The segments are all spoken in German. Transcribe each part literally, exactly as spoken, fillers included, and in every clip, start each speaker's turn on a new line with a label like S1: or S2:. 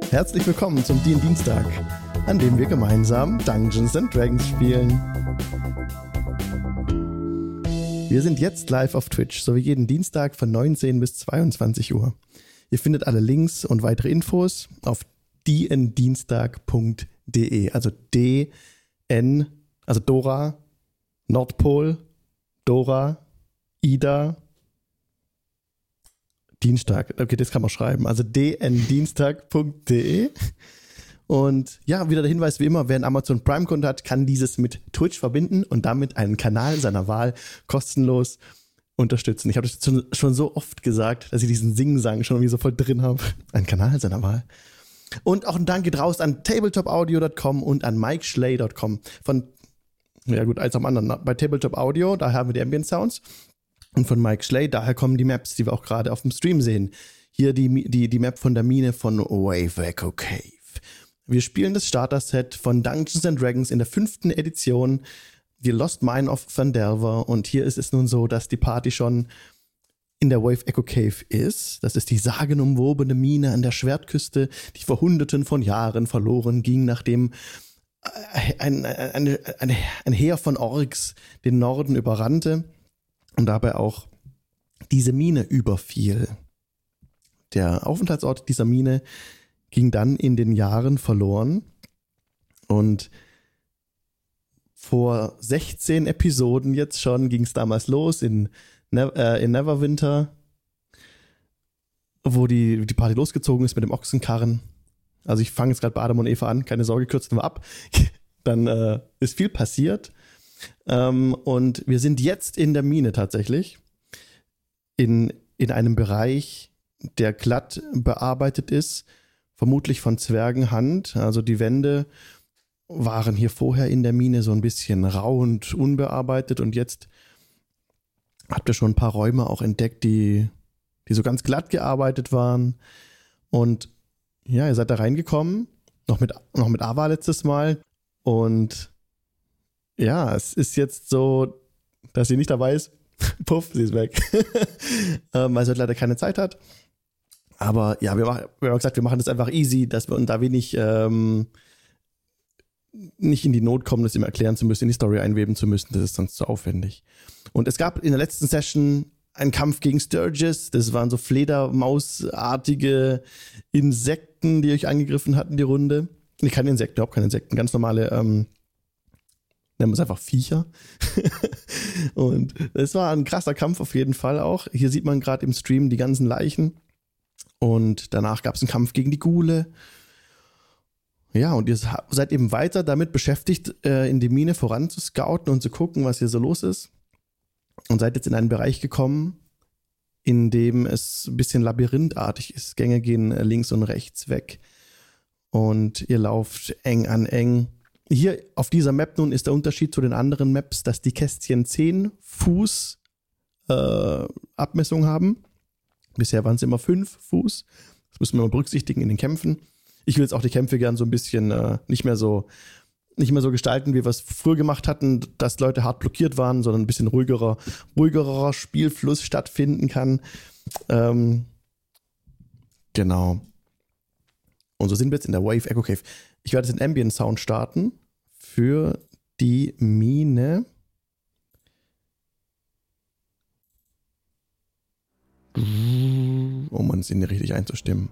S1: Herzlich willkommen zum D und D Dienstag, an dem wir gemeinsam Dungeons and Dragons spielen. Wir sind jetzt live auf Twitch, so wie jeden Dienstag von neunzehn bis zweiundzwanzig Uhr. Ihr findet alle Links und weitere Infos auf d n dienstag punkt d e, also D N, also Dora, Nordpol, Dora, Ida, Dienstag. Okay, das kann man schreiben. Also d n dienstag punkt d e. Und ja, wieder der Hinweis wie immer, wer einen Amazon Prime-Konto hat, kann dieses mit Twitch verbinden und damit einen Kanal seiner Wahl kostenlos unterstützen. Ich habe das schon, schon so oft gesagt, dass ich diesen Sing-Sang schon irgendwie so voll drin habe. Ein Kanal seiner Wahl. Und auch ein Dank geht raus an tabletop audio punkt com und an mike schley punkt com. Von, ja gut, eins am anderen. Bei Tabletop Audio, da haben wir die Ambient Sounds. Und von Mike Schley, daher kommen die Maps, die wir auch gerade auf dem Stream sehen. Hier die, die, die Map von der Mine von Wave Echo Cave. Wir spielen das Starter-Set von Dungeons and Dragons in der fünften Edition, die Lost Mine of Phandelver. Und hier ist es nun so, dass die Party schon in der Wave Echo Cave ist. Das ist die sagenumwobene Mine an der Schwertküste, die vor hunderten von Jahren verloren ging, nachdem ein, ein, ein, ein Heer von Orks den Norden überrannte und dabei auch diese Mine überfiel. Der Aufenthaltsort dieser Mine ging dann in den Jahren verloren und vor sechzehn Episoden jetzt schon ging es damals los in, ne- äh, in Neverwinter, wo die, die Party losgezogen ist mit dem Ochsenkarren. Also ich fange jetzt gerade bei Adam und Eva an, keine Sorge, kürzen wir ab. Dann äh, ist viel passiert. Ähm, und wir sind jetzt in der Mine tatsächlich, in, in einem Bereich, der glatt bearbeitet ist, vermutlich von Zwergenhand. Also die Wände waren hier vorher in der Mine so ein bisschen rau und unbearbeitet und jetzt habt ihr schon ein paar Räume auch entdeckt, die, die so ganz glatt gearbeitet waren. Und ja, ihr seid da reingekommen, noch mit, noch mit Ava letztes Mal. Und ja, es ist jetzt so, dass sie nicht dabei ist. Puff, sie ist weg. ähm, weil sie halt leider keine Zeit hat. Aber ja, wir, machen, wir haben gesagt, wir machen das einfach easy, dass wir uns da wenig ähm, nicht in die Not kommen, das ihm erklären zu müssen, in die Story einweben zu müssen. Das ist sonst zu aufwendig. Und es gab in der letzten Session einen Kampf gegen Sturges. Das waren so Fledermausartige Insekten, die euch angegriffen hatten, die Runde. Nee, keine Insekten, überhaupt keine Insekten. Ganz normale, ähm, nennen wir es einfach Viecher. Und es war ein krasser Kampf auf jeden Fall auch. Hier sieht man gerade im Stream die ganzen Leichen. Und danach gab es einen Kampf gegen die Ghule. Ja, und ihr seid eben weiter damit beschäftigt, äh, in die Mine voranzuscouten und zu gucken, was hier so los ist. Und seid jetzt in einen Bereich gekommen, in dem es ein bisschen labyrinthartig ist. Gänge gehen links und rechts weg. Und ihr lauft eng an eng. Hier auf dieser Map nun ist der Unterschied zu den anderen Maps, dass die Kästchen zehn Fuß äh, Abmessung haben. Bisher waren es immer fünf Fuß. Das müssen wir mal berücksichtigen in den Kämpfen. Ich will jetzt auch die Kämpfe gern so ein bisschen äh, nicht mehr so nicht mehr so gestalten, wie wir es früher gemacht hatten, dass Leute hart blockiert waren, sondern ein bisschen ruhigerer, ruhigerer Spielfluss stattfinden kann. Ähm, genau. Und so sind wir jetzt in der Wave Echo Cave. Ich werde jetzt den Ambient Sound starten für die Mine. Um uns in die richtig einzustimmen.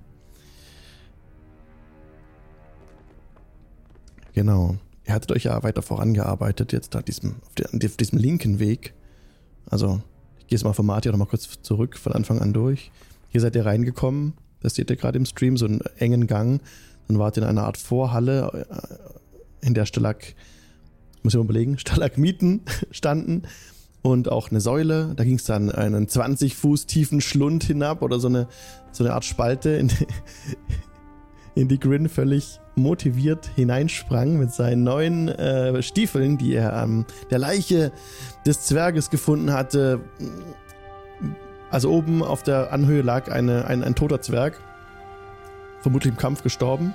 S1: Genau. Ihr hattet euch ja weiter vorangearbeitet, jetzt auf diesem, auf diesem linken Weg. Also, ich gehe jetzt mal vom Martin noch mal kurz zurück, von Anfang an durch. Hier seid ihr reingekommen, das seht ihr gerade im Stream, so einen engen Gang. Dann wart ihr in einer Art Vorhalle, in der Stalag, muss ich mal überlegen, Stalagmiten standen. Und auch eine Säule, da ging es dann einen zwanzig Fuß tiefen Schlund hinab oder so eine, so eine Art Spalte, in die, in die Grin völlig motiviert hineinsprang mit seinen neuen äh, Stiefeln, die er an ähm, der Leiche des Zwerges gefunden hatte. Also oben auf der Anhöhe lag eine, ein, ein toter Zwerg, vermutlich im Kampf gestorben.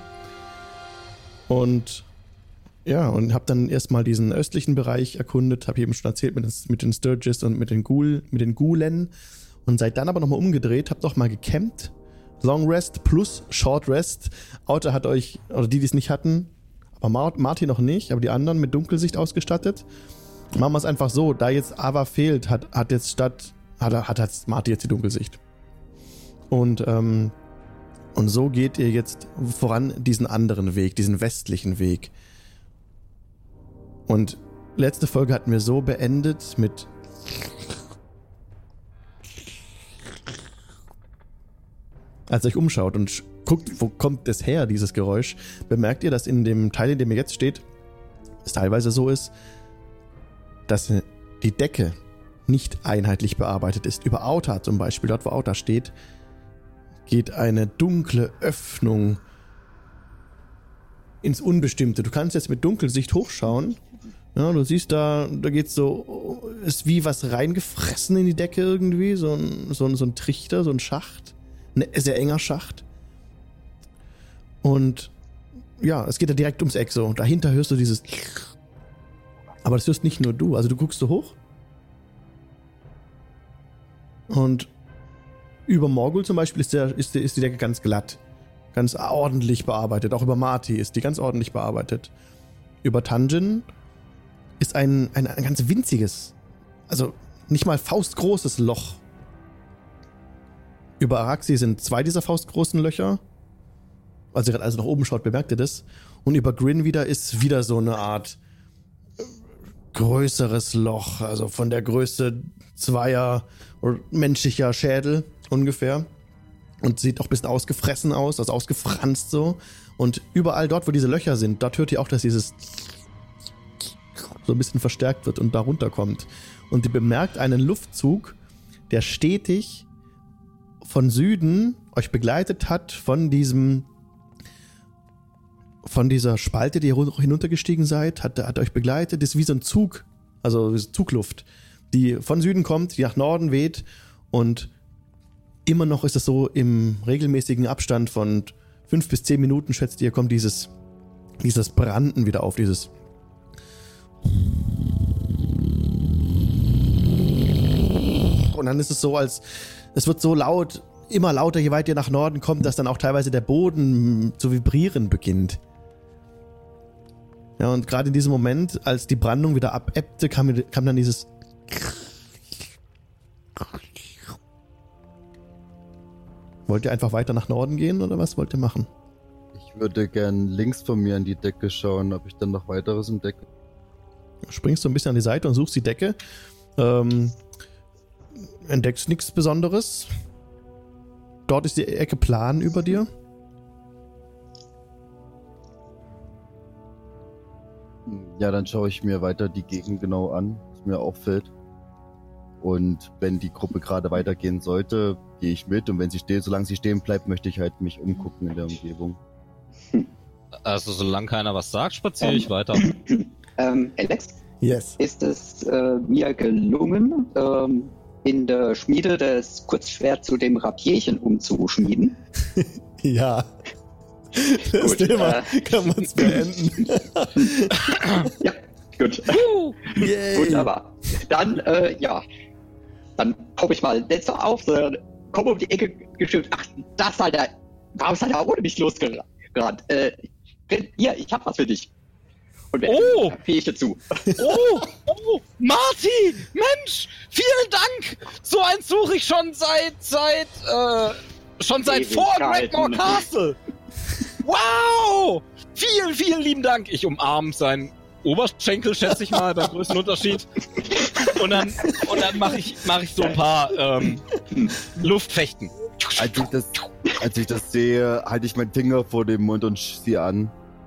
S1: Und ja, und habe dann erstmal diesen östlichen Bereich erkundet, habe eben schon erzählt mit den, mit den Sturges und mit den Ghoul, mit den Ghoulen und seid dann aber nochmal umgedreht, habt auch mal gecampt, Long Rest plus Short Rest. Auto hat euch, oder die, die es nicht hatten, aber Marty noch nicht, aber die anderen mit Dunkelsicht ausgestattet. Machen wir es einfach so, da jetzt Ava fehlt, hat, hat jetzt statt, hat, hat, hat Marty jetzt die Dunkelsicht. Und, ähm, und so geht ihr jetzt voran diesen anderen Weg, diesen westlichen Weg. Und letzte Folge hatten wir so beendet mit als ihr euch umschaut und guckt, wo kommt das her, dieses Geräusch, bemerkt ihr, dass in dem Teil, in dem ihr jetzt steht, es teilweise so ist, dass die Decke nicht einheitlich bearbeitet ist. Über Auta zum Beispiel, dort wo Auta steht, geht eine dunkle Öffnung ins Unbestimmte. Du kannst jetzt mit Dunkelsicht hochschauen. Ja, du siehst da, da geht's so, ist wie was reingefressen in die Decke irgendwie, so ein, so ein, so ein Trichter, so ein Schacht. Ein sehr enger Schacht. Und ja, es geht da direkt ums Eck so. Dahinter hörst du dieses. Aber das hörst nicht nur du. Also du guckst so hoch. Und über Morgul zum Beispiel ist, der, ist, die, ist die Decke ganz glatt. Ganz ordentlich bearbeitet. Auch über Marty ist die ganz ordentlich bearbeitet. Über Tanjin ist ein, ein, ein ganz winziges, also nicht mal faustgroßes Loch. Über Araxi sind zwei dieser faustgroßen Löcher. Als ihr gerade also nach oben schaut, bemerkt ihr das. Und über Grin wieder ist wieder so eine Art größeres Loch. Also von der Größe zweier menschlicher Schädel ungefähr. Und sieht auch ein bisschen ausgefressen aus, also ausgefranst so. Und überall dort, wo diese Löcher sind, dort hört ihr auch, dass dieses so ein bisschen verstärkt wird und da runterkommt. Und ihr bemerkt einen Luftzug, der stetig von Süden euch begleitet hat, von diesem, von dieser Spalte, die ihr hinuntergestiegen seid, hat, hat euch begleitet. Das ist wie so ein Zug, also Zugluft, die von Süden kommt, die nach Norden weht und immer noch ist es so im regelmäßigen Abstand von fünf bis zehn Minuten, schätzt ihr, kommt dieses, dieses Branden wieder auf, dieses und dann ist es so, als es wird so laut, immer lauter, je weiter ihr nach Norden kommt, dass dann auch teilweise der Boden zu vibrieren beginnt. Ja, und gerade in diesem Moment, als die Brandung wieder abebbte, kam, kam dann dieses Wollt ihr einfach weiter nach Norden gehen oder was wollt ihr machen?
S2: Ich würde gern links von mir an die Decke schauen, ob ich dann noch weiteres entdecke.
S1: Springst du ein bisschen an die Seite und suchst die Decke. Ähm, entdeckst nichts Besonderes. Dort ist die Ecke plan über dir.
S2: Ja, dann schaue ich mir weiter die Gegend genau an, was mir auffällt. Und wenn die Gruppe gerade weitergehen sollte, gehe ich mit. Und wenn sie steht, solange sie stehen bleibt, möchte ich halt mich umgucken in der Umgebung.
S3: Also solange keiner was sagt, spaziere
S4: ähm,
S3: ich weiter.
S4: Ähm, Alex?
S1: Yes.
S4: Ist es äh, mir gelungen, ähm, in der Schmiede das Kurzschwert zu dem Rapierchen umzuschmieden?
S1: Ja. Das
S4: Gut,
S1: Thema
S4: äh,
S1: kann man es beenden.
S4: Ja, gut.
S1: Yay.
S4: Wunderbar. Dann, äh, ja. Dann komme ich mal nicht so auf, sondern komme um die Ecke geschimpft. Ach, das hat er. Warum ist er da ohne mich losgerannt? Äh, hier, ich hab was für dich. Und
S3: Oh!
S4: Fähig dazu.
S3: Oh, oh, Marty! Mensch! Vielen Dank! So eins suche ich schon seit, seit, äh, schon seit vor Gregmore Castle! Wow! Vielen, vielen lieben Dank! Ich umarme seinen Oberschenkel, schätze ich mal, beim größten Unterschied. Und dann, und dann mache ich, mach ich so ein paar, ähm, Luftfechten.
S2: Als ich das, als ich das sehe, halte ich meinen Finger vor dem Mund und sie an.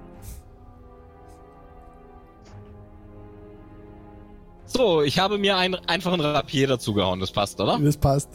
S3: So, ich habe mir einen einfachen Rapier dazugehauen, das passt, oder?
S1: Das passt.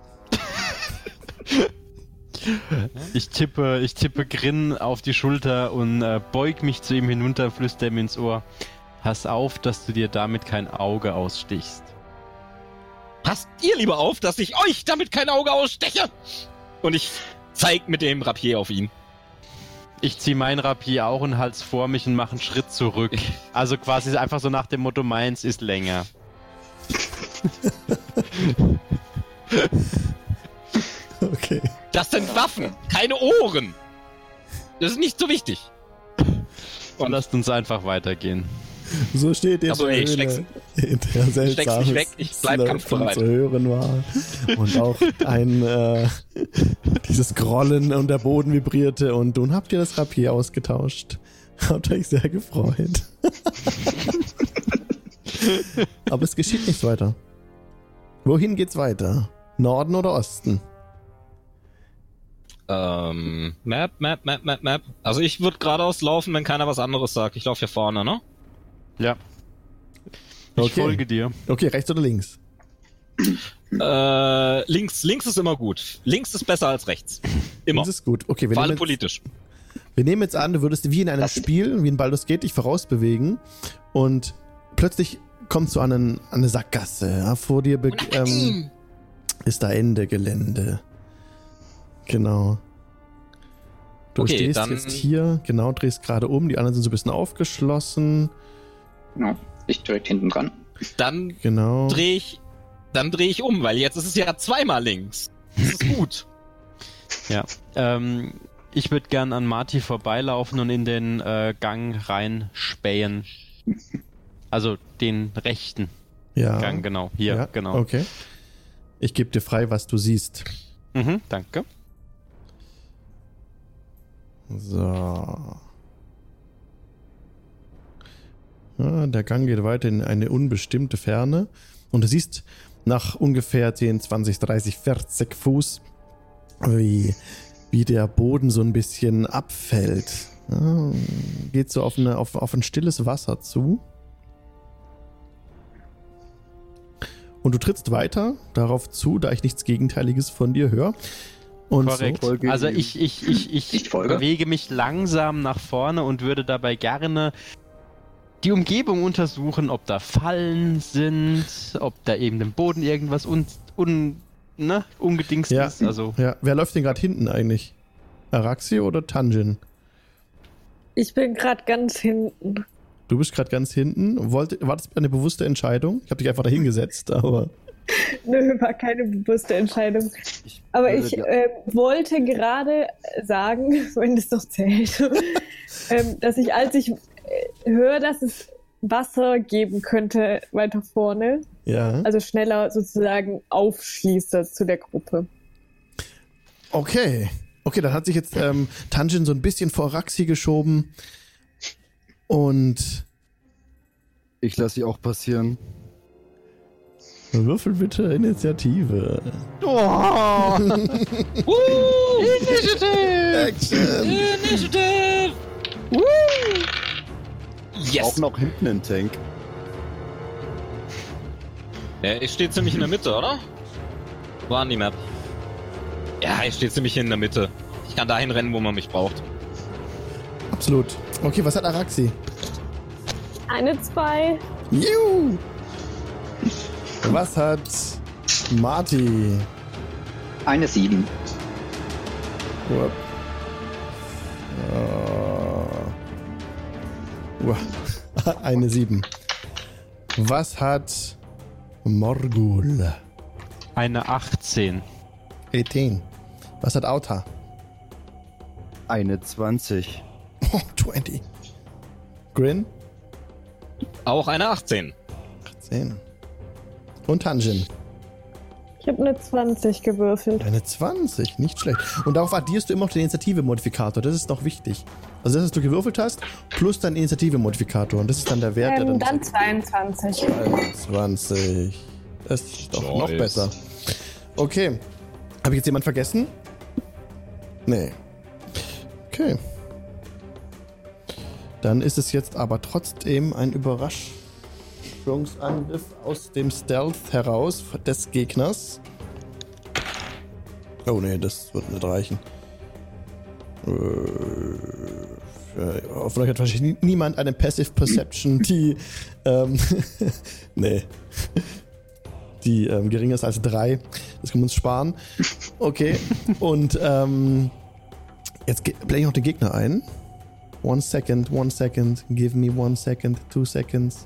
S5: Ich tippe, ich tippe Grin auf die Schulter und äh, beug mich zu ihm hinunter, flüster ihm ins Ohr. Pass auf, dass du dir damit kein Auge ausstichst.
S3: Passt ihr lieber auf, dass ich euch damit kein Auge aussteche! Und ich zeig mit dem Rapier auf ihn.
S5: Ich zieh mein Rapier auch und halt's vor mich und mache einen Schritt zurück. Also quasi einfach so nach dem Motto, meins ist länger.
S1: Okay.
S3: Das sind Waffen, keine Ohren. Das ist nicht so wichtig.
S5: Und lasst uns einfach weitergehen.
S1: So steht jetzt
S3: Achso, nee, ich steck's,
S1: in der
S3: ich steck's nicht weg, ich bleib kampfbereit.
S1: zu hören war. Und auch ein äh, dieses Grollen und der Boden vibrierte und nun habt ihr das Rapier ausgetauscht. Habt euch sehr gefreut. Aber es geschieht nichts weiter. Wohin geht's weiter? Norden oder Osten?
S3: Ähm, Map, Map, Map, Map, Map. Also ich würde geradeaus laufen, wenn keiner was anderes sagt. Ich laufe hier vorne, ne?
S5: Ja. Ich
S1: Okay.
S5: folge dir.
S1: Okay, rechts oder links?
S3: Äh, links, links ist immer gut. Links ist besser als rechts. Immer.
S1: Das ist gut. Okay, wir
S3: Vor
S1: nehmen,
S3: allem
S1: jetzt,
S3: politisch.
S1: wir nehmen jetzt an, du würdest wie in einem
S4: Das-
S1: Spiel, wie in Baldur's Gate, dich vorausbewegen und plötzlich kommst du an, einen, an eine Sackgasse. Ja, vor dir be- ähm, ist da Ende Gelände. Genau. Du
S3: Okay,
S1: stehst
S3: dann-
S1: jetzt hier, genau, drehst gerade um, die anderen sind so ein bisschen aufgeschlossen.
S4: Ja, ich direkt hinten dran.
S3: Dann
S1: Genau.
S3: drehe ich, dann drehe ich um, weil jetzt ist es ja zweimal links. Das ist gut.
S5: Ja. Ähm, ich würde gern an Marty vorbeilaufen und in den äh, Gang reinspähen. Also den rechten
S1: Ja.
S5: Gang, genau. Hier,
S1: ja.
S5: genau.
S1: Okay. Ich gebe dir frei, was du siehst.
S5: Mhm, danke.
S1: So. Ja, der Gang geht weiter in eine unbestimmte Ferne. Und du siehst nach ungefähr zehn, zwanzig, dreißig, vierzig Fuß, wie, wie der Boden so ein bisschen abfällt. Ja, geht so auf, eine, auf, auf ein stilles Wasser zu. Und du trittst weiter darauf zu, da ich nichts Gegenteiliges von dir höre. Und
S5: Korrekt.
S1: So,
S2: Folge
S5: Also
S2: ihm.
S5: ich, ich, ich, ich,
S4: Ich folge.
S5: bewege mich langsam nach vorne und würde dabei gerne die Umgebung untersuchen, ob da Fallen sind, ob da eben im Boden irgendwas un, un, ne, ungedingst
S1: Ja.
S5: ist. Also
S1: ja, wer läuft denn gerade hinten eigentlich? Araxi oder Tanjin?
S6: Ich bin gerade ganz hinten.
S1: Du bist gerade ganz hinten. Wollte, war das eine bewusste Entscheidung? Ich habe dich einfach da hingesetzt, aber.
S6: Nö, war keine bewusste Entscheidung.
S2: Ich
S6: Aber
S2: würde
S6: ich
S2: dir-
S6: äh, wollte gerade sagen, wenn das noch zählt, ähm, dass ich, als ich äh, höre, dass es Wasser geben könnte weiter vorne,
S1: Ja.
S6: also schneller sozusagen aufschließe zu der Gruppe.
S1: Okay. Okay, dann hat sich jetzt ähm, Tanjin so ein bisschen vor Araxi geschoben. Und
S2: Ich lasse sie auch passieren.
S1: würfel bitte Initiative.
S3: Oh. uh, Initiative!
S1: Action!
S3: Initiative! Woo! Yes!
S2: Auch noch hinten ein Tank.
S3: Ja, ich stehe ziemlich in der Mitte, oder? Wo war die Map? Ja, ich stehe ziemlich in der Mitte. Ich kann dahin rennen, wo man mich braucht.
S1: Absolut. Okay, was hat Araxi?
S6: Eine, zwei.
S1: Juhu! Was hat Marty?
S4: Eine sieben.
S1: Uah. Uh. Uah. Eine sieben. Was hat Morgul?
S5: eine achtzehn.
S1: achtzehn. Was hat Auta?
S2: Eine zwanzig.
S1: Oh, zwanzig. Grin?
S3: Auch eine achtzehn.
S1: achtzehn. Und Tanjin?
S6: Ich habe eine zwanzig gewürfelt.
S1: Eine zwanzig, nicht schlecht. Und darauf addierst du immer noch den Initiative-Modifikator. Das ist noch wichtig. Also das, was du gewürfelt hast, plus dein Initiative-Modifikator. Und das ist dann der Wert, der
S6: Ähm,
S1: dann...
S6: dann zweiundzwanzig.
S1: zwanzig. Das ist doch noch
S3: Nice.
S1: besser. Okay. Habe ich jetzt jemand vergessen? Nee. Okay. Dann ist es jetzt aber trotzdem ein Überraschungsangriff aus dem Stealth heraus des Gegners. Oh nee, das wird nicht reichen. Äh, von euch hat wahrscheinlich niemand eine Passive Perception, die ähm, nee. Die ähm, geringer ist als drei. Das können wir uns sparen. Okay. Und ähm, jetzt blende ich noch den Gegner ein. One second, one second. Give me one second, two seconds.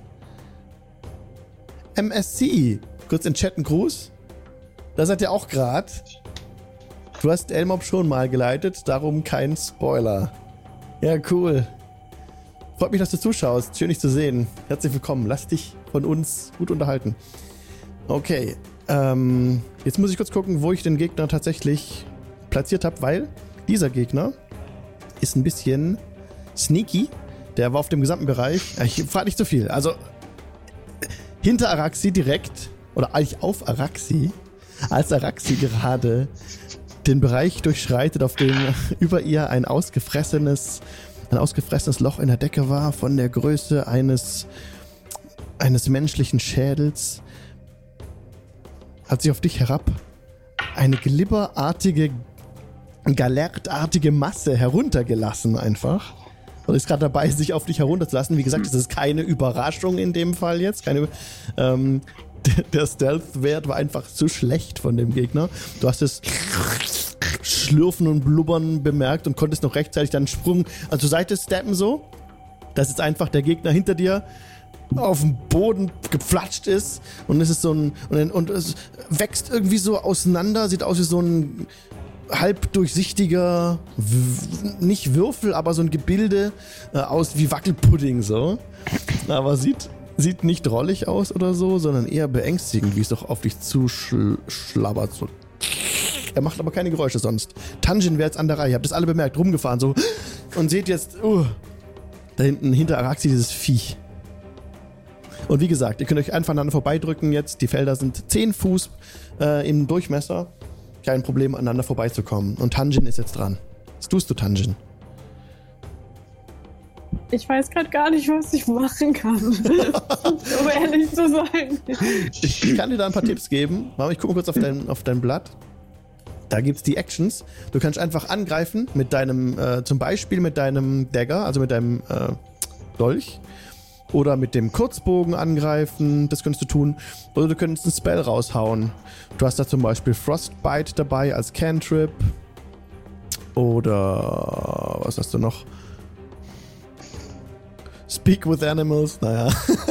S1: M S C. Kurz in Chat einen Gruß. Da seid ihr auch gerade. Du hast Elmob schon mal geleitet, darum kein Spoiler. Ja, cool. Freut mich, dass du zuschaust. Schön, dich zu sehen. Herzlich willkommen. Lass dich von uns gut unterhalten. Okay. Ähm, jetzt muss ich kurz gucken, wo ich den Gegner tatsächlich platziert habe, weil dieser Gegner ist ein bisschen sneaky. Der war auf dem gesamten Bereich. Ich frage nicht zu viel. Also hinter Araxi direkt, oder eigentlich auf Araxi, als Araxi gerade den Bereich durchschreitet, auf dem über ihr ein ausgefressenes, ein ausgefressenes Loch in der Decke war, von der Größe eines, eines menschlichen Schädels, hat sich auf dich herab eine glibberartige, galertartige Masse heruntergelassen einfach. Und ist gerade dabei, sich auf dich herunterzulassen. Wie gesagt, das ist keine Überraschung in dem Fall jetzt. Keine, ähm, der, der Stealth-Wert war einfach zu schlecht von dem Gegner. Du hast es Schlürfen und Blubbern bemerkt und konntest noch rechtzeitig deinen Sprung also zur Seite steppen so, dass jetzt einfach der Gegner hinter dir auf dem Boden geflatscht ist und es ist so ein und, und es wächst irgendwie so auseinander, sieht aus wie so ein halb durchsichtiger, w- nicht Würfel, aber so ein Gebilde äh, aus wie Wackelpudding so. Aber sieht, sieht nicht drollig aus oder so, sondern eher beängstigend, wie es doch auf dich zuschlabbert. So. Er macht aber keine Geräusche sonst. Tanjin wäre jetzt an der Reihe. Ihr habt das alle bemerkt, rumgefahren so. Und seht jetzt, uh, da hinten hinter Araxi dieses Viech. Und wie gesagt, ihr könnt euch einfach aneinander vorbeidrücken jetzt. Die Felder sind zehn Fuß äh, im Durchmesser. Kein Problem, aneinander vorbeizukommen. Und Tanjin ist jetzt dran. Was tust du, Tanjin?
S6: Ich weiß gerade gar nicht, was ich machen kann. Um ehrlich zu sein.
S1: Ich, ich kann dir da ein paar Tipps geben. Ich gucke mal kurz auf dein, auf dein Blatt. Da gibt es die Actions. Du kannst einfach angreifen mit deinem, äh, zum Beispiel mit deinem Dagger, also mit deinem äh, Dolch. Oder mit dem Kurzbogen angreifen, das könntest du tun. Oder du könntest einen Spell raushauen. Du hast da zum Beispiel Frostbite dabei als Cantrip. Oder was hast du noch? Speak with Animals, naja.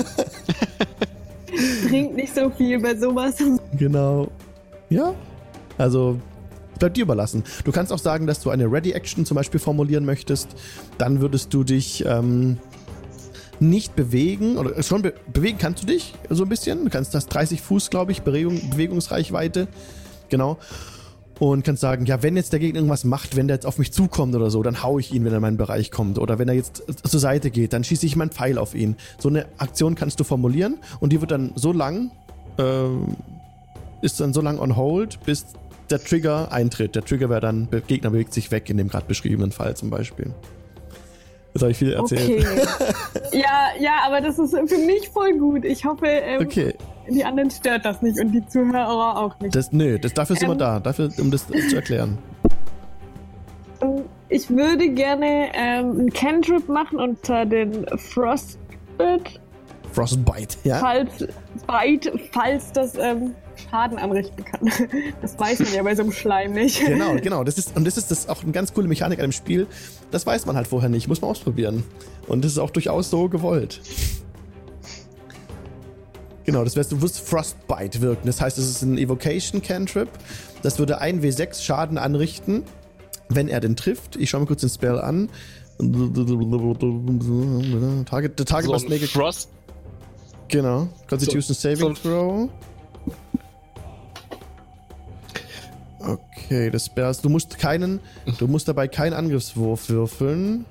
S6: Bringt nicht so viel bei sowas.
S1: Genau. Ja, also bleibt dir überlassen. Du kannst auch sagen, dass du eine Ready-Action zum Beispiel formulieren möchtest. Dann würdest du dich ähm, nicht bewegen, oder schon be- bewegen kannst du dich so ein bisschen. Du kannst das dreißig Fuß, glaube ich, Bewegung, Bewegungsreichweite. Genau. Und kannst sagen, ja, wenn jetzt der Gegner irgendwas macht, wenn der jetzt auf mich zukommt oder so, dann hau ich ihn, wenn er in meinen Bereich kommt. Oder wenn er jetzt zur Seite geht, dann schieße ich meinen Pfeil auf ihn. So eine Aktion kannst du formulieren und die wird dann so lang, äh, ist dann so lang on hold, bis der Trigger eintritt. Der Trigger wäre dann, der Gegner bewegt sich weg in dem gerade beschriebenen Fall zum Beispiel. Das habe ich viel erzählt.
S6: Okay. ja, ja, aber das ist für mich voll gut. Ich hoffe, ähm, okay. Die anderen stört das nicht und die Zuhörer auch nicht.
S1: Das, nö, das, dafür sind ähm, wir da, dafür, um das zu erklären.
S6: Ich würde gerne ähm, einen Cantrip machen unter den Frostbite.
S1: Frostbite, ja.
S6: Falls, Bite, falls das ähm, Schaden anrichten kann. Das weiß man ja bei so einem Schleim nicht.
S1: Genau, genau. Das ist, und das ist das auch eine ganz coole Mechanik an dem Spiel. Das weiß man halt vorher nicht, muss man ausprobieren. Und das ist auch durchaus so gewollt. Genau, das heißt, du wirst Frostbite wirken. Das heißt, es ist ein Evocation Cantrip. Das würde ein W sechs Schaden anrichten, wenn er den trifft. Ich schaue mir kurz den Spell an. Target, the target
S3: so
S1: must make a
S3: Frost.
S1: Genau. Constitution
S3: so,
S1: Saving
S3: so
S1: Throw. Okay, das Spell. Du musst keinen, du musst dabei keinen Angriffswurf würfeln.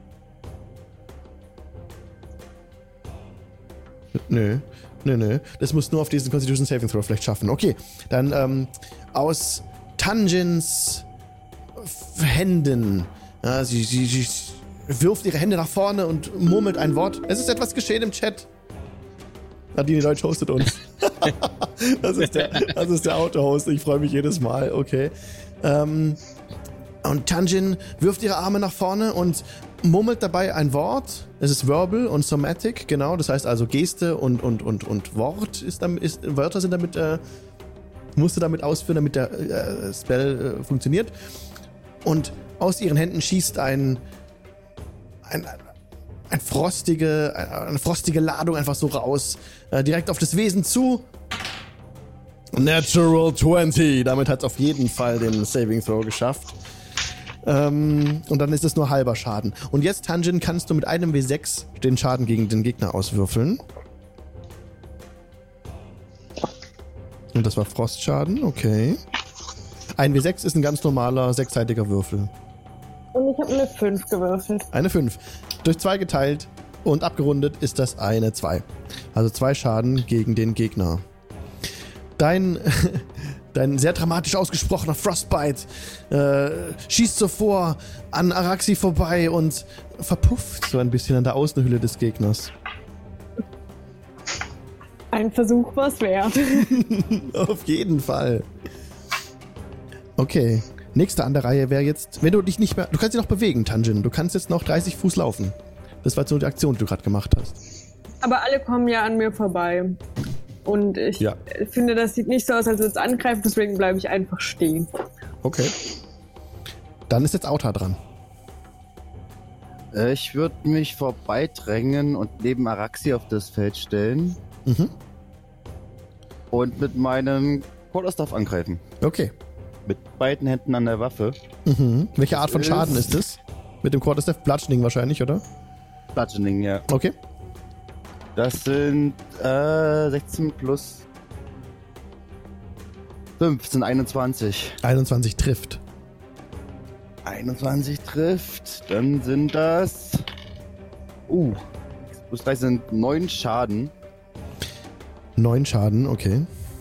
S1: Nö. Nö, nö. Das muss nur auf diesen Constitution Saving Throw vielleicht schaffen. Okay, dann ähm, aus Tanjins Händen. Ja, sie, sie, sie wirft ihre Hände nach vorne und murmelt ein Wort. Es ist etwas geschehen im Chat. Nadine Deutsch hostet uns. das, ist der, das ist der Auto-Host. Ich freue mich jedes Mal. Okay. Ähm, und Tanjin wirft ihre Arme nach vorne und murmelt dabei ein Wort. Es ist Verbal und Somatic, genau. Das heißt also Geste und, und, und, und Wort ist damit, ist, Wörter sind damit, äh, musst du damit ausführen, damit der äh, Spell äh, funktioniert. Und aus ihren Händen schießt ein, ein, ein frostige, eine frostige Ladung einfach so raus. Äh, direkt auf das Wesen zu. Natural zwanzig. Damit hat es auf jeden Fall den Saving Throw geschafft. Ähm, und dann ist es nur halber Schaden. Und jetzt, Tanjin, kannst du mit einem W sechs den Schaden gegen den Gegner auswürfeln. Und das war Frostschaden, okay. Ein W sechs ist ein ganz normaler sechsseitiger Würfel.
S6: Und ich habe eine fünf gewürfelt.
S1: Eine fünf. Durch zwei geteilt und abgerundet ist das eine zwei. Also zwei Schaden gegen den Gegner. Dein, dein sehr dramatisch ausgesprochener Frostbite äh, schießt sofort an Araxi vorbei und verpufft so ein bisschen an der Außenhülle des Gegners.
S6: Ein Versuch war's wert.
S1: Auf jeden Fall. Okay. Nächste an der Reihe wäre jetzt, wenn du dich nicht mehr, du kannst dich noch bewegen, Tanjin. Du kannst jetzt noch dreißig Fuß laufen. Das war jetzt so die Aktion, die du gerade gemacht hast.
S6: Aber alle kommen ja an mir vorbei. Und ich
S1: Ja.
S6: finde, das sieht nicht so aus, als würde es angreifen, deswegen bleibe ich einfach stehen.
S1: Okay. Dann ist jetzt Auta dran.
S2: Äh, Ich würde mich vorbeidrängen und neben Araxi auf das Feld stellen
S1: Mhm.
S2: und mit meinem Quarterstaff angreifen.
S1: Okay.
S2: Mit beiden Händen an der Waffe.
S1: Mhm. Welche Art von
S2: ist-
S1: Schaden ist es? Mit dem Quarterstaff Bludgeoning wahrscheinlich, oder?
S2: Bludgeoning, ja.
S1: Okay.
S2: Das sind äh, sechzehn plus fünfzehn, einundzwanzig.
S1: einundzwanzig trifft.
S2: einundzwanzig trifft. Dann sind das. Uh. Plus drei sind neun Schaden.
S1: Neun Schaden, okay.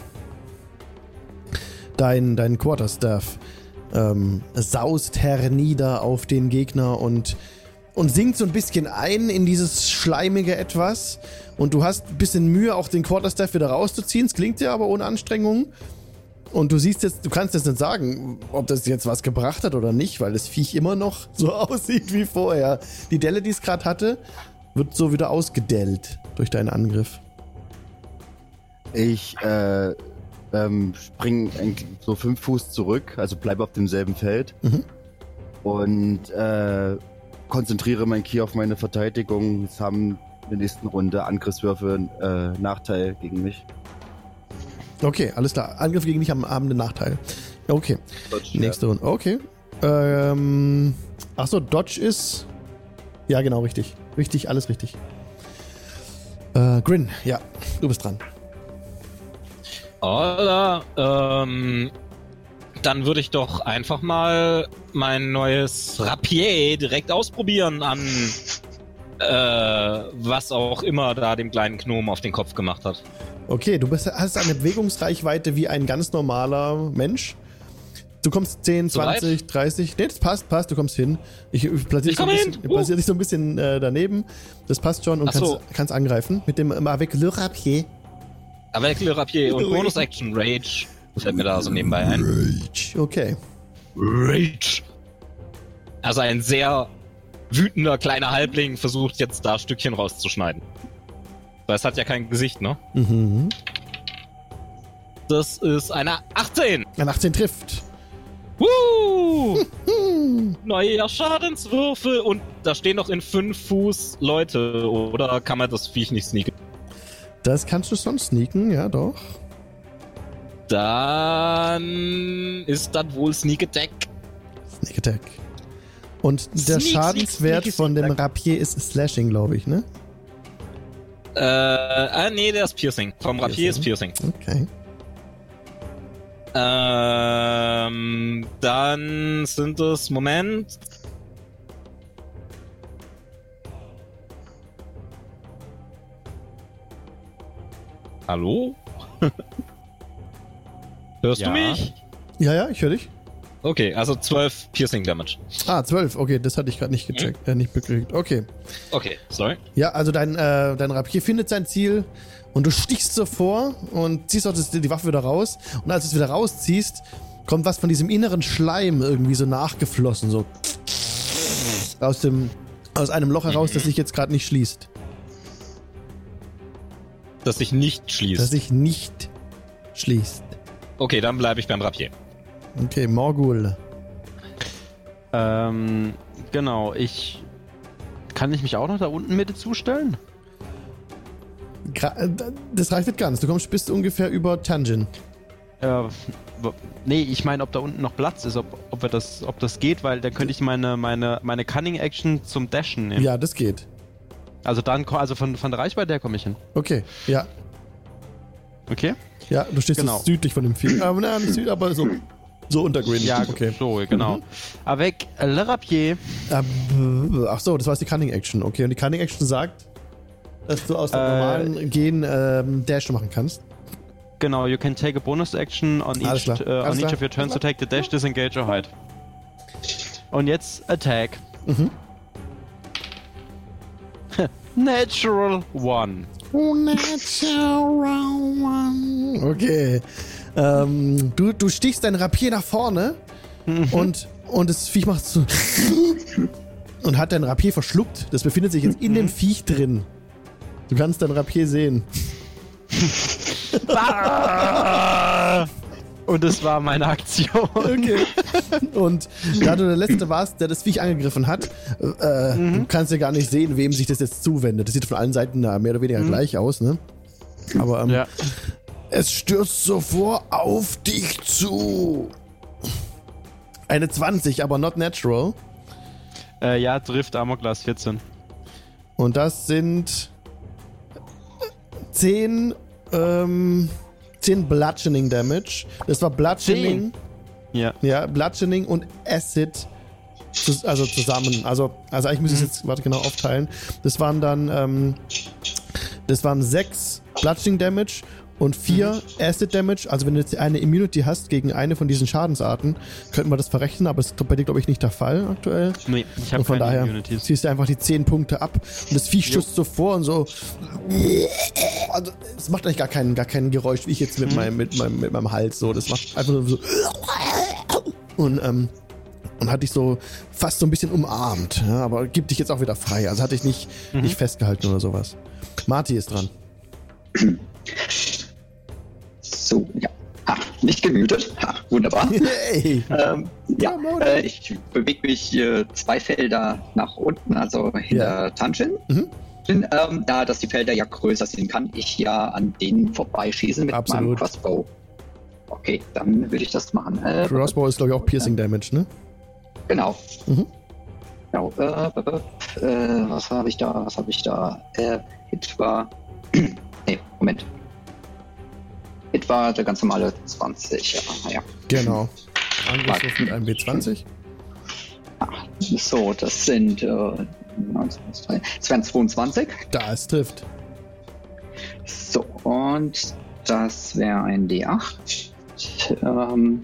S1: Dein, dein Quarterstaff ähm, saust hernieder auf den Gegner und, und sinkt so ein bisschen ein in dieses schleimige Etwas. Und du hast ein bisschen Mühe, auch den Quarterstaff wieder rauszuziehen. Es klingt dir aber ohne Anstrengung. Und du siehst jetzt, du kannst jetzt nicht sagen, ob das jetzt was gebracht hat oder nicht, weil das Viech immer noch so aussieht wie vorher. Die Delle, die es gerade hatte, wird so wieder ausgedellt durch deinen Angriff.
S2: Ich äh, ähm, spring eigentlich so fünf Fuß zurück, also bleib auf demselben Feld.
S1: Mhm.
S2: Und äh, konzentriere mein Ki auf meine Verteidigung. Es haben in der nächsten Runde Angriffswürfe äh, Nachteil gegen mich.
S1: Okay, alles klar. Angriff gegen mich haben, haben einen Nachteil. Okay,
S2: Dodge,
S1: nächste Runde. Okay. Ähm, achso, Dodge ist... Ja, genau, richtig. Richtig, alles richtig. Äh, Grin, ja, du bist dran.
S3: Oder, ähm, dann würde ich doch einfach mal mein neues Rapier direkt ausprobieren an, äh, was auch immer da dem kleinen Gnom auf den Kopf gemacht hat.
S1: Okay, du bist, hast eine Bewegungsreichweite wie ein ganz normaler Mensch. Du kommst zehn,
S3: So weit?
S1: zwanzig, dreißig. Nee, das passt, passt, du kommst hin. Ich, ich platziere dich,
S3: Ich
S1: so ein
S3: komm
S1: bisschen-
S3: hin.
S1: ich platziere dich so ein bisschen äh, daneben. Das passt schon und
S3: Ach so.
S1: kannst, kannst angreifen. Mit dem ähm, Avec le Rapier.
S3: Avec le Rapier und Bonus Action Rage fällt mir da so nebenbei ein.
S1: Rage. Okay.
S3: Rage. Also ein sehr wütender kleiner Halbling versucht jetzt da Stückchen rauszuschneiden. Weil es hat ja kein Gesicht, ne?
S1: Mhm.
S3: Das ist eine achtzehn.
S1: Ein achtzehn trifft.
S3: Woo!
S1: Hm.
S3: Neuer Schadenswürfel und da stehen noch in fünf Fuß Leute, oder kann man das Viech nicht sneaken?
S1: Das kannst du sonst sneaken, ja doch.
S3: Dann ist das wohl Sneak Attack.
S1: Sneak Attack. Und der
S3: Sneak,
S1: Schadenswert
S3: sneak, sneak,
S1: von dem
S3: sneak.
S1: Rapier ist Slashing, glaube ich, ne?
S3: Äh, ah, nee, der ist Piercing. Vom Rapier ist Piercing.
S1: Okay.
S3: Ähm, dann sind es, Moment. Hallo? Hörst
S5: Ja.
S3: du mich?
S1: Ja, ja, ich höre dich.
S3: Okay, also zwölf Piercing Damage.
S1: Ah, zwölf. Okay, das hatte ich gerade nicht gecheckt, äh, nicht bekriegt. Okay.
S3: Okay, sorry.
S1: Ja, also dein, äh, dein Rapier findet sein Ziel und du stichst so vor und ziehst auch das, die Waffe wieder raus. Und als du es wieder rausziehst, kommt was von diesem inneren Schleim irgendwie so nachgeflossen, so aus dem, aus einem Loch heraus, das sich jetzt gerade nicht schließt.
S3: Dass sich nicht schließt.
S1: Das sich nicht schließt.
S3: Okay, dann bleibe ich beim Rapier.
S1: Okay, Morgul.
S5: Ähm, genau, ich... Kann ich mich auch noch da unten Mitte zustellen?
S1: Gra- äh, Das reicht nicht ganz. Du kommst, bist ungefähr über Tanjin.
S5: Äh, w- nee, ich meine, ob da unten noch Platz ist, ob, ob, wir das, ob das geht, weil dann könnte ich meine, meine, meine Cunning-Action zum Dashen nehmen.
S1: Ja, das geht.
S5: Also dann, ko- also von, von der Reichweite her komme ich hin.
S1: Okay, ja.
S5: Okay?
S1: Ja, du stehst
S5: Genau.
S1: jetzt südlich von dem Vieh. Aber na, nicht südlich, aber so, so unter Green.
S5: Ja,
S1: okay.
S5: so, genau.
S1: Mhm.
S5: Avec le rapier.
S1: Ähm, Ach so, das war jetzt die Cunning Action. Okay, und die Cunning Action sagt, dass du aus dem
S5: Äh,
S1: normalen Gehen ähm, Dash machen kannst.
S5: Genau, you can take a bonus action on
S1: Alles
S5: each,
S1: klar,
S5: uh,
S1: alles
S5: on each
S1: klar.
S5: of your turns to take the dash, disengage or hide. Und jetzt Attack.
S1: Mhm.
S5: Natural One.
S1: Okay. Ähm, du, du stichst dein Rapier nach vorne und, und das Viech macht so und hat dein Rapier verschluckt. Das befindet sich jetzt in dem Viech drin. Du kannst dein Rapier sehen.
S5: Und das war meine Aktion.
S1: Okay. Und da du der Letzte warst, der das Viech angegriffen hat, äh,
S5: Mhm.
S1: du kannst ja gar nicht sehen, wem sich das jetzt zuwendet. Das sieht von allen Seiten da mehr oder weniger
S5: Mhm.
S1: gleich aus, ne? Aber ähm,
S5: Ja.
S1: es stürzt sofort auf dich zu. Eine zwanzig, aber not natural.
S5: Äh, ja, trifft Armor Class vierzehn.
S1: Und das sind zehn, ähm, zehn Bludgeoning Damage. Das war Bludgeoning.
S5: Ja.
S1: Ja, Bludgeoning und Acid zu, also zusammen. Also, also eigentlich müsste ich es jetzt, warte, genau aufteilen. Das waren dann, ähm, das waren sechs Bludgeoning Damage und vier Acid Damage. Also wenn du jetzt eine Immunity hast gegen eine von diesen Schadensarten, könnten wir das verrechnen, aber das ist bei dir, glaube ich, nicht der Fall aktuell.
S5: Nee, ich habe
S1: Und von
S5: keine
S1: daher
S5: Immunities.
S1: ziehst du einfach die zehn Punkte ab und das Viech stürzt so vor und so. Also, es macht eigentlich gar kein, gar kein Geräusch, wie ich jetzt mit,
S5: Mhm.
S1: meinem, mit, meinem, mit meinem Hals so. Das macht einfach nur so. Und, ähm, und hat dich so fast so ein bisschen umarmt. Ja, aber gibt dich jetzt auch wieder frei. Also hat dich nicht,
S5: Mhm.
S1: nicht festgehalten oder sowas. Marty ist dran.
S4: So, ja. Ha, nicht gemütet. Ha, wunderbar.
S1: Hey!
S4: ähm, ja,
S1: Come on.
S4: äh, ich bewege mich äh, zwei Felder nach unten, also hinter Tanjin.
S1: Mhm.
S4: Ähm, da, dass die Felder ja größer sind, kann ich ja an denen vorbeischießen mit
S1: Absolut.
S4: meinem Crossbow. Okay, dann würde ich das machen. Äh,
S1: Crossbow ist, glaube ich, auch Piercing Damage, ne?
S4: Genau.
S1: Mhm.
S4: Genau. Äh, äh, äh, was habe ich da? Was habe ich da? Äh, Hit war. nee, Moment. Hit war der ganz normale zwanzig. Ja, ja.
S1: Genau. Angriff mit einem W zwanzig.
S4: So, das sind äh, neunzehn, das wären zweiundzwanzig.
S1: Da es trifft.
S4: So, und das wäre ein D acht. Ähm,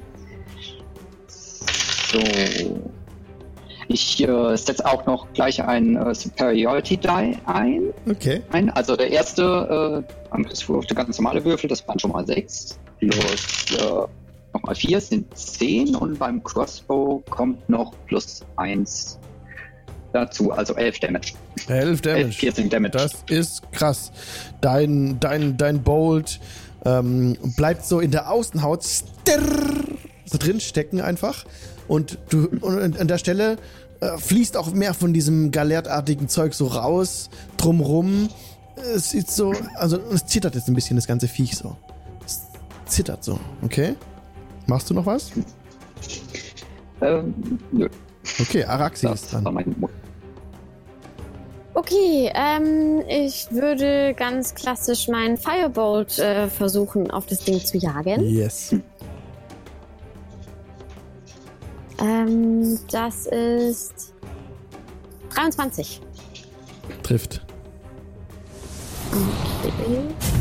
S4: so. Ich äh, setze auch noch gleich ein äh, Superiority Die ein,
S1: Okay.
S4: ein. Also der erste äh, Angriffswurf, der ganz normale Würfel, das waren schon mal sechs. Plus äh, nochmal vier sind zehn und beim Crossbow kommt noch plus eins dazu, also elf Damage.
S1: elf Damage.
S4: elf Piercing Damage.
S1: Das ist krass. Dein, dein, dein Bolt ähm, bleibt so in der Außenhaut stirr, so drin stecken einfach. Und du und an der Stelle äh, fließt auch mehr von diesem galertartigen Zeug so raus, drumrum. Es sieht so, also es zittert jetzt ein bisschen, das ganze Viech so. Es zittert so, okay? Machst du noch was?
S4: Ähm, nö,
S1: Okay, Araxi ist
S4: das
S1: dran.
S4: war mein Mo
S7: Okay, ähm, ich würde ganz klassisch meinen Firebolt äh, versuchen, auf das Ding zu jagen.
S1: Yes.
S7: Ähm, das ist dreiundzwanzig.
S1: Trifft.
S7: Okay.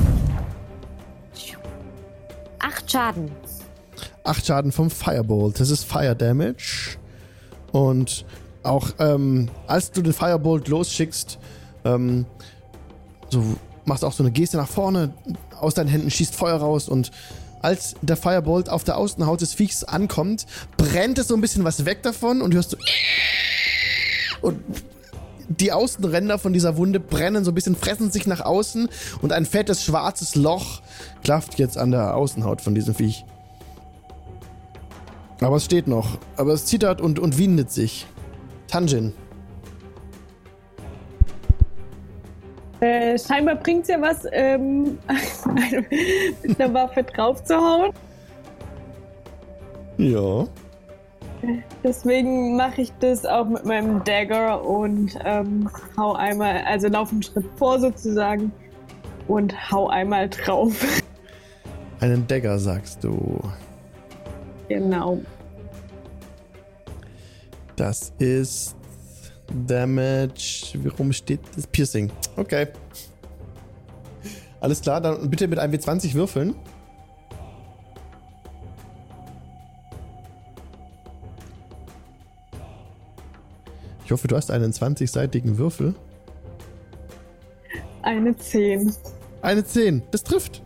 S7: Acht Schaden.
S1: acht Schaden vom Firebolt. Das ist Fire Damage. Und auch ähm, als du den Firebolt losschickst, ähm, so machst du auch so eine Geste nach vorne, aus deinen Händen schießt Feuer raus und als der Firebolt auf der Außenhaut des Viechs ankommt, brennt es so ein bisschen was weg davon und du hörst so und die Außenränder von dieser Wunde brennen so ein bisschen, fressen sich nach außen und ein fettes schwarzes Loch klafft jetzt an der Außenhaut von diesem Viech. Aber es steht noch. Aber es zittert und, und windet sich. Tanjin.
S6: Äh, scheinbar bringt's ja was, ähm, mit einer Waffe drauf zu hauen.
S1: Ja.
S6: Deswegen mache ich das auch mit meinem Dagger und ähm, hau einmal, also lauf einen Schritt vor sozusagen und hau einmal drauf.
S1: Einen Dagger, sagst du.
S6: Genau.
S1: Das ist Damage. Warum steht das? Piercing. Okay. Alles klar, dann bitte mit einem W zwanzig würfeln. Ich hoffe, du hast einen zwanzig-seitigen Würfel.
S6: Eine zehn.
S1: Eine zehn. Das trifft.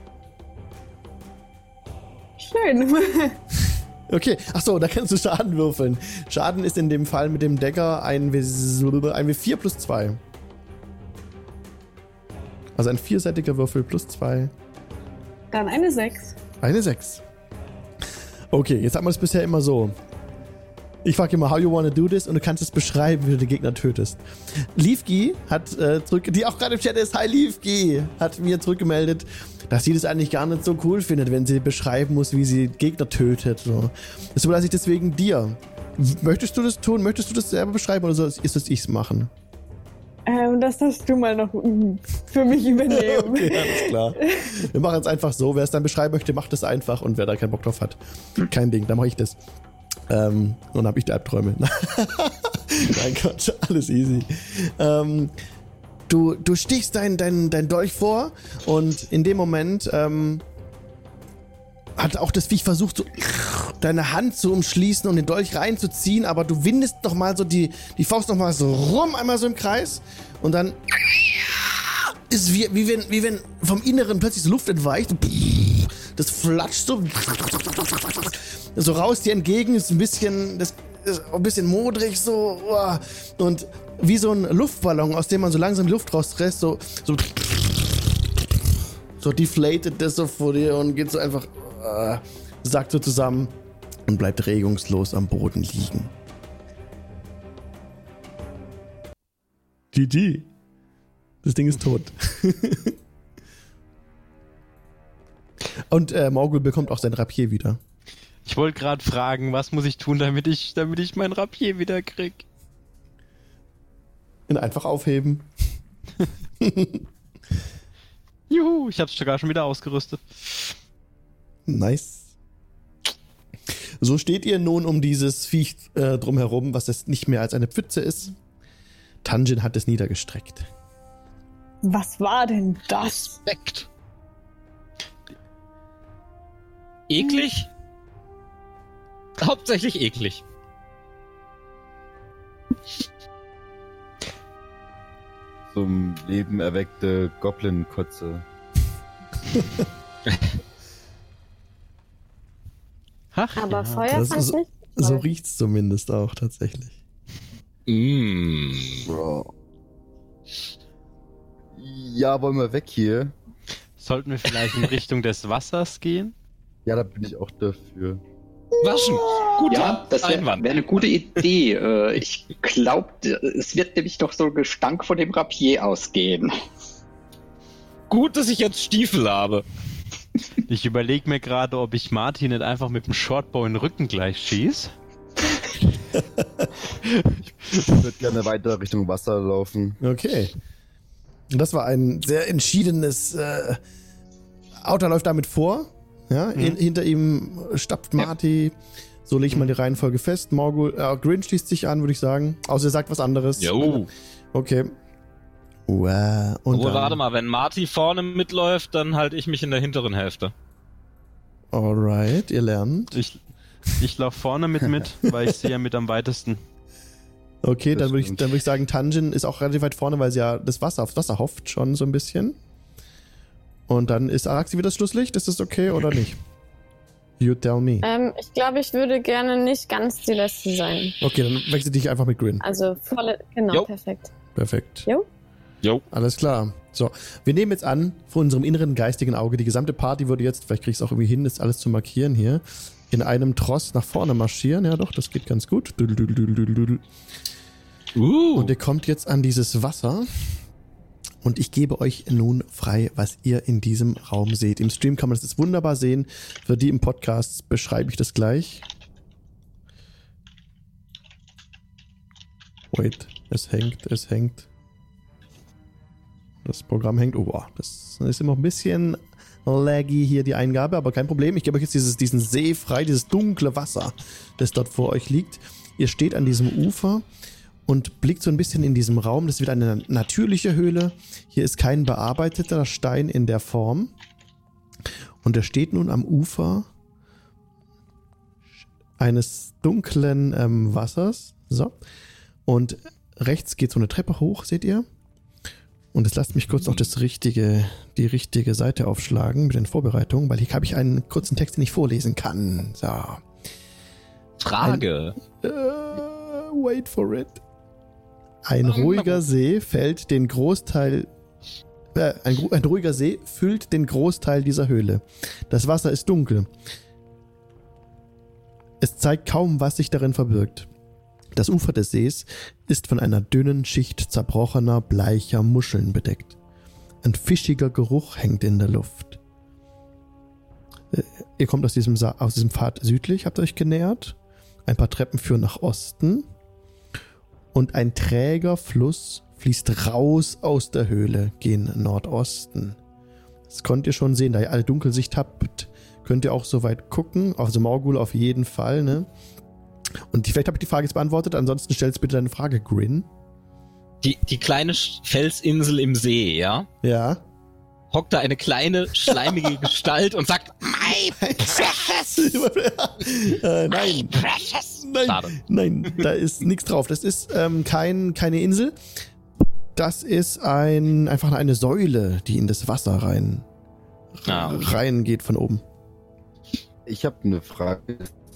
S6: Schön.
S1: Okay, achso, da kannst du Schaden würfeln. Schaden ist in dem Fall mit dem Dagger ein W vier plus zwei. Also ein vierseitiger Würfel plus zwei.
S6: Dann eine sechs.
S1: Eine sechs. Okay, jetzt haben wir es bisher immer so. Ich frage immer, how you wanna do this? Und du kannst es beschreiben, wie du den Gegner tötest. Leafgy hat äh, zurück, die auch gerade im Chat ist, hi Leafgy, hat mir zurückgemeldet, dass sie das eigentlich gar nicht so cool findet, wenn sie beschreiben muss, wie sie Gegner tötet. So. Das überlasse ich deswegen dir. Möchtest du das tun? Möchtest du das selber beschreiben oder soll ist das ich's machen?
S6: Ähm, das darfst du mal noch für mich übernehmen.
S1: Okay, alles klar. Wir machen es einfach so. Wer es dann beschreiben möchte, macht es einfach. Und wer da keinen Bock drauf hat, kein Ding, dann mache ich das. Ähm, und dann habe ich die Albträume. Mein Gott, alles easy. Ähm, du, du stichst dein, dein, dein Dolch vor und in dem Moment ähm, hat auch das Viech versucht, so deine Hand zu umschließen und den Dolch reinzuziehen, aber du windest nochmal so die, die Faust nochmal so rum, einmal so im Kreis und dann ist wie, wie, wenn, wie wenn vom Inneren plötzlich so Luft entweicht. Das flatscht so, so raus dir entgegen, ist ein bisschen, das ist ein bisschen modrig so und wie so ein Luftballon, aus dem man so langsam die Luft rauspresst, so, so, so deflated das so vor dir und geht so einfach, äh, sackt so zusammen und bleibt regungslos am Boden liegen. G G. Das Ding ist tot. Und äh, Morgul bekommt auch sein Rapier wieder.
S5: Ich wollte gerade fragen, was muss ich tun, damit ich, damit ich mein Rapier wieder krieg?
S1: Ihn einfach aufheben.
S5: Juhu, ich hab's sogar schon wieder ausgerüstet.
S1: Nice. So steht ihr nun um dieses Viech äh, drumherum, was es nicht mehr als eine Pfütze ist. Tanjin hat es niedergestreckt.
S6: Was war denn das?
S3: Respekt. Eklig? Hauptsächlich eklig.
S2: Zum Leben erweckte Goblin-Kotze.
S5: Ach,
S7: Aber
S5: ja.
S7: Feuer
S1: Das
S7: fand
S1: ist-
S7: ich nicht.
S1: So
S7: toll.
S1: riecht's zumindest auch tatsächlich.
S3: Mm.
S2: Bro. Ja, wollen wir weg hier?
S5: Sollten wir vielleicht in Richtung des Wassers gehen?
S2: Ja, da bin ich auch dafür.
S3: Waschen. Guter
S4: Ja, das wäre
S3: Einwand.
S4: wär eine gute Idee. Äh, ich glaube, es wird nämlich doch so ein Gestank von dem Rapier ausgehen.
S3: Gut, dass ich jetzt Stiefel habe.
S5: Ich überlege mir gerade, ob ich Martin nicht einfach mit dem Shortbow in den Rücken gleich schieß.
S2: Ich würde gerne weiter Richtung Wasser laufen.
S1: Okay. Und das war ein sehr entschiedenes. Äh, Autor läuft damit vor. Ja,
S5: Mhm.
S1: in, hinter ihm stapft Marty. So lege ich mal die Reihenfolge fest. Morgul, äh, Grin schließt sich an, würde ich sagen. Außer er sagt was anderes.
S3: Jo.
S1: Okay. Wow. Und
S3: Oh,
S1: dann,
S3: warte mal, wenn Marty vorne mitläuft, dann halte ich mich in der hinteren Hälfte.
S1: Alright, ihr lernt.
S5: Ich, ich laufe vorne mit mit, weil ich sehe ja mit am weitesten.
S1: Okay,
S2: Das
S1: dann würde ich,
S2: stimmt.
S1: dann würd ich sagen, Tanjin ist auch relativ weit vorne, weil sie ja das Wasser aufs Wasser hofft, schon so ein bisschen. Und dann ist Araxi wieder das Schlusslicht. Ist das okay oder nicht? You tell me.
S7: Ähm, ich glaube, ich würde gerne nicht ganz die Letzte sein.
S1: Okay, dann wechsel dich einfach mit Grin.
S7: Also volle. Genau,
S3: Jo.
S7: perfekt.
S1: Perfekt.
S7: Jo.
S3: Jo.
S1: Alles klar. So, wir nehmen jetzt an, vor unserem inneren geistigen Auge, die gesamte Party würde jetzt, vielleicht krieg ich es auch irgendwie hin, das alles zu markieren hier, in einem Tross nach vorne marschieren. Ja doch, das geht ganz gut.
S3: Uh.
S1: Und ihr kommt jetzt an dieses Wasser. Und ich gebe euch nun frei, was ihr in diesem Raum seht. Im Stream kann man das jetzt wunderbar sehen. Für die im Podcast beschreibe ich das gleich. Wait, es hängt, es hängt. Das Programm hängt. Oh, wow, das ist immer ein bisschen laggy hier die Eingabe, aber kein Problem. Ich gebe euch jetzt dieses, diesen See frei, dieses dunkle Wasser, das dort vor euch liegt. Ihr steht an diesem Ufer und blickt so ein bisschen in diesem Raum. Das ist wieder eine natürliche Höhle. Hier ist kein bearbeiteter Stein in der Form. Und er steht nun am Ufer eines dunklen ähm, Wassers. So. Und rechts geht so eine Treppe hoch, seht ihr? Und jetzt lasst mich kurz noch das richtige, die richtige Seite aufschlagen mit den Vorbereitungen, weil hier habe ich einen kurzen Text, den ich vorlesen kann. So.
S3: Frage.
S1: Ein, äh, wait for it. Ein ruhiger See fällt den Großteil, äh, ein, ein ruhiger See füllt den Großteil dieser Höhle. Das Wasser ist dunkel. Es zeigt kaum, was sich darin verbirgt. Das Ufer des Sees ist von einer dünnen Schicht zerbrochener, bleicher Muscheln bedeckt. Ein fischiger Geruch hängt in der Luft. Ihr kommt aus diesem, Sa- aus diesem Pfad südlich, habt euch genähert. Ein paar Treppen führen nach Osten. Und ein träger Fluss fließt raus aus der Höhle, gen Nordosten. Das konnt ihr schon sehen, da ihr alle Dunkelsicht habt, könnt ihr auch so weit gucken. Also Morgul auf jeden Fall, ne? Und vielleicht habe ich die Frage jetzt beantwortet, ansonsten stellst bitte deine Frage, Grin.
S3: Die, die kleine Felsinsel im See, ja?
S1: Ja.
S3: Hockt da eine kleine, schleimige Gestalt und sagt, My precious!
S1: äh, nein.
S3: My precious!
S1: Nein,
S3: Schade.
S1: nein, da ist nichts drauf. Das ist ähm, kein, keine Insel. Das ist ein, einfach eine Säule, die in das Wasser rein,
S3: Ah, okay.
S1: reingeht von oben.
S2: Ich habe eine Frage.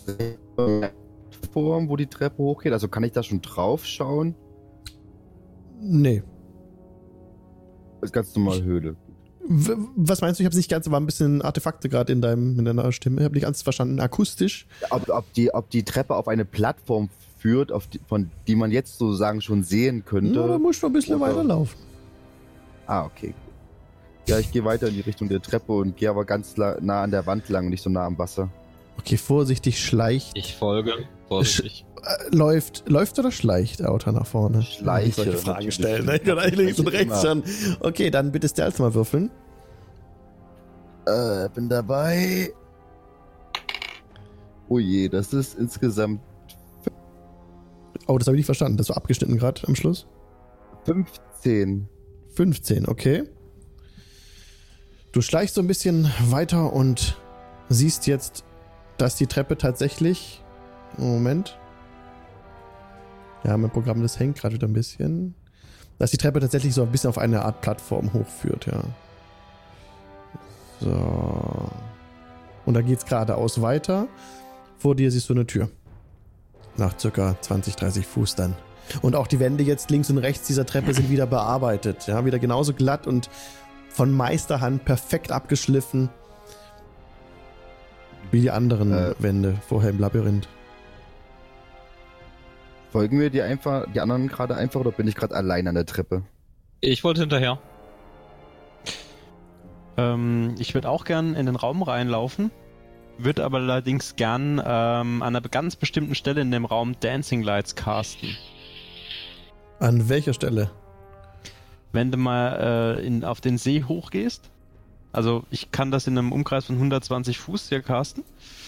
S2: Form, wo die Treppe hochgeht? Also kann ich da schon drauf schauen?
S1: Nee.
S2: Das ist ganz normal Höhle.
S1: W- Was meinst du? Ich habe nicht ganz, war ein bisschen Artefakte gerade in deinem, in deiner Stimme. Ich habe nicht ganz verstanden. Akustisch?
S2: Ob, ob, die, ob die Treppe auf eine Plattform führt, auf die, von die man jetzt sozusagen schon sehen könnte.
S1: Ja, da musst du ein bisschen
S2: Oder-
S1: weiterlaufen.
S2: Ah, okay. Ja, ich gehe weiter in die Richtung der Treppe und gehe aber ganz la- nah an der Wand lang, nicht so nah am Wasser.
S1: Okay, vorsichtig, schleicht.
S3: Ich folge. Vorsichtig.
S1: Äh, läuft, läuft oder schleicht Auto nach vorne?
S2: Schleiche.
S1: Solche Fragen
S2: natürlich.
S1: stellen. Ne? Ich kann eigentlich links und rechts schon. Okay, dann bitte Stealth mal würfeln.
S2: Äh, bin dabei. Oh je, das ist insgesamt
S1: Oh, das habe ich nicht verstanden. Das war abgeschnitten gerade am Schluss.
S2: fünfzehn.
S1: fünfzehn, okay. Du schleichst so ein bisschen weiter und siehst jetzt, dass die Treppe tatsächlich... Moment. Ja, mein Programm, das hängt gerade wieder ein bisschen. Dass die Treppe tatsächlich so ein bisschen auf eine Art Plattform hochführt, ja. So. Und da geht's geradeaus weiter. Vor dir siehst du eine Tür. Nach circa zwanzig, dreißig Fuß dann. Und auch die Wände jetzt links und rechts dieser Treppe sind wieder bearbeitet. Ja, wieder genauso glatt und von Meisterhand perfekt abgeschliffen. Wie die anderen
S2: Äh.
S1: Wände vorher im Labyrinth.
S2: Folgen wir die einfach, die anderen gerade einfach oder bin ich gerade allein an der Treppe?
S3: Ich wollte hinterher.
S5: Ähm, ich würde auch gern in den Raum reinlaufen, würde aber allerdings gern ähm, an einer ganz bestimmten Stelle in dem Raum Dancing Lights casten.
S1: An welcher Stelle?
S5: Wenn du mal äh, in, auf den See hochgehst, also ich kann das in einem Umkreis von hundertzwanzig Fuß hier casten.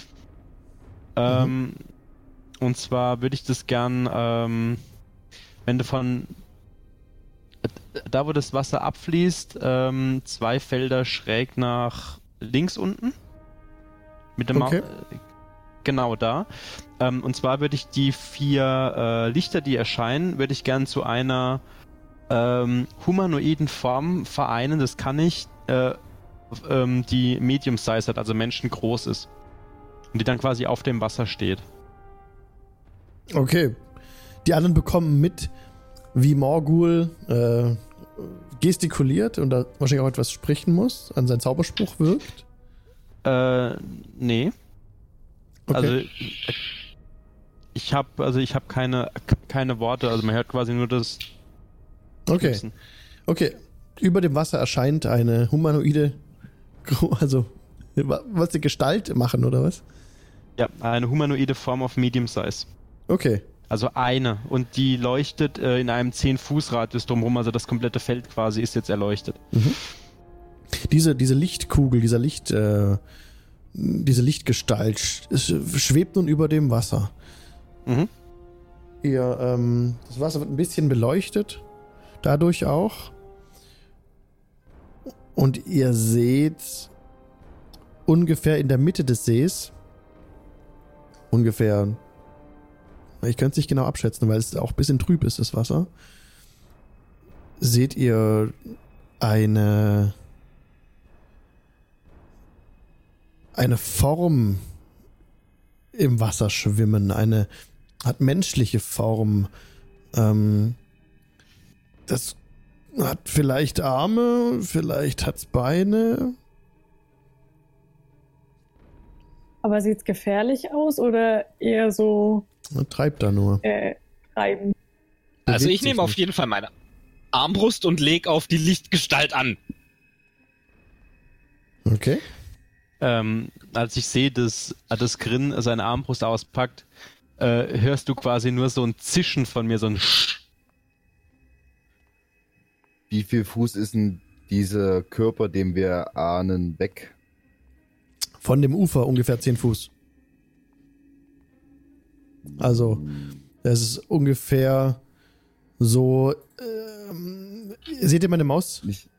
S5: Ähm, und zwar würde ich das gern, ähm, wenn du von da, wo das Wasser abfließt, ähm, zwei Felder schräg nach links unten. Mit dem
S1: Okay.
S5: Mau- äh, genau da. Ähm, und zwar würde ich die vier äh, Lichter, die erscheinen, würde ich gern zu einer ähm, humanoiden Form vereinen. Das kann ich, äh, ähm, die Medium Size hat, also menschengroß ist. Und die dann quasi auf dem Wasser steht.
S1: Okay. Die anderen bekommen mit, wie Morgul äh, gestikuliert und da wahrscheinlich auch etwas sprechen muss, an seinen Zauberspruch wirkt.
S5: Äh, nee.
S1: Okay.
S5: Also ich habe also ich habe keine keine Worte, also man hört quasi nur das
S1: Okay.
S5: Knipsen.
S1: Okay. über dem Wasser erscheint eine humanoide, also was die Gestalt machen, oder was?
S5: Ja, eine humanoide Form of Medium Size.
S1: Okay.
S5: Also eine. Und die leuchtet äh, in einem zehn Fuß Radius drumherum, also das komplette Feld quasi ist jetzt erleuchtet.
S1: Mhm. Diese, diese Lichtkugel, dieser Licht, äh, diese Lichtgestalt sch- schwebt nun über dem Wasser.
S5: Mhm.
S1: Ihr, ähm, das Wasser wird ein bisschen beleuchtet, dadurch auch. Und ihr seht ungefähr in der Mitte des Sees, ungefähr, ich könnte es nicht genau abschätzen, weil es auch ein bisschen trüb ist, das Wasser, seht ihr eine eine Form im Wasser schwimmen, eine hat menschliche Form. Ähm, das hat vielleicht Arme, vielleicht hat's Beine.
S6: Aber sieht's gefährlich aus oder eher so
S1: Man treibt da nur.
S6: äh, treiben?
S3: Also
S1: Bewegt
S3: ich nehme
S1: sich
S3: auf
S1: nicht.
S3: jeden Fall meine Armbrust und leg auf die Lichtgestalt an.
S1: Okay.
S5: Ähm, als ich sehe, dass, dass Grin seine Armbrust auspackt, äh, hörst du quasi nur so ein Zischen von mir, so ein Sch.
S2: Wie viel Fuß ist denn dieser Körper, den wir ahnen, weg?
S1: Von dem Ufer ungefähr zehn Fuß. Also, das ist ungefähr so. Ähm, seht ihr meine Maus?
S2: Nicht,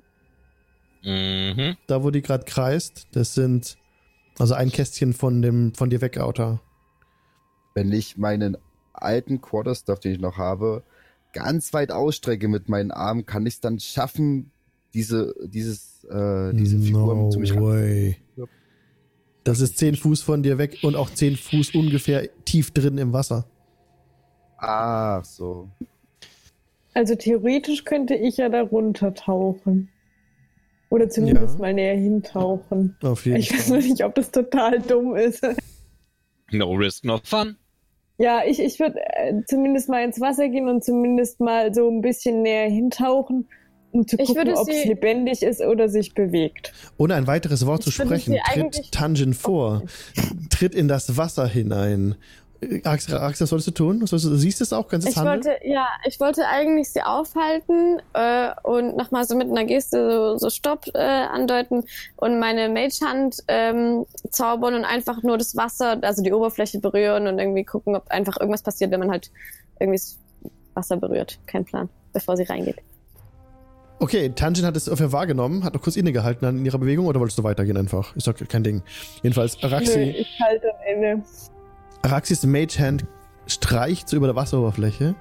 S3: Mhm.
S1: Da, wo die gerade kreist. Das sind also ein Kästchen von dem von dir weg, Outer.
S2: wenn ich meinen alten Quarterstaff, den ich noch habe, ganz weit ausstrecke mit meinen Armen, kann ich es dann schaffen, diese, dieses, äh, diese Figur
S1: no
S2: zu mich ran.
S1: way.
S2: Ja.
S1: Das ist zehn Fuß von dir weg und auch zehn Fuß ungefähr tief drin im Wasser.
S2: Ach so.
S6: Also theoretisch könnte ich ja da runter tauchen. Oder zumindest
S1: Ja.
S6: mal näher hintauchen.
S1: Auf jeden
S6: Ich weiß
S1: Fall.
S6: nur nicht, ob das total dumm ist.
S3: No risk, no fun.
S6: Ja, ich, ich würde äh, zumindest mal ins Wasser gehen und zumindest mal so ein bisschen näher hintauchen, um zu
S7: Ich
S6: gucken,
S7: würde
S6: ob es
S7: sie-
S6: lebendig ist oder sich bewegt.
S1: Ohne ein weiteres Wort zu
S6: Ich würde
S1: sprechen,
S6: sie
S1: tritt
S6: eigentlich-
S1: Tanjin vor. Tritt in das Wasser hinein. Axel, Axel, was solltest du tun? Was sollst du, du siehst es auch? Kannst du es
S7: Ich
S1: handeln?
S7: wollte, ja, ich wollte eigentlich sie aufhalten äh, und nochmal so mit einer Geste so, so Stopp äh, andeuten und meine Mage-Hand ähm, zaubern und einfach nur das Wasser, also die Oberfläche berühren und irgendwie gucken, ob einfach irgendwas passiert, wenn man halt irgendwie das Wasser berührt. Kein Plan, bevor sie reingeht.
S1: Okay, Tanjin hat es ungefähr wahrgenommen, hat noch kurz innegehalten an ihrer Bewegung oder wolltest du weitergehen einfach? Ist doch kein Ding. Jedenfalls,
S6: Nö,
S1: Araxi,
S6: ich halte am Ende.
S1: Araxis Mage Hand streicht so über der Wasseroberfläche.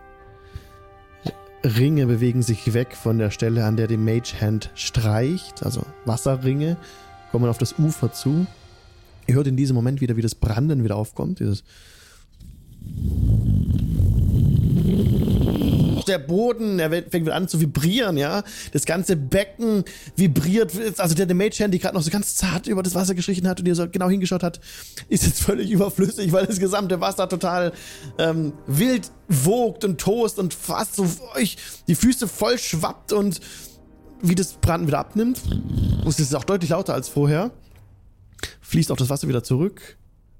S1: Ringe bewegen sich weg von der Stelle, an der die Mage Hand streicht. Also Wasserringe kommen auf das Ufer zu. Ihr hört in diesem Moment wieder, wie das Branden wieder aufkommt. Dieses der Boden, der fängt wieder an zu vibrieren, ja. Das ganze Becken vibriert. Also der, der Mage Hand, die gerade noch so ganz zart über das Wasser gestrichen hat und ihr so genau hingeschaut hat, ist jetzt völlig überflüssig, weil das gesamte Wasser total ähm, wild wogt und tost und fast so euch die Füße voll schwappt und wie das Branden wieder abnimmt. Es ist auch deutlich lauter als vorher. Fließt auch das Wasser wieder zurück.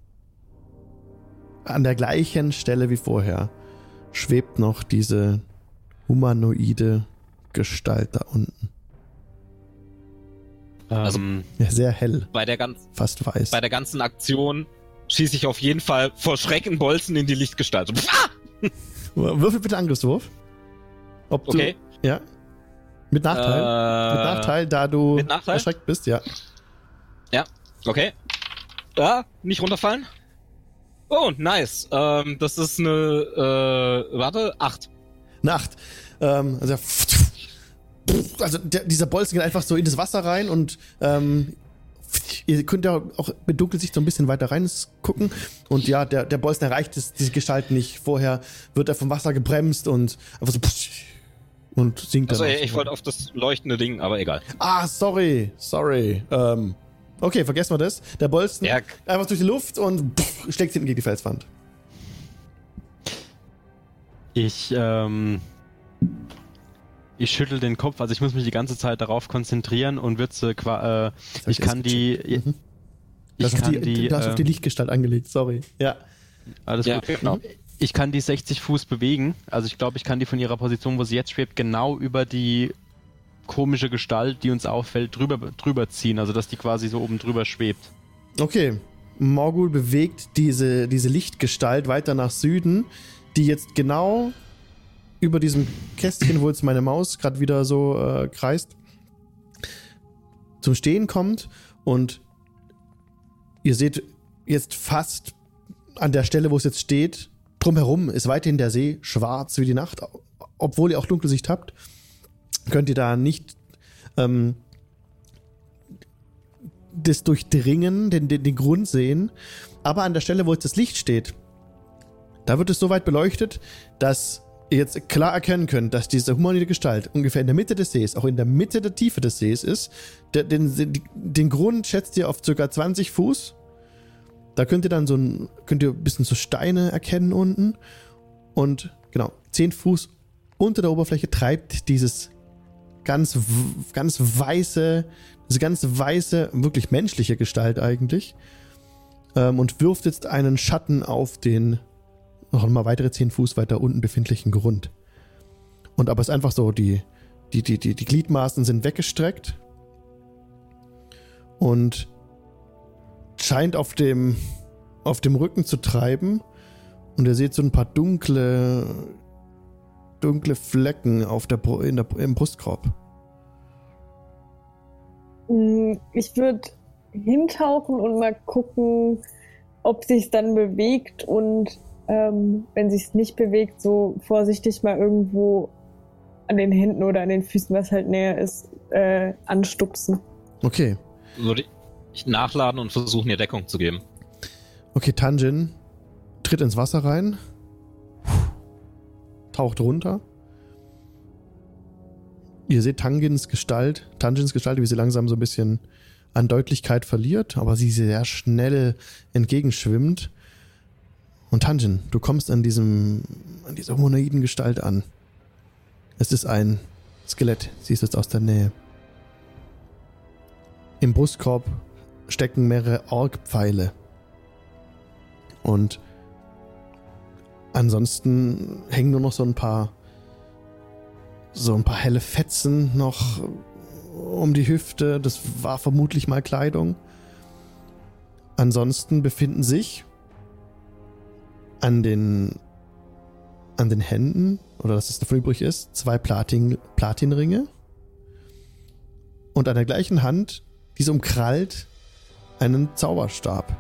S1: An der gleichen Stelle wie vorher schwebt noch diese humanoide Gestalt da unten.
S3: Also-
S5: Ähm,
S1: Ja, sehr hell,
S3: Bei der, ganz,
S1: fast weiß.
S3: bei der ganzen Aktion schieße ich auf jeden Fall vor Schrecken Bolzen in die Lichtgestalt. So, ah!
S1: Würfel bitte Angriffswurf. Ob du,
S3: Okay.
S1: Ja. Mit Nachteil.
S3: Äh,
S1: Mit Nachteil, da du
S3: mit Nachteil?
S1: erschreckt bist, ja.
S3: Okay. Ja, nicht runterfallen. Oh, nice. Ähm, das ist eine, äh, warte, acht.
S1: Nacht. Ähm, also, also der, dieser Bolzen geht einfach so in das Wasser rein und ähm, ihr könnt ja auch mit Dunkelsicht so ein bisschen weiter rein gucken. Und ja, der, der Bolzen erreicht das, diese Gestalt nicht. Vorher wird er vom Wasser gebremst und einfach so und sinkt dann.
S3: Also
S1: auch so.
S3: ich wollte auf das leuchtende Ding, aber egal.
S1: Ah, sorry, sorry. Ähm, okay, vergessen wir das. Der Bolzen
S3: Ja.
S1: einfach durch die Luft und pff, schlägt hinten gegen die Felswand.
S5: ich, ähm, ich schüttel den Kopf, also ich muss mich die ganze Zeit darauf konzentrieren und würde sie qua- äh, ich kann die,
S1: Mhm.
S5: ich
S1: Das,
S5: kann
S1: auf die,
S5: die,
S1: das
S5: äh,
S1: auf die Lichtgestalt angelegt, sorry. Ja.
S5: alles
S3: Ja,
S5: gut.
S3: genau.
S5: Ich kann die sechzig Fuß bewegen, also ich glaube, ich kann die von ihrer Position, wo sie jetzt schwebt, genau über die komische Gestalt, die uns auffällt, drüber, drüber ziehen, also dass die quasi so oben drüber schwebt.
S1: Okay. Morgul bewegt diese, diese Lichtgestalt weiter nach Süden, die jetzt genau über diesem Kästchen, wo jetzt meine Maus gerade wieder so äh, kreist, zum Stehen kommt und ihr seht jetzt fast an der Stelle, wo es jetzt steht, drumherum ist weiterhin der See schwarz wie die Nacht, obwohl ihr auch dunkle Sicht habt, könnt ihr da nicht ähm, das Durchdringen, den, den, den Grund sehen, aber an der Stelle, wo jetzt das Licht steht, da wird es so weit beleuchtet, dass ihr jetzt klar erkennen könnt, dass diese humanoide Gestalt ungefähr in der Mitte des Sees, auch in der Mitte der Tiefe des Sees ist. Der, den, den, den Grund schätzt ihr auf ca. zwanzig Fuß. Da könnt ihr dann so ein, könnt ihr ein bisschen so Steine erkennen unten. Und genau, zehn Fuß unter der Oberfläche treibt dieses ganz, ganz weiße, diese ganz weiße, wirklich menschliche Gestalt eigentlich. Ähm, und wirft jetzt einen Schatten auf den noch mal weitere zehn Fuß weiter unten befindlichen Grund. Und aber es ist einfach so, die, die, die, die, die Gliedmaßen sind weggestreckt und scheint auf dem, auf dem Rücken zu treiben. Und ihr seht so ein paar dunkle, dunkle Flecken auf der, in der, im Brustkorb.
S6: Ich würde hintauchen und mal gucken, ob sich's dann bewegt und ähm, wenn sich's nicht bewegt, so vorsichtig mal irgendwo an den Händen oder an den Füßen, was halt näher ist, äh, anstupsen.
S1: Okay.
S3: Würde ich nachladen und versuchen, ihr Deckung zu geben.
S1: Okay, Tanjin tritt ins Wasser rein, taucht runter. Ihr seht Tanjins Gestalt, Tanjins Gestalt, wie sie langsam so ein bisschen an Deutlichkeit verliert, aber sie sehr schnell entgegenschwimmt. Und Tanjin, du kommst an diesem, an dieser humanoiden Gestalt an. Es ist ein Skelett, siehst du es aus der Nähe. Im Brustkorb stecken mehrere Orkpfeile. Und ansonsten hängen nur noch so ein paar, so ein paar helle Fetzen noch um die Hüfte. Das war vermutlich mal Kleidung. Ansonsten befinden sich an den, an den Händen, oder dass es davon übrig ist, zwei Platin, Platinringe. Und an der gleichen Hand, diese umkrallt, einen Zauberstab.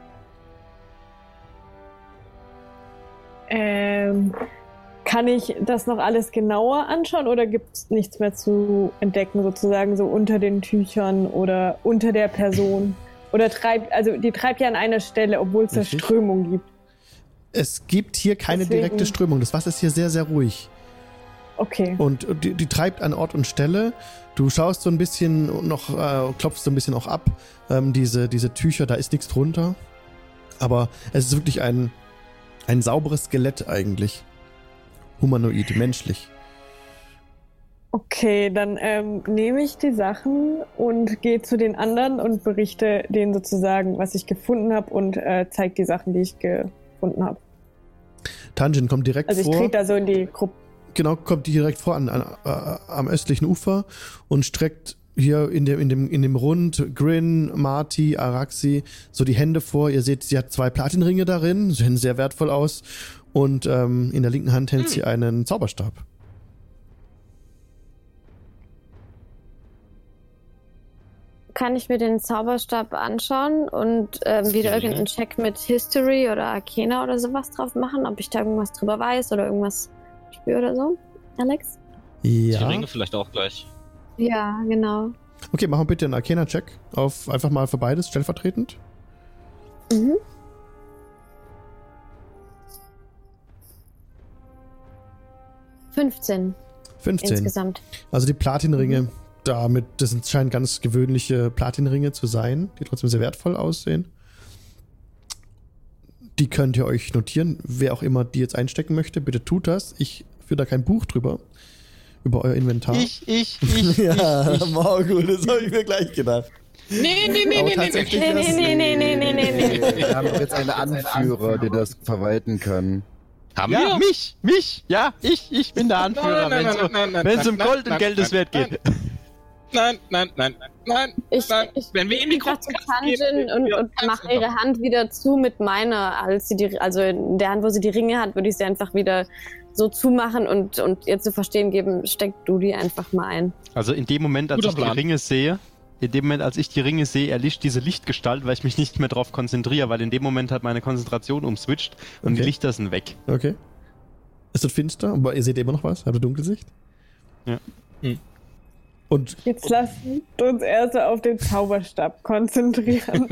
S6: Ähm, kann ich das noch alles genauer anschauen oder gibt es nichts mehr zu entdecken, sozusagen so unter den Tüchern oder unter der Person? Oder treibt, also die treibt ja an einer Stelle, obwohl es da Strömung gibt.
S1: Es gibt hier keine
S6: Deswegen.
S1: direkte Strömung. Das Wasser ist hier sehr, sehr ruhig.
S6: Okay.
S1: Und die, die treibt an Ort und Stelle. Du schaust so ein bisschen noch, äh, klopfst so ein bisschen auch ab. Ähm, diese, diese Tücher, da ist nichts drunter. Aber es ist wirklich ein, ein sauberes Skelett eigentlich. Humanoid, menschlich.
S6: Okay, dann ähm, nehme ich die Sachen und gehe zu den anderen und berichte denen sozusagen, was ich gefunden habe und äh, zeige die Sachen, die ich gefunden habe.
S1: Tanjin kommt direkt
S6: Also ich
S1: vor.
S6: trete da so in die Gruppe.
S1: Genau, kommt direkt vor an, an, äh, am östlichen Ufer und streckt hier in dem, in dem, in dem Rund Grin, Marty, Araxi so die Hände vor. Ihr seht, sie hat zwei Platinringe darin, sehen sehr wertvoll aus. Und ähm, in der linken Hand hält hm. sie einen Zauberstab.
S7: Kann ich mir den Zauberstab anschauen und ähm, wieder irgendeinen Check mit History oder Arcana oder sowas drauf machen, ob ich da irgendwas drüber weiß oder irgendwas spüre oder so? Alex?
S1: Ja.
S3: Die Ringe vielleicht auch gleich.
S7: Ja, genau.
S1: Okay, machen wir bitte einen Arcana-Check auf einfach mal für beides, stellvertretend.
S7: Mhm. fünfzehn.
S1: fünfzehn.
S7: Insgesamt.
S1: Also die Platinringe,
S7: Mhm.
S1: damit, das scheinen ganz gewöhnliche Platinringe zu sein, die trotzdem sehr wertvoll aussehen. Die könnt ihr euch notieren. Wer auch immer die jetzt einstecken möchte, bitte tut das. Ich führe da kein Buch drüber. über euer Inventar?
S5: Ich, ich, ich,
S1: ja,
S5: ich, ich.
S1: Morgul, das habe ich mir gleich gedacht.
S3: Nee, nee, nee,
S1: Aber
S3: nee, nee,
S1: tatsächlich
S7: Nee,
S1: das-
S7: nee, nee, nee, nee, nee, nee, nee.
S2: Wir haben jetzt einen Anführer, der das verwalten kann.
S3: Haben
S5: Ja,
S3: wir?
S5: mich, mich, ja, ich, ich bin der Anführer,
S3: Nein, nein,
S5: wenn es
S3: nein,
S5: um,
S3: nein, nein,
S5: wenn's
S3: nein,
S5: um
S3: nein,
S5: Gold und
S3: nein,
S5: Geldeswert
S3: nein,
S5: geht.
S3: Nein, nein, nein, nein, nein,
S7: Ich,
S3: nein.
S7: ich
S3: Wenn wir ihm die
S7: gehe
S3: Gruppe
S7: zu Tanjin und, und mache ihre Hand wieder zu mit meiner, als sie die, also in der Hand, wo sie die Ringe hat, würde ich sie einfach wieder so zumachen und, und ihr zu verstehen geben, steck du die einfach mal ein.
S5: Also in dem Moment, als
S3: Guter
S5: ich die
S3: Plan.
S5: Ringe sehe, in dem Moment, als ich die Ringe sehe, erlischt diese Lichtgestalt, weil ich mich nicht mehr drauf konzentriere, weil in dem Moment hat meine Konzentration umswitcht und
S1: Okay.
S5: die Lichter sind weg.
S1: Okay. Es wird finster, aber ihr seht immer noch was? Habt ihr Dunkelsicht?
S5: Ja.
S3: Hm.
S1: Und
S6: Jetzt lasst uns erst auf den Zauberstab konzentrieren.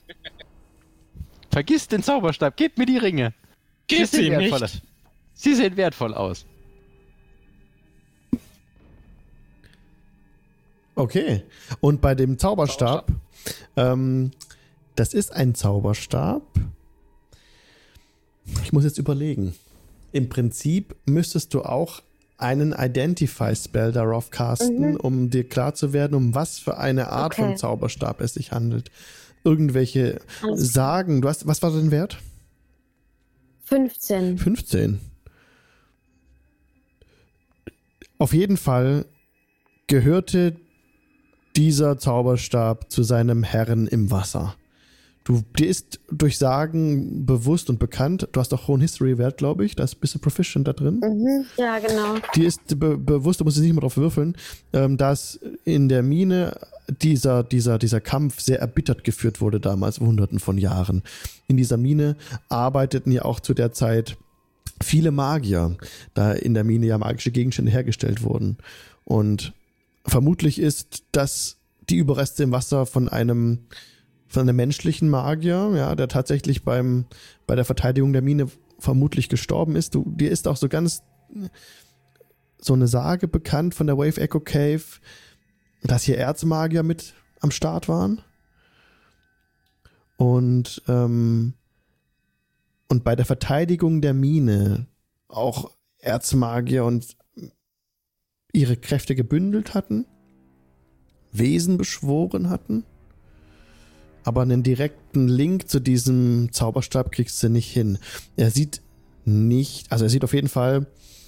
S5: Vergiss den Zauberstab, gebt mir die Ringe.
S3: Gib
S5: Sie
S3: sie ihm
S5: sehen wertvoll.
S3: nicht.
S5: Sie sehen wertvoll aus.
S1: okay. Und bei dem Zauberstab, ähm, das ist ein Zauberstab. Ich muss jetzt überlegen. Im Prinzip müsstest du auch einen Identify-Spell darauf casten,
S7: Mhm.
S1: um dir klar zu werden, um was für eine Art
S7: Okay.
S1: von Zauberstab es sich handelt. Irgendwelche
S7: Alles
S1: Sagen, du hast, was war dein Wert?
S7: fünfzehn.
S1: fünfzehn. Auf jeden Fall gehörte dieser Zauberstab zu seinem Herrn im Wasser. Du, dir ist durch Sagen bewusst und bekannt, du hast auch hohen History-Wert, glaube ich, da bist du proficient da drin.
S7: Mhm. Ja, genau.
S1: Dir ist be bewusst, du musst jetzt nicht mehr drauf würfeln, ähm, dass in der Mine dieser, dieser, dieser Kampf sehr erbittert geführt wurde damals, vor hunderten von Jahren. In dieser Mine arbeiteten ja auch zu der Zeit viele Magier, da in der Mine ja magische Gegenstände hergestellt wurden. Und vermutlich ist das die Überreste im Wasser von einem von einem menschlichen Magier, ja, der tatsächlich beim bei der Verteidigung der Mine vermutlich gestorben ist. Du, dir ist auch so ganz so eine Sage bekannt von der Wave Echo Cave, dass hier Erzmagier mit am Start waren. Und ähm, und bei der Verteidigung der Mine auch Erzmagier und ihre Kräfte gebündelt hatten, Wesen beschworen hatten. Aber einen direkten Link zu diesem Zauberstab kriegst du nicht hin. Er sieht nicht, also er sieht auf jeden Fall,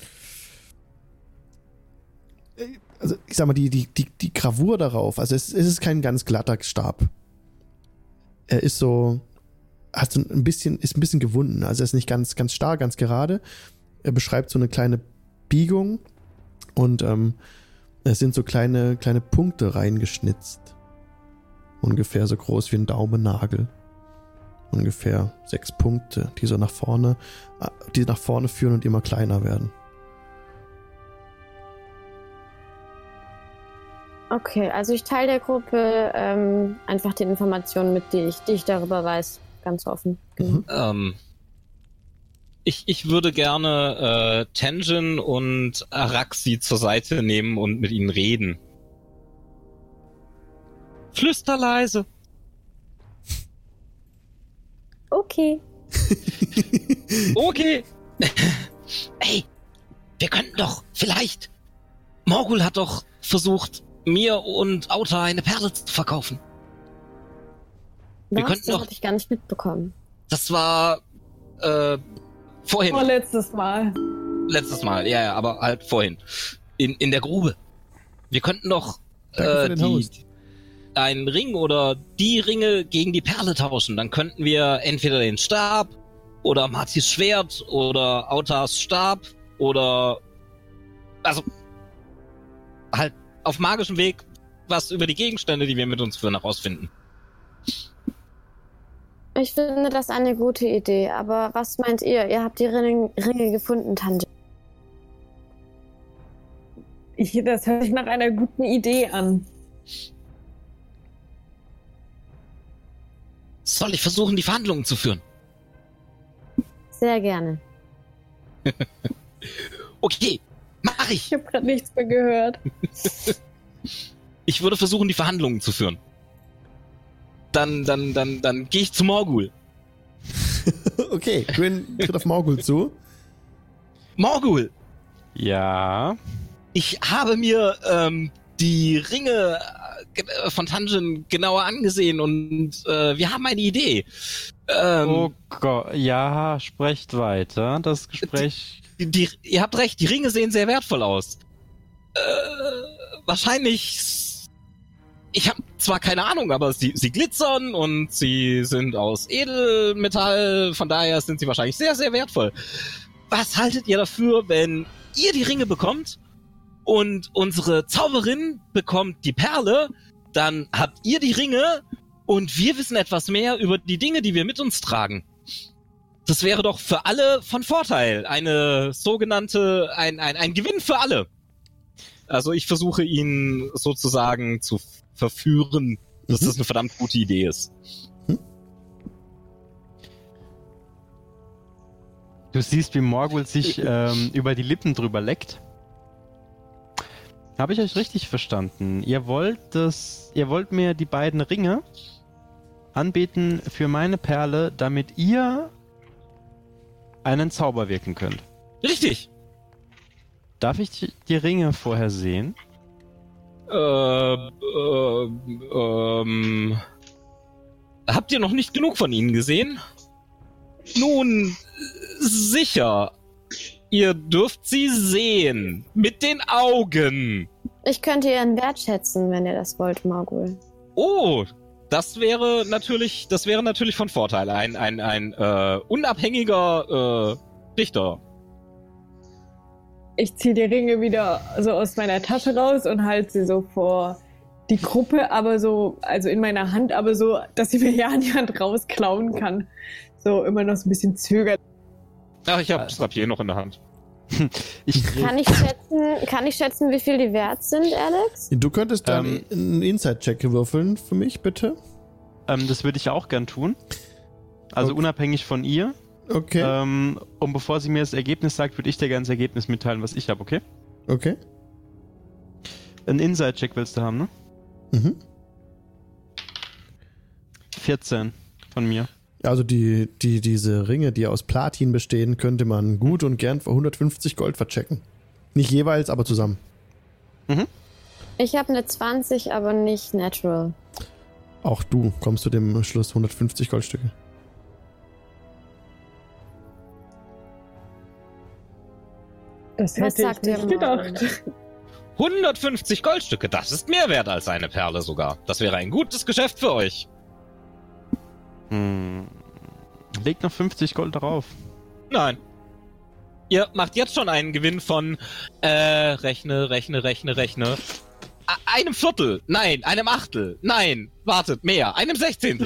S1: also ich sag mal, die, die, die, die Gravur darauf, also es, es ist kein ganz glatter Stab. Er ist so, hat so ein bisschen, ist ein bisschen gewunden, also er ist nicht ganz, ganz starr, ganz gerade. Er beschreibt so eine kleine Biegung und ähm, es sind so kleine, kleine Punkte reingeschnitzt. Ungefähr so groß wie ein Daumennagel. Ungefähr sechs Punkte, die so nach vorne, die nach vorne führen und immer kleiner werden.
S7: Okay, also ich teile der Gruppe ähm, einfach die Informationen mit, die ich, die ich darüber weiß. Ganz offen.
S1: Mhm.
S3: Ähm, ich, ich würde gerne äh, Tenjin und Araxi zur Seite nehmen und mit ihnen reden. Flüster leise.
S7: Okay.
S3: Okay. Ey, wir könnten doch vielleicht... Morgul hat doch versucht, mir und Auta eine Perle zu verkaufen. Wir
S7: Was?
S3: könnten
S7: Das
S3: doch...
S7: habe ich gar nicht mitbekommen.
S3: Das war... Äh, vorhin.
S6: Vorletztes Mal.
S3: Letztes Mal, ja, ja, aber halt vorhin. In, in der Grube. Wir könnten doch
S1: Danke für
S3: äh,
S1: den
S3: die,
S1: Host.
S3: einen Ring oder die Ringe gegen die Perle tauschen. Dann könnten wir entweder den Stab oder Martis Schwert oder Autas Stab oder also halt auf magischem Weg was über die Gegenstände, die wir mit uns führen, herausfinden.
S7: Ich finde das eine gute Idee, aber was meint ihr? Ihr habt die Ringe, Ringe gefunden, Tante.
S6: Ich, das hört sich nach einer guten Idee an.
S3: Soll ich versuchen, die Verhandlungen zu führen?
S7: Sehr gerne.
S3: Okay, mach ich.
S6: Ich habe gerade nichts mehr gehört.
S3: Ich würde versuchen, die Verhandlungen zu führen. Dann, dann, dann, dann gehe ich zu Morgul.
S1: Okay, Gwyn tritt auf Morgul zu.
S3: Morgul,
S5: Ja.
S3: ich habe mir ähm, die Ringe äh, von Tanjin genauer angesehen und äh, wir haben eine Idee. Ähm,
S5: Oh Gott, ja, sprecht weiter. Das Gespräch.
S3: die, die, ihr habt recht, die Ringe sehen sehr wertvoll aus. Äh, wahrscheinlich... Ich habe zwar keine Ahnung, aber sie, sie glitzern und sie sind aus Edelmetall, von daher sind sie wahrscheinlich sehr, sehr wertvoll. Was haltet ihr dafür, wenn ihr die Ringe bekommt und unsere Zauberin bekommt die Perle, dann habt ihr die Ringe und wir wissen etwas mehr über die Dinge, die wir mit uns tragen. Das wäre doch für alle von Vorteil. Eine sogenannte, ein, ein, ein Gewinn für alle. Also ich versuche ihn sozusagen zu verführen, dass mhm. das eine verdammt gute Idee ist. Hm?
S5: Du siehst, wie Morgul sich ähm, über die Lippen drüber leckt. Habe ich euch richtig verstanden? Ihr wollt das, ihr wollt mir die beiden Ringe anbieten für meine Perle, damit ihr einen Zauber wirken könnt.
S3: Richtig.
S5: Darf ich die, die Ringe vorher sehen?
S3: Äh, äh, ähm, habt ihr noch nicht genug von ihnen gesehen? Nun, sicher. Ihr dürft sie sehen. Mit den Augen.
S7: Ich könnte ihren Wert schätzen, wenn ihr das wollt, Morgul.
S3: Oh, das wäre natürlich, das wäre natürlich von Vorteil. Ein, ein, ein, äh, unabhängiger, äh, Richter.
S6: Ich ziehe die Ringe wieder so aus meiner Tasche raus und halte sie so vor die Gruppe, aber so, also in meiner Hand, aber so, dass sie mir ja an die Hand rausklauen kann. So immer noch so ein bisschen zögert.
S3: Ach, ich habe das Rapier noch in der Hand.
S5: ich
S7: kann, ich schätzen, kann ich schätzen, wie viel die wert sind, Alex?
S1: Du könntest dann
S5: ähm,
S1: einen Inside-Check würfeln für mich, bitte.
S5: Ähm, das würde ich auch gern tun. Also
S1: okay.
S5: Unabhängig von ihr.
S1: Okay.
S5: Ähm, und bevor sie mir das Ergebnis sagt, würde ich dir gerne das Ergebnis mitteilen, was ich habe, okay?
S1: Okay.
S5: Ein Inside-Check willst du haben, ne?
S1: Mhm.
S5: vierzehn von mir.
S1: Also die, die, diese Ringe, die aus Platin bestehen, könnte man gut und gern für hundertfünfzig Gold verchecken. Nicht jeweils, aber zusammen.
S5: Mhm.
S7: Ich habe eine zwanzig, aber nicht natural.
S1: Auch du kommst zu dem Schluss hundertfünfzig Goldstücke.
S6: Das
S7: Was
S6: hätte
S7: sagt
S6: ich
S7: ihr
S6: nicht gedacht.
S3: hundertfünfzig Goldstücke, das ist mehr wert als eine Perle sogar. Das wäre ein gutes Geschäft für euch.
S5: Hm. Legt noch fünfzig Gold darauf.
S3: Nein. Ihr macht jetzt schon einen Gewinn von, äh, rechne, rechne, rechne, rechne. A- einem Viertel. Nein, einem Achtel. Nein, wartet, mehr. Einem Sechzehntel.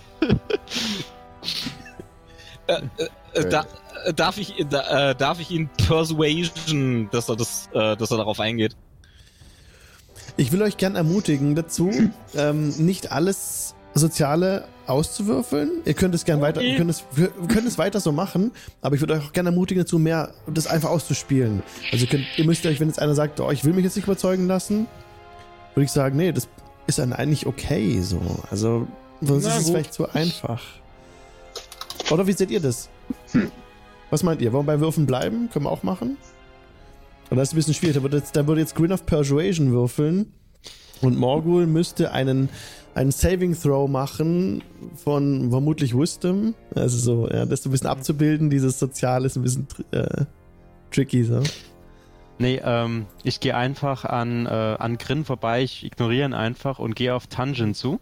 S3: äh, äh, äh, da, äh, darf ich, da, äh, darf ich ihn persuasion, dass er das, äh, dass er darauf eingeht?
S1: Ich will euch gern ermutigen dazu, ähm, nicht alles Soziale auszuwürfeln. Ihr könnt es gern weiter, ihr könnt es, wir können es weiter so machen, aber ich würde euch auch gerne ermutigen dazu, mehr das einfach auszuspielen. Also ihr könnt, ihr müsst euch, wenn jetzt einer sagt, oh, ich will mich jetzt nicht überzeugen lassen, würde ich sagen, nee, das ist dann eigentlich okay so. Also sonst
S3: Na
S1: ist es
S3: gut.
S1: vielleicht zu einfach. Oder wie seht ihr das? Was meint ihr? Wollen wir bei Würfen bleiben? Können wir auch machen? Und das ist ein bisschen schwierig. Da würde jetzt, da würde jetzt Grin of Persuasion würfeln und Morgul müsste einen, einen Saving Throw machen von vermutlich Wisdom. Also so, ja, das so ein bisschen abzubilden, dieses Soziale ist ein bisschen äh, tricky so.
S5: Nee, ähm, ich gehe einfach an, äh, an Grin vorbei, ich ignoriere ihn einfach und gehe auf Tanjin zu.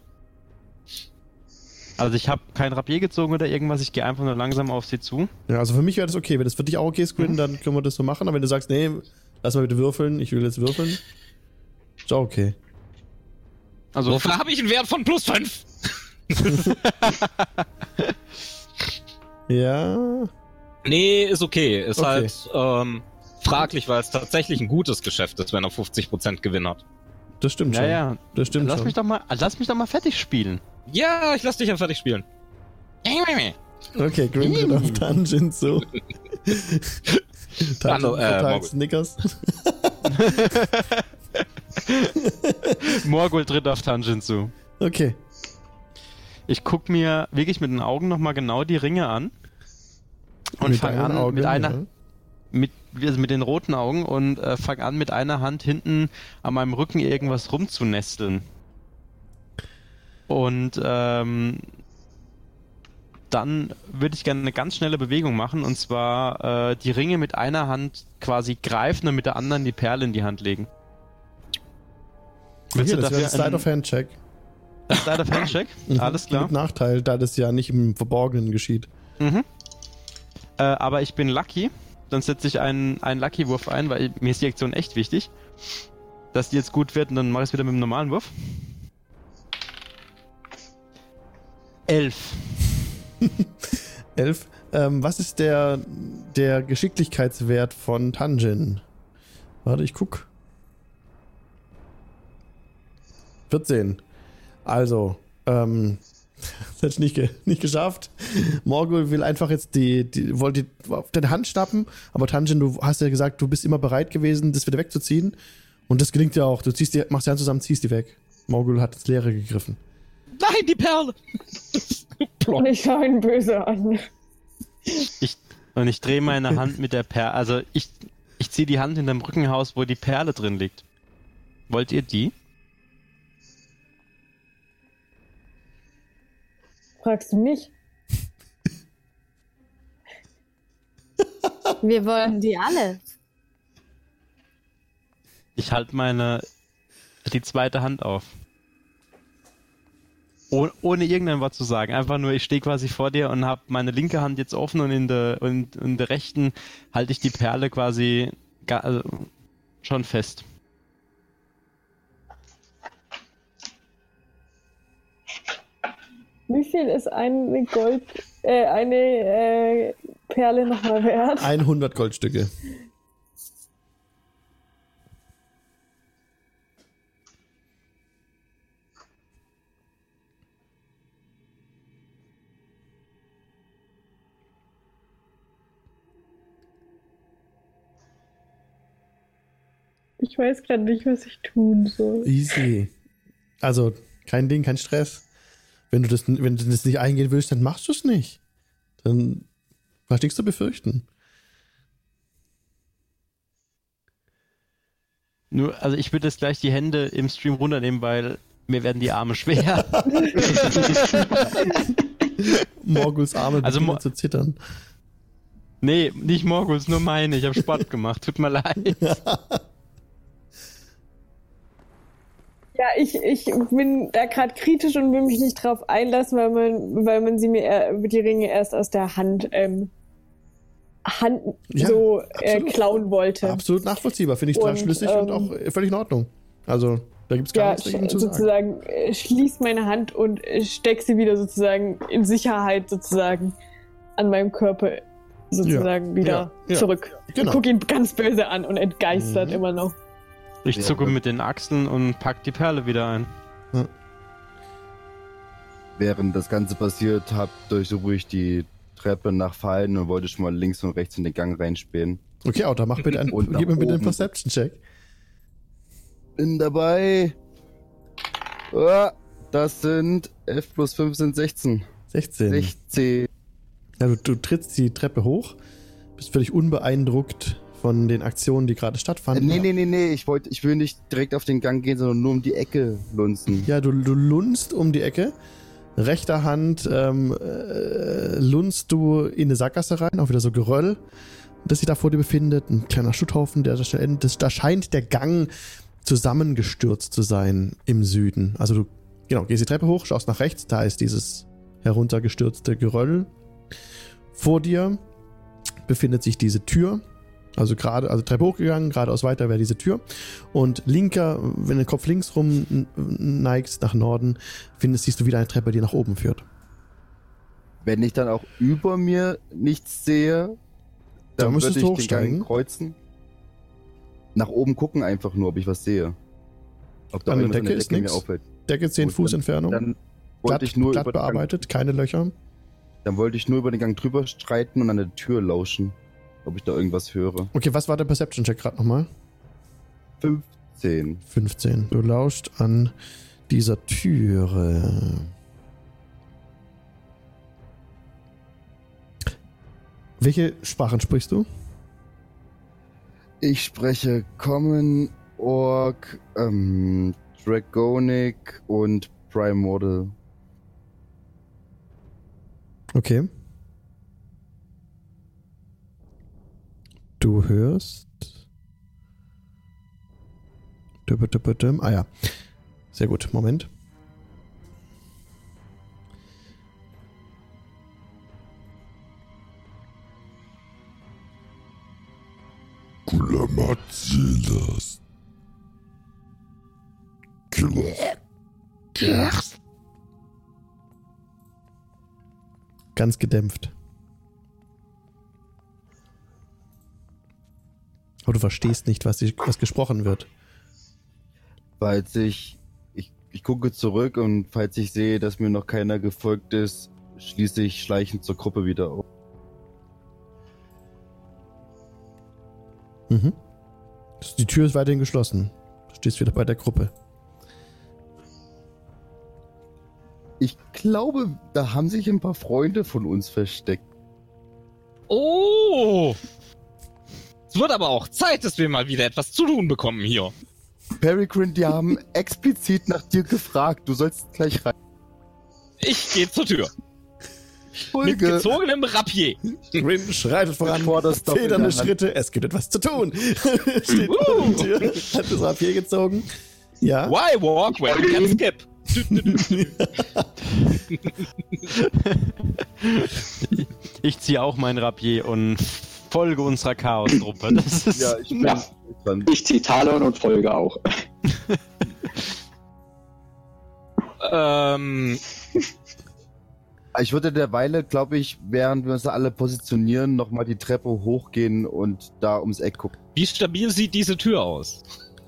S5: Also ich habe kein Rapier gezogen oder irgendwas, ich gehe einfach nur langsam auf sie zu.
S1: Ja, also für mich wäre das okay. Wenn das für dich auch okay ist, Grin, dann können wir das so machen. Aber wenn du sagst, nee, lass mal bitte würfeln, ich will jetzt würfeln, ist auch okay.
S5: Also
S3: Wofür habe ich einen Wert von plus fünf?
S1: Ja.
S3: Nee, ist okay. Ist
S1: Okay.
S3: halt ähm, fraglich, weil es tatsächlich ein gutes Geschäft ist, wenn er fünfzig Prozent Gewinn hat.
S1: Das stimmt
S5: ja,
S1: schon.
S5: ja,
S1: Das stimmt
S5: lass
S1: schon.
S5: mich doch mal, lass mich doch mal fertig spielen.
S3: Ja, ich lass dich ja fertig spielen.
S1: Okay, Grin tritt auf Tanjin zu. Tanjin
S3: Hallo, äh,
S1: verteilt
S3: Morgul.
S1: Snickers.
S5: Morgul tritt auf Tanjin zu.
S1: Okay.
S5: Ich guck mir wirklich mit den Augen nochmal genau die Ringe an. Und
S1: Mit
S5: fange
S1: deinen
S5: an
S1: Augen,
S5: mit einer,
S1: ja.
S5: mit, also mit den roten Augen und äh, fange an, mit einer Hand hinten an meinem Rücken irgendwas rumzunesteln. Und ähm, dann würde ich gerne eine ganz schnelle Bewegung machen, und zwar äh, die Ringe mit einer Hand quasi greifen und mit der anderen die Perle in die Hand legen.
S1: Okay, das wäre ein Sleight-of-Hand-Check.
S5: Ein Sleight-of-Hand-Check? Alles klar.
S1: Mit Nachteil, da das ja nicht im Verborgenen geschieht.
S5: Mhm. Äh, aber ich bin Lucky. Dann setze ich einen, einen Lucky-Wurf ein, weil mir ist die Aktion echt wichtig. Dass die jetzt gut wird, und dann mache ich es wieder mit dem normalen Wurf. Elf.
S1: Elf. Ähm, was ist der, der Geschicklichkeitswert von Tanjin? Warte, ich guck. vierzehn. Also, ähm, das hätte ich nicht, ge nicht geschafft. Morgul will einfach jetzt die, die wollte auf deine Hand schnappen, aber Tanjin, du hast ja gesagt, du bist immer bereit gewesen, das wieder wegzuziehen. Und das gelingt ja auch. Du ziehst die, machst die Hand zusammen, ziehst die weg. Morgul hat ins Leere gegriffen.
S3: Nein, die Perle!
S6: Und ich schaue ihn böse an.
S5: Ich, und ich drehe meine Hand mit der Perle. Also ich, ich ziehe die Hand hinterm Rückenhaus, wo die Perle drin liegt. Wollt ihr die?
S6: Fragst du mich?
S7: Wir wollen die alle.
S5: Ich halte meine die zweite Hand auf. Oh, ohne irgendein Wort zu sagen. Einfach nur, ich stehe quasi vor dir und habe meine linke Hand jetzt offen, und in der, und in der rechten halte ich die Perle quasi ga, also schon fest.
S6: Wie viel ist eine Gold, äh, eine äh, Perle nochmal wert?
S1: hundert Goldstücke.
S6: Ich weiß gerade nicht, was ich tun soll.
S1: Easy. Also, kein Ding, kein Stress. Wenn du das, wenn du das nicht eingehen willst, dann machst du es nicht. Dann hast du nichts zu befürchten.
S5: Nur, also ich würde jetzt gleich die Hände im Stream runternehmen, weil mir werden die Arme schwer.
S1: Morguls Arme
S5: also
S1: beginnen
S5: Mo
S1: zu zittern.
S5: Nee, nicht Morguls, nur meine. Ich habe Sport gemacht. Tut mir leid.
S6: Ja, ich, ich bin da gerade kritisch und will mich nicht drauf einlassen, weil man, weil man sie mir er, die Ringe erst aus der Hand, ähm, Hand
S1: Ja,
S6: so äh,
S1: absolut.
S6: klauen wollte.
S1: Absolut nachvollziehbar, finde ich total
S6: Und,
S1: schlüssig
S6: ähm,
S1: und auch äh, völlig in Ordnung. Also, da gibt es gar
S6: Ja,
S1: nichts dagegen zu sagen.
S6: sozusagen äh, schließ meine Hand und äh, steck sie wieder sozusagen in Sicherheit sozusagen an meinem Körper sozusagen
S1: Ja,
S6: wieder
S1: ja, ja.
S6: zurück.
S1: Genau.
S6: Guck ihn ganz böse an und entgeistert
S1: Mhm.
S6: immer noch.
S5: Ich
S2: Ja,
S5: zucke
S2: aber-
S5: mit den Achseln und pack die Perle wieder ein.
S2: Während das Ganze passiert, hab durchsuche ich die Treppe nach Fallen und wollte schon mal links und rechts in den Gang reinspähen.
S1: Okay, Auto, mach bitte einen,
S2: Und nach
S1: gib mir bitte einen
S2: oben.
S1: Perception-Check.
S2: Bin dabei. Ah, das sind elf plus fünf sind sechzehn.
S1: sechzehn.
S2: sechzehn.
S1: Ja, du, du trittst die Treppe hoch, bist völlig unbeeindruckt von den Aktionen, die gerade
S2: Äh,
S1: stattfanden.
S2: nee, nee, nee, nee. Ich, wollt, ich will nicht direkt auf den Gang gehen, sondern nur um die Ecke lunzen.
S1: Ja, du, du lunzt um die Ecke. Rechter Hand ähm, äh, lunzt du in eine Sackgasse rein, auch wieder so Geröll, das sich da vor dir befindet. Ein kleiner Schutthaufen, der da, das, da scheint der Gang zusammengestürzt zu sein im Süden. Also du genau, gehst die Treppe hoch, schaust nach rechts, da ist dieses heruntergestürzte Geröll. Vor dir befindet sich diese Tür. Also gerade, also Treppe hochgegangen, geradeaus weiter wäre diese Tür. Und linker, wenn du den Kopf links rum n- neigst nach Norden, findest, siehst du wieder eine Treppe, die nach oben führt.
S2: Wenn ich dann auch über mir nichts sehe,
S1: Da
S2: dann
S1: müsstest
S2: würde
S1: du
S2: ich den
S1: hochsteigen.
S2: Gang kreuzen. Nach oben gucken einfach nur, ob ich was sehe. Ob da
S1: An der
S2: irgendwas
S1: Decke ist
S2: mir
S1: nix.
S2: auffällt.
S1: Decke zehn
S2: Gut,
S1: Fuß
S2: dann-
S1: Entfernung.
S2: Dann
S1: glatt
S2: wollte ich nur
S1: glatt
S2: über den Gang,
S1: bearbeitet, keine Löcher.
S2: dann wollte ich nur über den Gang drüber streiten und an der Tür lauschen, ob ich da irgendwas höre.
S1: Okay, was war der Perception-Check gerade nochmal?
S2: fünfzehn.
S1: fünfzehn. Du lauscht an dieser Türe. Welche Sprachen sprichst du?
S2: Ich spreche Common, Orc, ähm, Dragonic und Primordial.
S1: Okay. Du hörst. Ah ja. Sehr gut. Moment.
S8: Kulamazilas.
S1: Ganz gedämpft. Aber du verstehst nicht, was, die, was gesprochen wird.
S2: Falls ich, ich, ich gucke zurück und falls ich sehe, dass mir noch keiner gefolgt ist, schließe ich schleichend zur Gruppe wieder auf.
S1: Mhm. Die Tür ist weiterhin geschlossen. Du stehst wieder bei der Gruppe.
S2: Ich glaube, da haben sich ein paar Freunde von uns versteckt.
S3: Oh! Es wird aber auch Zeit, dass wir mal wieder etwas zu tun bekommen hier.
S2: Peregrine, die haben explizit nach dir gefragt. Du sollst gleich rein.
S3: Ich gehe zur Tür.
S2: Folge.
S3: Mit gezogenem Rapier.
S1: Grin schreitet voran,
S2: Vor das Stopp in
S1: federnde
S2: der Hand.
S1: Schritte, es gibt etwas zu tun. Steht vor der Tür, hat das Rapier gezogen. Ja.
S3: Why walk when you can skip?
S5: Ich ziehe auch mein Rapier und folge unserer Chaos-Truppe. Das ist
S2: Ja, ich bin
S4: Ja.
S2: dran.
S4: Ich ziehe Talon und folge auch.
S3: ähm,
S2: Ich würde derweile, glaube ich, während wir uns da alle positionieren, nochmal die Treppe hochgehen und da ums Eck gucken.
S3: wie stabil sieht diese Tür aus?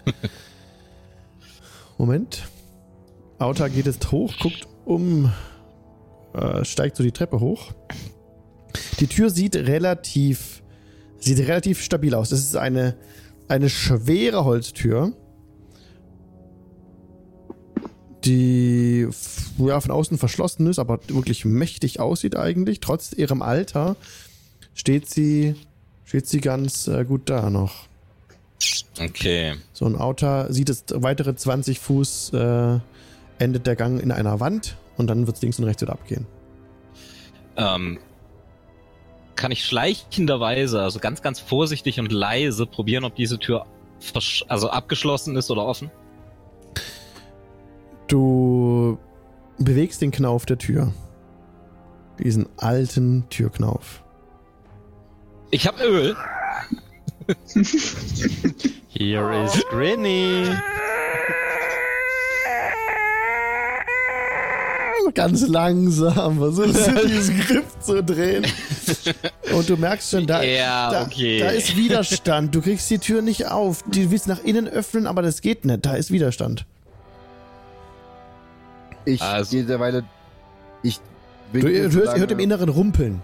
S1: Moment. Auta geht jetzt hoch, guckt um, äh, steigt so die Treppe hoch. Die Tür sieht relativ, sieht relativ stabil aus. Es ist eine, eine schwere Holztür, die f- ja, von außen verschlossen ist, aber wirklich mächtig aussieht eigentlich. Trotz ihrem Alter steht sie, steht sie ganz äh, gut da noch.
S3: Okay.
S1: So ein Auta sieht es weitere zwanzig Fuß, äh, endet der Gang in einer Wand und dann wird es links und rechts wieder abgehen.
S3: Ähm, kann ich schleichenderweise, also ganz, ganz vorsichtig und leise probieren, ob diese Tür versch- also abgeschlossen ist oder offen?
S1: Du bewegst den Knauf der Tür. Diesen alten Türknauf.
S3: Ich hab Öl.
S5: Here is Grinny.
S1: Ganz langsam versuchst du diesen Griff zu drehen. Und du merkst schon, da,
S3: Ja,
S1: da,
S3: okay.
S1: da ist Widerstand. Du kriegst die Tür nicht auf. Du willst nach innen öffnen, aber das geht nicht. Da ist Widerstand.
S2: Ich
S3: Also-
S2: gehe derweile. Ich
S1: Du,
S2: winke
S1: du hörst,
S2: so
S1: ihr hört
S2: lange-
S1: im Inneren rumpeln.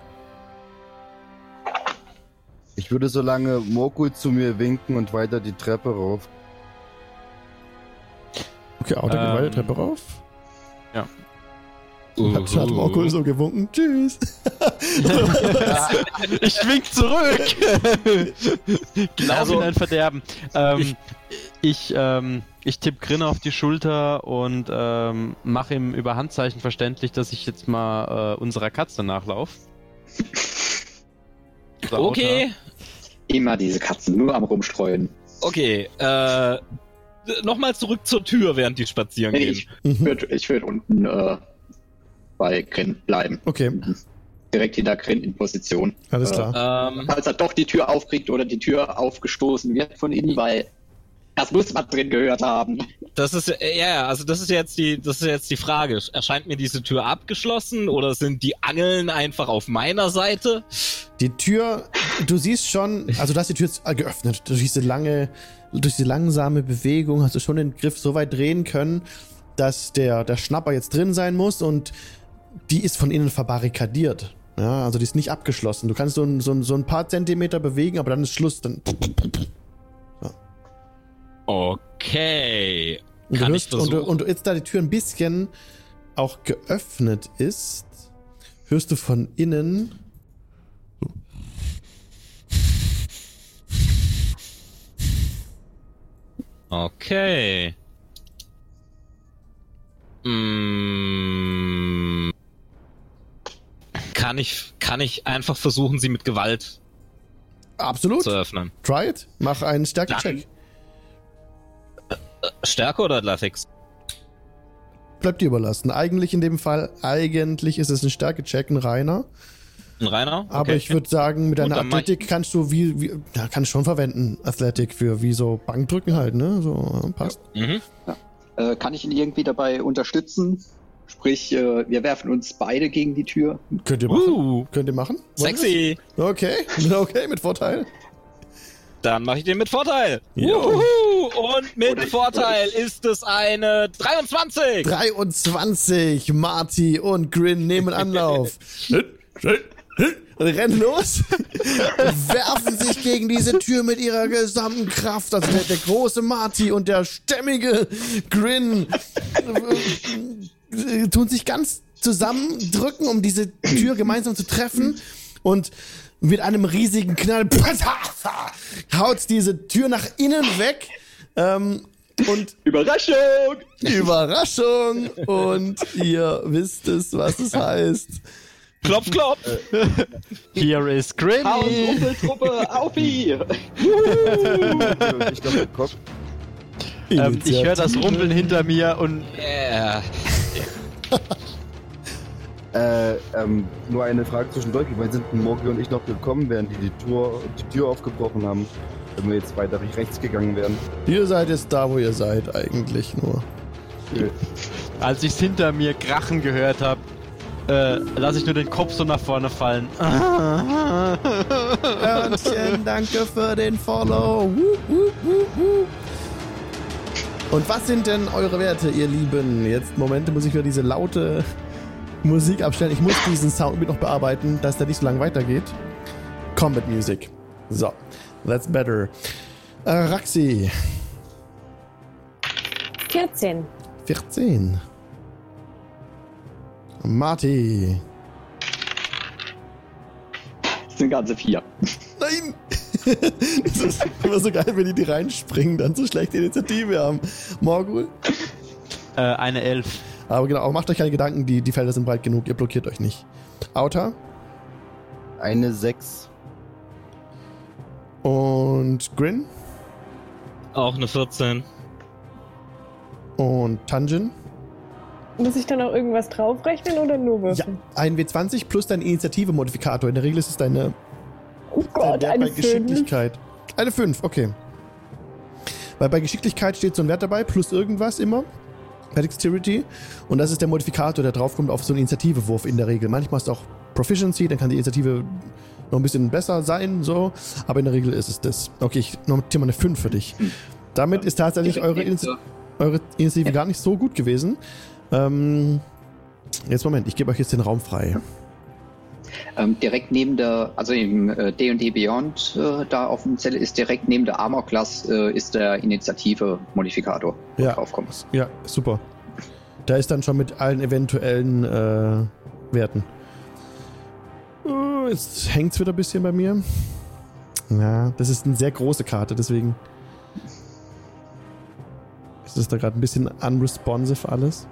S2: Ich würde so lange Morgul zu mir winken und weiter die Treppe rauf.
S1: Okay, Auto geht
S5: Ähm,
S1: weiter, Treppe rauf.
S5: ja.
S1: Hat, hat Morgul so gewunken. Tschüss.
S5: Ich wink zurück. Glaub
S3: Also-
S5: in ein Verderben. Ähm, ich ähm, ich tippe Grin auf die Schulter und ähm, mache ihm über Handzeichen verständlich, dass ich jetzt mal äh, unserer Katze nachlaufe. Unser
S3: Okay,
S4: Immer diese Katzen, nur am Rumstreuen.
S3: okay. Äh, nochmal zurück zur Tür, während die spazieren
S4: Nee,
S3: gehen.
S4: ich
S1: Mhm.
S4: würde ich würd unten äh, bei Grin bleiben.
S1: Okay,
S4: Direkt hinter Grin in Position.
S1: alles
S4: Äh,
S1: klar.
S3: Ähm,
S4: Falls er doch die Tür aufkriegt oder die Tür aufgestoßen wird von innen, weil das muss man drin gehört haben.
S3: das ist äh, ja, also das ist jetzt die, das ist jetzt die Frage. Erscheint mir diese Tür abgeschlossen oder sind die Angeln einfach auf meiner Seite?
S1: Die Tür, du siehst schon, also du hast die Tür jetzt geöffnet. Durch diese lange, durch diese langsame Bewegung hast du schon den Griff so weit drehen können, dass der, der Schnapper jetzt drin sein muss und die ist von innen verbarrikadiert. Ja, also die ist nicht abgeschlossen. Du kannst so ein, so ein, so ein paar Zentimeter bewegen, aber dann ist Schluss. Dann
S3: Okay.
S1: und, du
S3: Kann ich
S1: hörst, und, du,
S3: versuchen?
S1: und du jetzt, da die Tür ein bisschen auch geöffnet ist, hörst du von innen
S3: Okay. Hm. Kann ich, kann ich einfach versuchen, sie mit Gewalt
S1: Absolut.
S3: zu öffnen?
S1: Try it. Mach einen Stärke-Check.
S3: Stärke oder Athletics?
S1: Bleibt dir überlassen. Eigentlich in dem Fall, eigentlich ist es ein Stärke-Check, ein reiner.
S3: Ein reiner? Okay.
S1: Aber ich würde sagen, mit
S3: Gut,
S1: deiner
S3: dann mach
S1: Athletik kannst du wie, wie ja, kannst schon verwenden, Athletik für wie so Bankdrücken halt, ne? So, passt.
S3: Mhm.
S4: Äh, kann ich ihn irgendwie dabei unterstützen? Sprich, äh, wir werfen uns beide gegen die Tür.
S1: Könnt ihr machen.
S3: Uh,
S1: Könnt ihr machen? Wollt
S3: sexy.
S1: ihr's? Okay, okay, mit Vorteil.
S3: Dann mache ich den mit Vorteil.
S1: Jo.
S3: Uhuhu. Und mit
S4: Oder ich-
S3: Vorteil ist es eine dreiundzwanzig.
S1: dreiundzwanzig, Marty und Grin nehmen Anlauf. Und rennen los, werfen sich gegen diese Tür mit ihrer gesamten Kraft. Also der, der große Marty und der stämmige Grin äh, tun sich ganz zusammendrücken, um diese Tür gemeinsam zu treffen. Und mit einem riesigen Knall haut diese Tür nach innen weg. Ähm, und
S4: Überraschung!
S1: Überraschung! Und ihr wisst es, was es heißt.
S3: Klopf, klopf.
S5: Here is
S4: Chaos,
S5: Grimmy.
S4: Rumpeltruppe, auf hier!
S2: Ich glaube, der Kopf.
S5: Ähm, ich höre das Rumpeln hinter mir und
S3: Yeah.
S2: Äh, ähm, nur eine Frage zwischendurch. Wie weit sind denn Morgi und ich noch gekommen, während die die Tür, die Tür aufgebrochen haben? Wenn wir jetzt weiter rechts gegangen wären.
S1: Ihr seid jetzt da, wo ihr seid, eigentlich nur.
S5: als ich es hinter mir krachen gehört habe, äh, lasse ich nur den Kopf so nach vorne fallen.
S1: Hörnchen, danke für den Follow. Wup, wup, wup, wup. Und was sind denn eure Werte, ihr Lieben? Jetzt, Momente, muss ich wieder diese laute Musik abstellen. Ich muss diesen Sound mit noch bearbeiten, dass der nicht so lange weitergeht. Combat Music. So, that's better. Äh, Raxi.
S6: vierzehn.
S1: vierzehn. Marty.
S4: Das sind ganze vier.
S1: Nein! Das ist immer so geil, wenn die, die reinspringen, dann so schlechte Initiative haben. Morgul?
S5: äh, eine Elf.
S1: Aber genau, auch macht euch keine Gedanken, die, die Felder sind breit genug, ihr blockiert euch nicht. Auta?
S2: Eine sechs.
S1: Und Grin?
S3: Auch eine vierzehn.
S1: Und Tanjin?
S6: Muss ich dann auch irgendwas draufrechnen oder nur
S1: Ja,
S6: würfeln?
S1: ein W zwanzig plus dein Initiative-Modifikator. In der Regel ist es deine
S6: Oh
S1: dein
S6: Gott,
S1: Wert
S6: eine
S1: bei
S6: fünf.
S1: Geschicklichkeit. Eine fünf, okay. Weil bei Geschicklichkeit steht so ein Wert dabei, plus irgendwas immer. Bei Dexterity. Und das ist der Modifikator, der draufkommt auf so einen Initiativewurf in der Regel. Manchmal ist es auch Proficiency, dann kann die Initiative noch ein bisschen besser sein, so. Aber in der Regel ist es das. Okay, ich notiere mal eine fünf für dich. Damit ist tatsächlich eure, Initi eure Initiative gar nicht so gut gewesen. Ähm, jetzt Moment, ich gebe euch jetzt den Raum frei.
S4: Ähm, direkt neben der, also im äh, D und D Beyond, äh, da auf dem Zettel ist direkt neben der Armor Class äh, ist der Initiative-Modifikator, der
S1: Ja.
S4: draufkommt.
S1: Ja, super. Da ist dann schon mit allen eventuellen äh, Werten. Uh, jetzt hängt es wieder ein bisschen bei mir. Ja, das ist eine sehr große Karte, deswegen ist es da gerade ein bisschen unresponsive alles.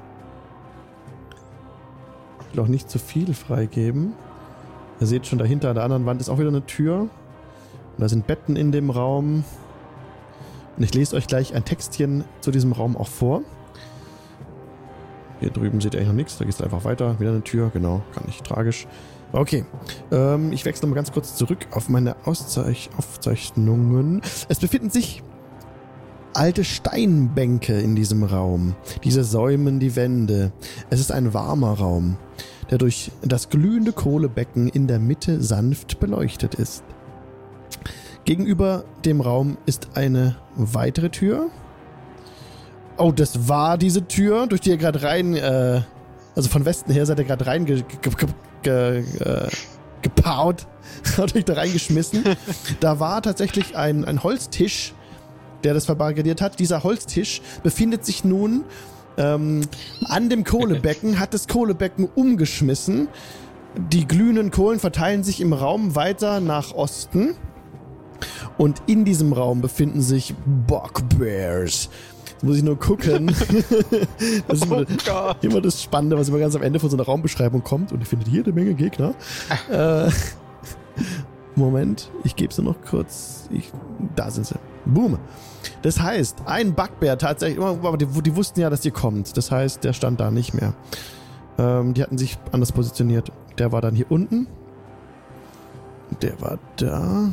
S1: Ich will auch nicht zu viel freigeben. Ihr seht schon, dahinter an der anderen Wand ist auch wieder eine Tür. Und da sind Betten in dem Raum. Und ich lese euch gleich ein Textchen zu diesem Raum auch vor. Hier drüben seht ihr eigentlich noch nichts. Da geht es einfach weiter. Wieder eine Tür. Genau, gar nicht tragisch. Okay. Ähm, ich wechsle mal ganz kurz zurück auf meine Auszeich- Aufzeichnungen. Es befinden sich alte Steinbänke in diesem Raum. Diese säumen die Wände. Es ist ein warmer Raum, der durch das glühende Kohlebecken in der Mitte sanft beleuchtet ist. Gegenüber dem Raum ist eine weitere Tür. Oh, das war diese Tür, durch die ihr gerade rein, äh, also von Westen her seid ihr gerade rein ge, ge, ge, ge, äh, gepaut, habt euch da reingeschmissen. Da war tatsächlich ein, ein Holztisch, der das verbarrikadiert hat. Dieser Holztisch befindet sich nun ähm, an dem Kohlebecken, hat das Kohlebecken umgeschmissen. Die glühenden Kohlen verteilen sich im Raum weiter nach Osten. Und in diesem Raum befinden sich Bugbears. Jetzt muss ich nur gucken. Das ist immer,
S3: Oh
S1: immer das Spannende, was immer ganz am Ende von so einer Raumbeschreibung kommt. Und ihr findet jede Menge Gegner. äh, Moment, ich gebe sie noch kurz. Ich, da sind sie. Boom. Das heißt, ein Bugbear tatsächlich, aber die, die wussten ja, dass ihr kommt. Das heißt, der stand da nicht mehr. Ähm, die hatten sich anders positioniert. Der war dann hier unten. Der war da.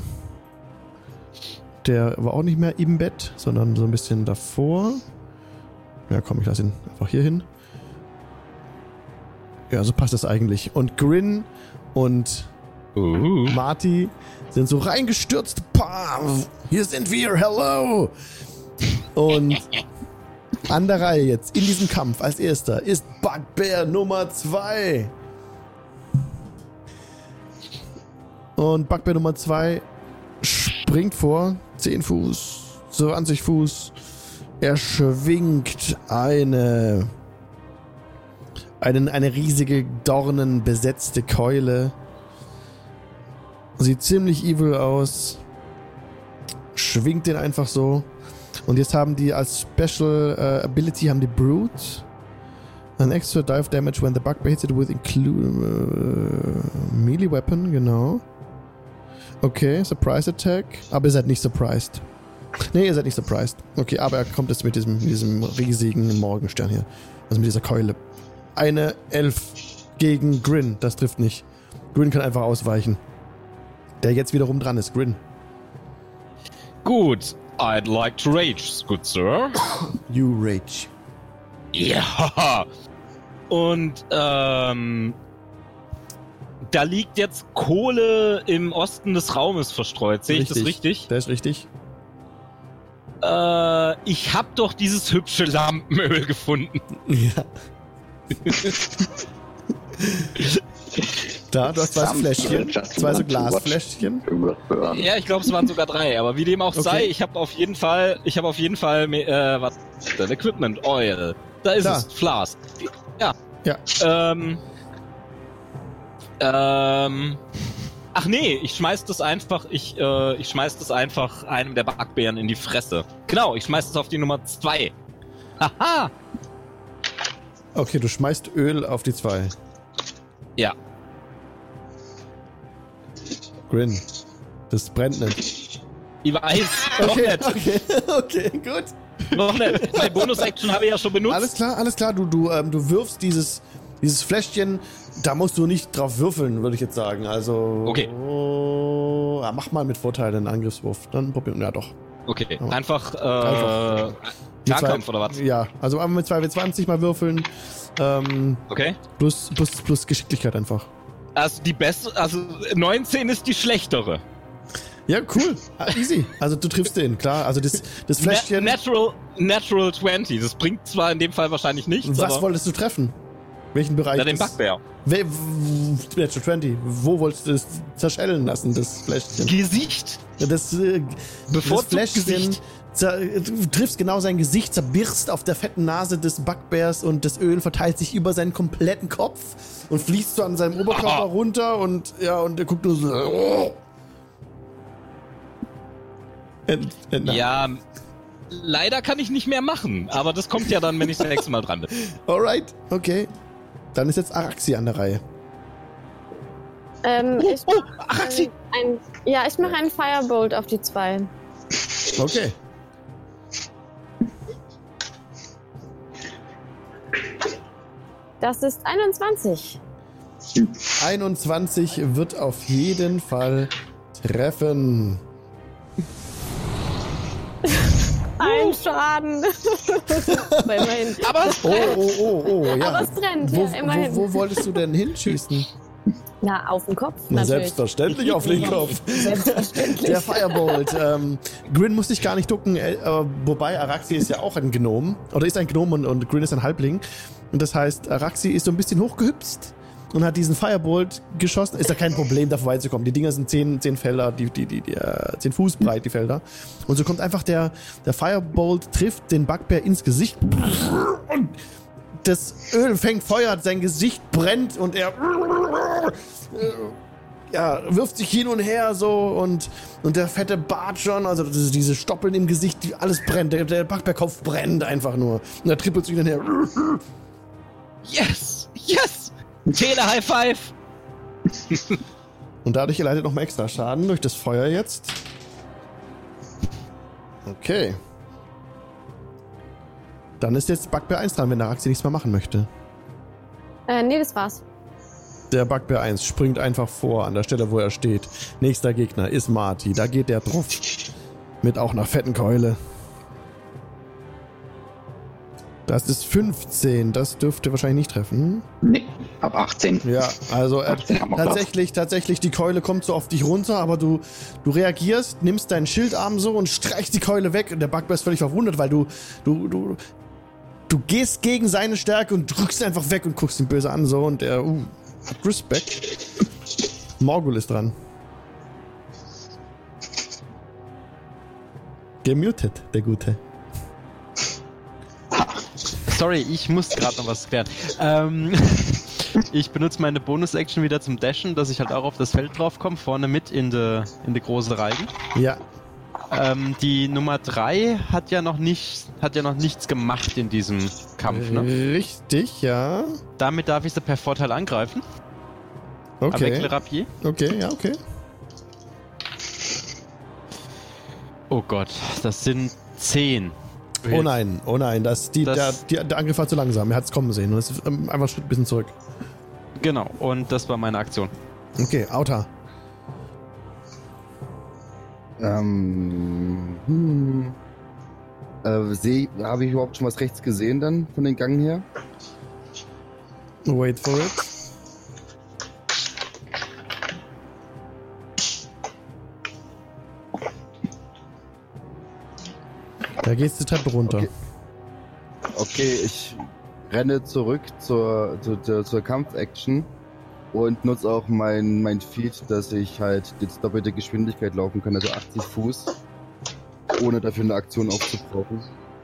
S1: Der war auch nicht mehr im Bett, sondern so ein bisschen davor. Ja, komm, ich lasse ihn einfach hier hin. Ja, so passt das eigentlich. Und Grin und
S3: Uh.
S1: Marty sind so reingestürzt. Pam, hier sind wir, hello! Und an der Reihe jetzt, in diesem Kampf als erster, ist Bugbear Nummer zwei. Und Bugbear Nummer zwei springt vor, zehn Fuß, zwanzig Fuß. Er schwingt eine, einen, eine riesige, dornenbesetzte Keule. Sieht ziemlich evil aus. Schwingt den einfach so. Und jetzt haben die als Special uh, Ability haben die Brute. An extra dive damage when the bugbear hits it with include uh, melee weapon, genau. Okay, Surprise Attack. Aber ihr seid nicht surprised. Nee, ihr seid nicht surprised. Okay, aber er kommt jetzt mit diesem, diesem riesigen Morgenstern hier. Also mit dieser Keule. Eine Elf gegen Grin. Das trifft nicht. Grin kann einfach ausweichen. Der jetzt wiederum dran ist. Grin.
S3: Gut. I'd like to rage, good sir.
S1: You rage.
S3: Ja. Und, ähm... da liegt jetzt Kohle im Osten des Raumes verstreut. Sehe ich das richtig?
S1: Das ist richtig.
S3: Äh, ich hab doch dieses hübsche Lampenöl gefunden.
S1: Ja. Da, du hast zwei Fläschchen. Zwei so Glasfläschchen.
S3: Ja, ich glaube, es waren sogar drei, aber wie dem auch
S1: Okay.
S3: sei, ich habe auf jeden Fall, ich habe auf jeden Fall, äh, was ist denn? Equipment Oil. Da ist
S1: Da.
S3: es, Flask. Ja.
S1: Ja.
S3: Ähm. Ähm. Ach nee, ich schmeiß das einfach, ich, äh, ich schmeiß das einfach einem der Backbären in die Fresse. Genau, ich schmeiß das auf die Nummer zwei. Haha!
S1: Okay, du schmeißt Öl auf die zwei.
S3: Ja.
S1: Grin. Das brennt nicht.
S3: Ich weiß, noch
S1: Okay,
S3: nicht.
S1: okay, okay, gut.
S3: Noch nicht. Meine Bonus-Action habe ich ja schon benutzt.
S1: Alles klar, alles klar. Du, du, ähm, du wirfst dieses, dieses Fläschchen. Da musst du nicht drauf würfeln, würde ich jetzt sagen. Also.
S3: Okay.
S1: Oh, ja, mach mal mit Vorteil einen Angriffswurf. Dann probieren. Ja, doch.
S3: Okay,
S1: Aber
S3: einfach, äh,
S1: einfach. Die
S3: Nahkampf
S1: zwei-
S3: oder was?
S1: Ja, also einmal mit zwei W zwanzig mal würfeln. Ähm,
S3: Okay.
S1: plus, plus, plus Geschicklichkeit einfach.
S3: Also die beste, also neunzehn ist die schlechtere.
S1: Ja, cool. Ah, easy. Also du triffst den, klar. Also das, das Fläschchen.
S3: Na- Natural, Natural zwanzig. Das bringt zwar in dem Fall wahrscheinlich nichts,
S1: Was
S3: aber
S1: wolltest du treffen? Welchen Bereich?
S3: na, den
S1: des-
S3: Backbär.
S1: We- w- Natural zwanzig. Wo wolltest du es zerschellen lassen, das Fläschchen?
S3: Gesicht.
S1: Das, äh, das
S3: Bevorzugt
S1: Fläschchen.
S3: Gesicht.
S1: zer- Du triffst genau sein Gesicht, zerbirst auf der fetten Nase des Backbärs und das Öl verteilt sich über seinen kompletten Kopf und fließt so an seinem Oberkörper
S3: Aha.
S1: runter und ja, und er guckt nur so. Oh. Ent, ent,
S3: Ja, leider kann ich nicht mehr machen, aber das kommt ja dann, wenn ich das nächste Mal dran bin.
S1: Alright, okay. Dann ist jetzt Araxi an der Reihe.
S7: Ähm,
S3: Oh,
S7: ich
S3: oh,
S7: mach
S3: ach,
S7: ein,
S3: sie.
S7: ein, ja, ich mache einen Firebolt auf die zwei.
S1: Okay.
S7: Das ist einundzwanzig.
S1: einundzwanzig wird auf jeden Fall treffen.
S7: Ein Schaden. Aber immerhin.
S3: Aber es
S1: Oh, oh, oh, oh, ja.
S7: Aber es brennt,
S1: wo,
S7: ja, immerhin.
S1: wo, wo wolltest du denn hinschießen?
S7: Na, auf den Kopf
S1: Na,
S7: natürlich.
S1: selbstverständlich auf den Kopf.
S7: Selbstverständlich.
S1: Der Firebolt. Ähm, Grin muss sich gar nicht ducken, äh, wobei Araxi ist ja auch ein Gnom. Oder ist ein Gnom und, und Grin ist ein Halbling. Und das heißt, Araxi ist so ein bisschen hochgehüpst und hat diesen Firebolt geschossen. Ist ja kein Problem, da vorbeizukommen. Die Dinger sind zehn, zehn Felder, die, die, die, die äh, zehn Fuß breit, die Felder. Und so kommt einfach der, der Firebolt, trifft den Bugbear ins Gesicht. Und das Öl fängt Feuer, sein Gesicht brennt und er ja, wirft sich hin und her so und, und der fette Bart schon, also diese, diese Stoppeln im Gesicht, die, alles brennt, der, der Backbärkopf brennt einfach nur. Und er trippelt sich hin und her.
S3: Yes! Yes! Tele-High Five!
S1: Und dadurch erleidet nochmal extra Schaden durch das Feuer jetzt. Okay. Dann ist jetzt Backbär eins dran, wenn der Araxi nichts mehr machen möchte.
S7: Äh, nee, das war's.
S1: Der Backbär eins springt einfach vor an der Stelle, wo er steht. Nächster Gegner ist Marty. Da geht der drauf. Mit auch einer fetten Keule. Das ist fünfzehn. Das dürfte wahrscheinlich nicht treffen.
S4: Nee, ab achtzehn.
S1: Ja, also er,
S4: achtzehn haben wir
S1: tatsächlich, tatsächlich, die Keule kommt so auf dich runter, aber du, du reagierst, nimmst deinen Schildarm so und streichst die Keule weg und der Backbär ist völlig verwundert, weil du, du, du, du gehst gegen seine Stärke und drückst ihn einfach weg und guckst ihn böse an so und er, uh, Respekt. Morgul ist dran. Gemutet, der Gute.
S5: Sorry, ich muss gerade noch was klären. Ähm, ich benutze meine Bonus-Action wieder zum Dashen, dass ich halt auch auf das Feld drauf komme, vorne mit in die in die große Reigen.
S1: Ja.
S5: Ähm, die Nummer drei hat ja noch nicht, hat ja noch nichts gemacht in diesem Kampf, ne?
S1: Richtig, ja.
S5: Damit darf ich sie per Vorteil angreifen.
S1: Okay.
S5: Avec le Rapier.
S1: Okay, ja, okay.
S5: Oh Gott, das sind zehn.
S1: Oh nein, oh nein, das, die,
S5: Das-
S1: der, die, der Angriff war zu langsam. Er hat es kommen sehen und es ist ähm, einfach ein bisschen zurück.
S5: Genau, und das war meine Aktion.
S1: Okay, Auta.
S2: Ähm, hm. Äh, seh, habe ich überhaupt schon was rechts gesehen dann von den Gang her?
S1: Wait for it. Da geht's die Treppe runter.
S2: Okay. Okay, ich renne zurück zur, zur, zur, zur Kampf-Action und nutze auch mein, mein Feed, dass ich halt jetzt doppelte Geschwindigkeit laufen kann, also achtzig Fuß, ohne dafür eine Aktion aufzubrauchen.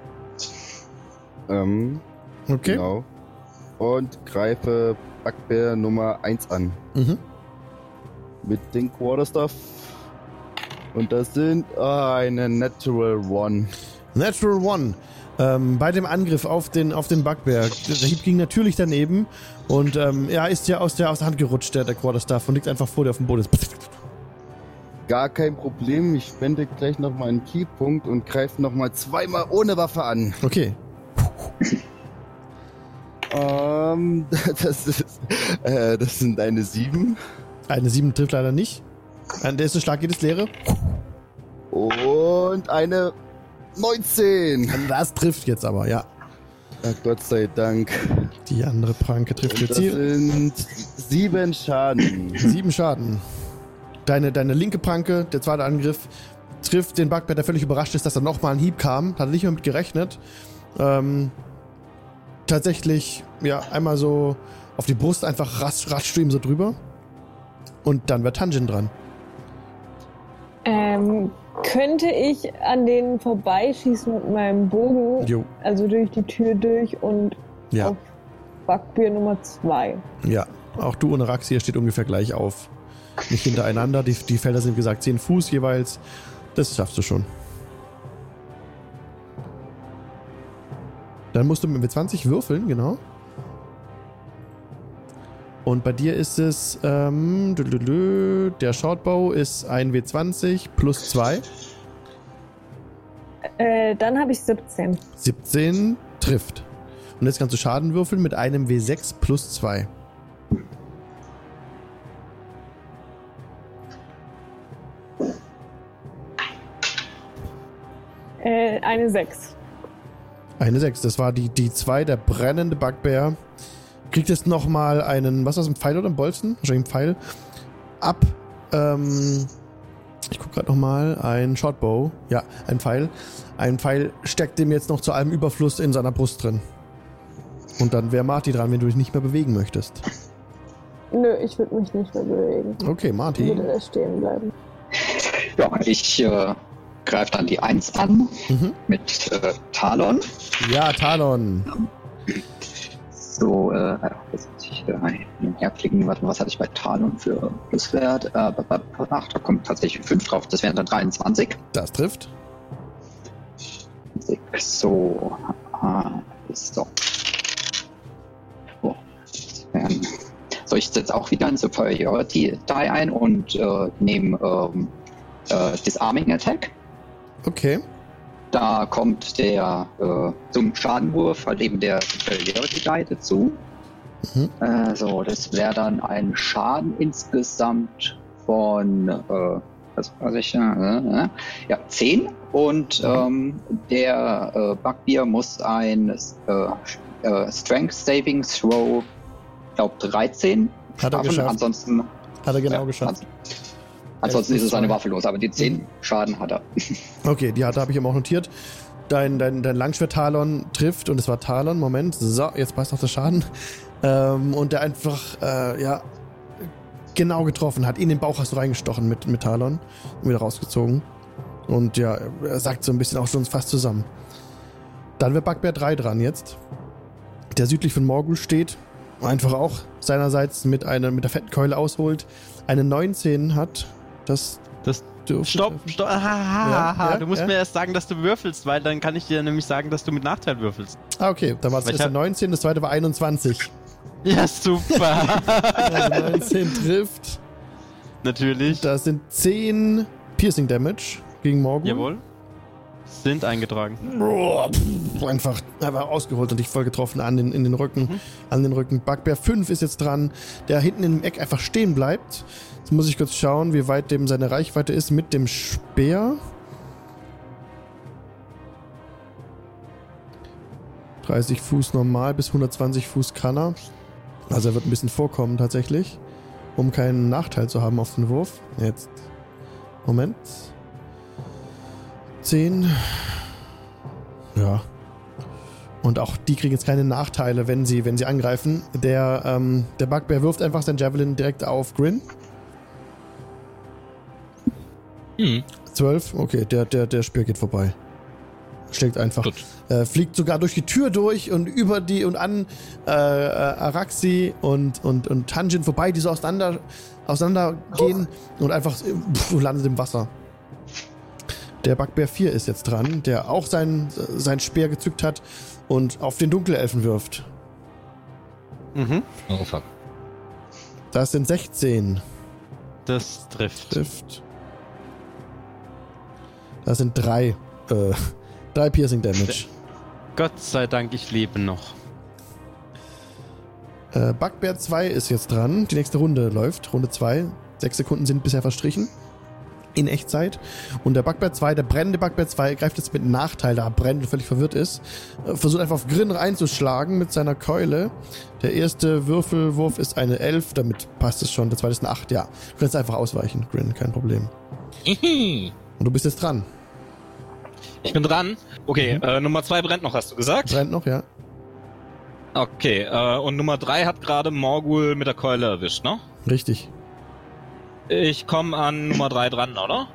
S2: Ähm,
S1: Okay.
S2: Genau. Und greife Backbär Nummer eins an.
S1: Mhm.
S2: Mit den Quarterstaff. Und das sind ah, eine Natural One.
S1: Natural One. Ähm, bei dem Angriff auf den, auf den Backbär. Der Hieb ging natürlich daneben und ähm, er ist ja aus der, aus der Hand gerutscht, der, der Quarterstaff, und liegt einfach vor dir auf dem Boden.
S2: Gar kein Problem. Ich wende gleich nochmal einen Keypunkt und greife nochmal zweimal ohne Waffe an.
S1: Okay.
S2: Ähm, das ist, äh, das sind eine sieben.
S1: Eine sieben trifft leider nicht. Der erste Schlag geht ins Leere.
S2: Und eine neunzehn.
S1: Das trifft jetzt aber, ja.
S2: Ja, Gott sei Dank.
S1: Die andere Pranke trifft
S2: Und
S1: jetzt
S2: das
S1: hier.
S2: sind sieben Schaden.
S1: Sieben Schaden. Deine, deine linke Pranke, der zweite Angriff, trifft den Backbär, der völlig überrascht ist, dass da nochmal ein Hieb kam. Hat er nicht mehr mit gerechnet. Ähm, tatsächlich, ja, einmal so auf die Brust einfach rasch, rasch ihm so drüber. Und dann wird Tanjin dran.
S6: Ähm, könnte ich an denen vorbeischießen mit meinem Bogen,
S1: Jo.
S6: also durch die Tür durch und
S1: Ja.
S6: auf Backbier Nummer zwei.
S1: Ja. Auch du und Araxia steht ungefähr gleich auf. Nicht hintereinander. Die, die Felder sind, wie gesagt, zehn Fuß jeweils. Das schaffst du schon. Dann musst du mit W zwanzig würfeln, genau. Und bei dir ist es, ähm, der Shortbow ist ein W zwanzig plus zwei.
S6: Äh, dann habe ich siebzehn.
S1: siebzehn trifft. Und jetzt kannst du Schaden würfeln mit einem W sechs plus zwei.
S6: Äh, eine sechs.
S1: Eine sechs. Das war die die zwei, der brennende Backbär. Kriegt jetzt nochmal einen, was war das, ein Pfeil oder ein Bolzen? Wahrscheinlich ein Pfeil. Ab, ähm, ich guck gerade nochmal, ein Shortbow. Ja, ein Pfeil. Ein Pfeil steckt dem jetzt noch zu allem Überfluss in seiner Brust drin. Und dann wäre Marty dran, wenn du dich nicht mehr bewegen möchtest.
S6: Nö, ich würde mich nicht mehr bewegen.
S1: Okay,
S6: Ich
S1: Marty.
S6: würde da stehen bleiben.
S4: Ja, ich äh, greife dann die eins an
S1: Mhm.
S4: mit äh, Talon.
S1: Ja, Talon.
S4: So, äh, ich da herklicken. Warte, was hatte ich bei Talon für Pluswert? Äh, ach, da kommt tatsächlich fünf drauf. Das wären dann dreiundzwanzig.
S1: Das trifft.
S4: So. Ah, so. Oh. So, ich setze auch wieder ein Superiority Die ein und äh, nehme ähm, äh, Disarming Attack.
S1: Okay.
S4: Da kommt der äh, zum Schadenwurf halt eben der Superiority Die dazu.
S1: Mhm.
S4: Äh, so, das wäre dann ein Schaden insgesamt von äh, was weiß ich, äh, ja, zehn. Und ähm, der äh, Bugbear muss ein äh, äh, Strength Saving Throw, ich glaube dreizehn.
S1: Hat er
S4: schaffen.
S1: geschafft.
S4: Ansonsten,
S1: Hat er genau
S4: ja,
S1: geschafft.
S4: ansonsten ist es eine
S1: zwei.
S4: Waffe los, aber die zehn Schaden hat er.
S1: Okay, die hat, habe ich ihm auch notiert. Dein, dein, dein Langschwert-Talon trifft, und es war Talon, Moment, so, jetzt passt auch der Schaden. Ähm, und der einfach, äh, ja, genau getroffen hat. In den Bauch hast du reingestochen mit, mit Talon und wieder rausgezogen. Und ja, er sagt so ein bisschen auch schon fast zusammen. Dann wird Bugbear drei dran jetzt, der südlich von Morgul steht, einfach auch seinerseits mit, einer, mit der fetten Keule ausholt, eine neunzehn hat, das...
S5: Das
S1: dürfte
S5: Stopp,
S1: treffen.
S5: stopp. Ha, ha,
S1: Ja,
S5: ha.
S1: ja,
S5: Du musst
S1: ja.
S5: mir erst sagen, dass du würfelst, weil dann kann ich dir nämlich sagen, dass du mit Nachteil würfelst.
S1: Ah, okay, dann war es
S5: Weil ich
S1: erst
S5: hab-
S1: neunzehn, das zweite war einundzwanzig.
S5: Ja, super.
S1: Also neunzehn trifft.
S5: Natürlich.
S1: Das sind zehn Piercing Damage gegen Morgul.
S5: Jawohl. Sind eingetragen.
S1: Boah, pff, einfach, einfach ausgeholt und dich voll getroffen an den, in den Rücken.
S5: Mhm.
S1: An den Rücken. Bugbear fünf ist jetzt dran, der hinten im Eck einfach stehen bleibt. Jetzt muss ich kurz schauen, wie weit dem seine Reichweite ist mit dem Speer. dreißig Fuß normal bis hundertzwanzig Fuß kann er. Also er wird ein bisschen vorkommen tatsächlich, um keinen Nachteil zu haben auf den Wurf. Jetzt. Moment. zehn. Ja. Und auch die kriegen jetzt keine Nachteile, wenn sie, wenn sie angreifen. Der, ähm, der Bugbear wirft einfach sein Javelin direkt auf Grin.
S3: Hm.
S1: zwölf. Okay, der, der, der Speer geht vorbei. Schlägt einfach.
S3: Gut.
S1: Äh, fliegt sogar durch die Tür durch und über die und an äh, äh, Araxi und, und, und Tanjin vorbei, die so auseinander, auseinander gehen und einfach pff, landet im Wasser. Der Bugbear vier ist jetzt dran, der auch sein, sein Speer gezückt hat und auf den Dunkelelfen wirft.
S5: Mhm.
S3: Oh fuck.
S1: Das sind sechzehn.
S5: Das trifft.
S1: Trifft. Das sind drei. Äh, drei Piercing Damage.
S5: Gott sei Dank, ich lebe noch.
S1: Äh, Bugbear zwei ist jetzt dran. Die nächste Runde läuft. Runde zwei. Sechs Sekunden sind bisher verstrichen. In Echtzeit. Und der Bugbear zwei, der brennende Bugbear zwei, greift jetzt mit Nachteil, da er brennt und völlig verwirrt ist. Äh, versucht einfach auf Grin reinzuschlagen mit seiner Keule. Der erste Würfelwurf ist eine elf, damit passt es schon. Der zweite ist eine acht, ja. Du kannst einfach ausweichen, Grin, kein Problem.
S3: Ich
S1: Und du bist jetzt dran.
S3: bin dran. Okay,
S1: Mhm.
S3: äh, Nummer zwei brennt noch, hast du gesagt?
S1: Brennt noch, ja.
S3: Okay, äh, und Nummer drei hat gerade Morgul mit der Keule erwischt, ne?
S1: Richtig.
S3: Ich komme an Nummer drei dran, oder?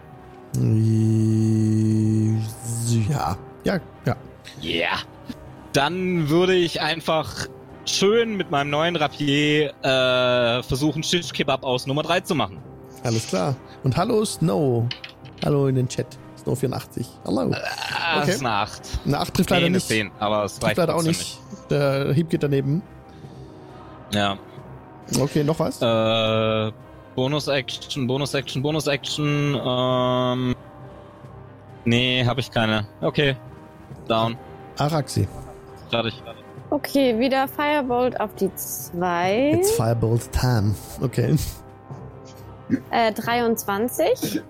S1: Ja. Ja, ja.
S3: Yeah. Dann würde ich einfach schön mit meinem neuen Rapier äh, versuchen, Shish Kebab aus Nummer drei zu machen.
S1: Alles klar. Und hallo Snow. Hallo in den Chat. Snow vierundachtzig. Hallo.
S3: Ah,
S1: Okay.
S3: Das ist eine acht.
S1: Eine acht trifft
S3: Nee,
S1: leider
S3: eine
S1: nicht.
S3: zehn, aber es
S1: Trifft
S3: reicht
S1: leider auch
S3: trotzdem
S1: nicht. Der Hieb geht daneben.
S3: nicht. Ja.
S1: Okay, noch was?
S3: Äh, Bonus-Action, Bonus-Action, Bonus-Action, ähm... Nee, habe ich keine. Okay. Down.
S1: Araxi.
S3: Fertig.
S7: Okay, wieder Firebolt auf die zwei.
S1: It's Firebolt time. Okay.
S7: Äh, dreiundzwanzig.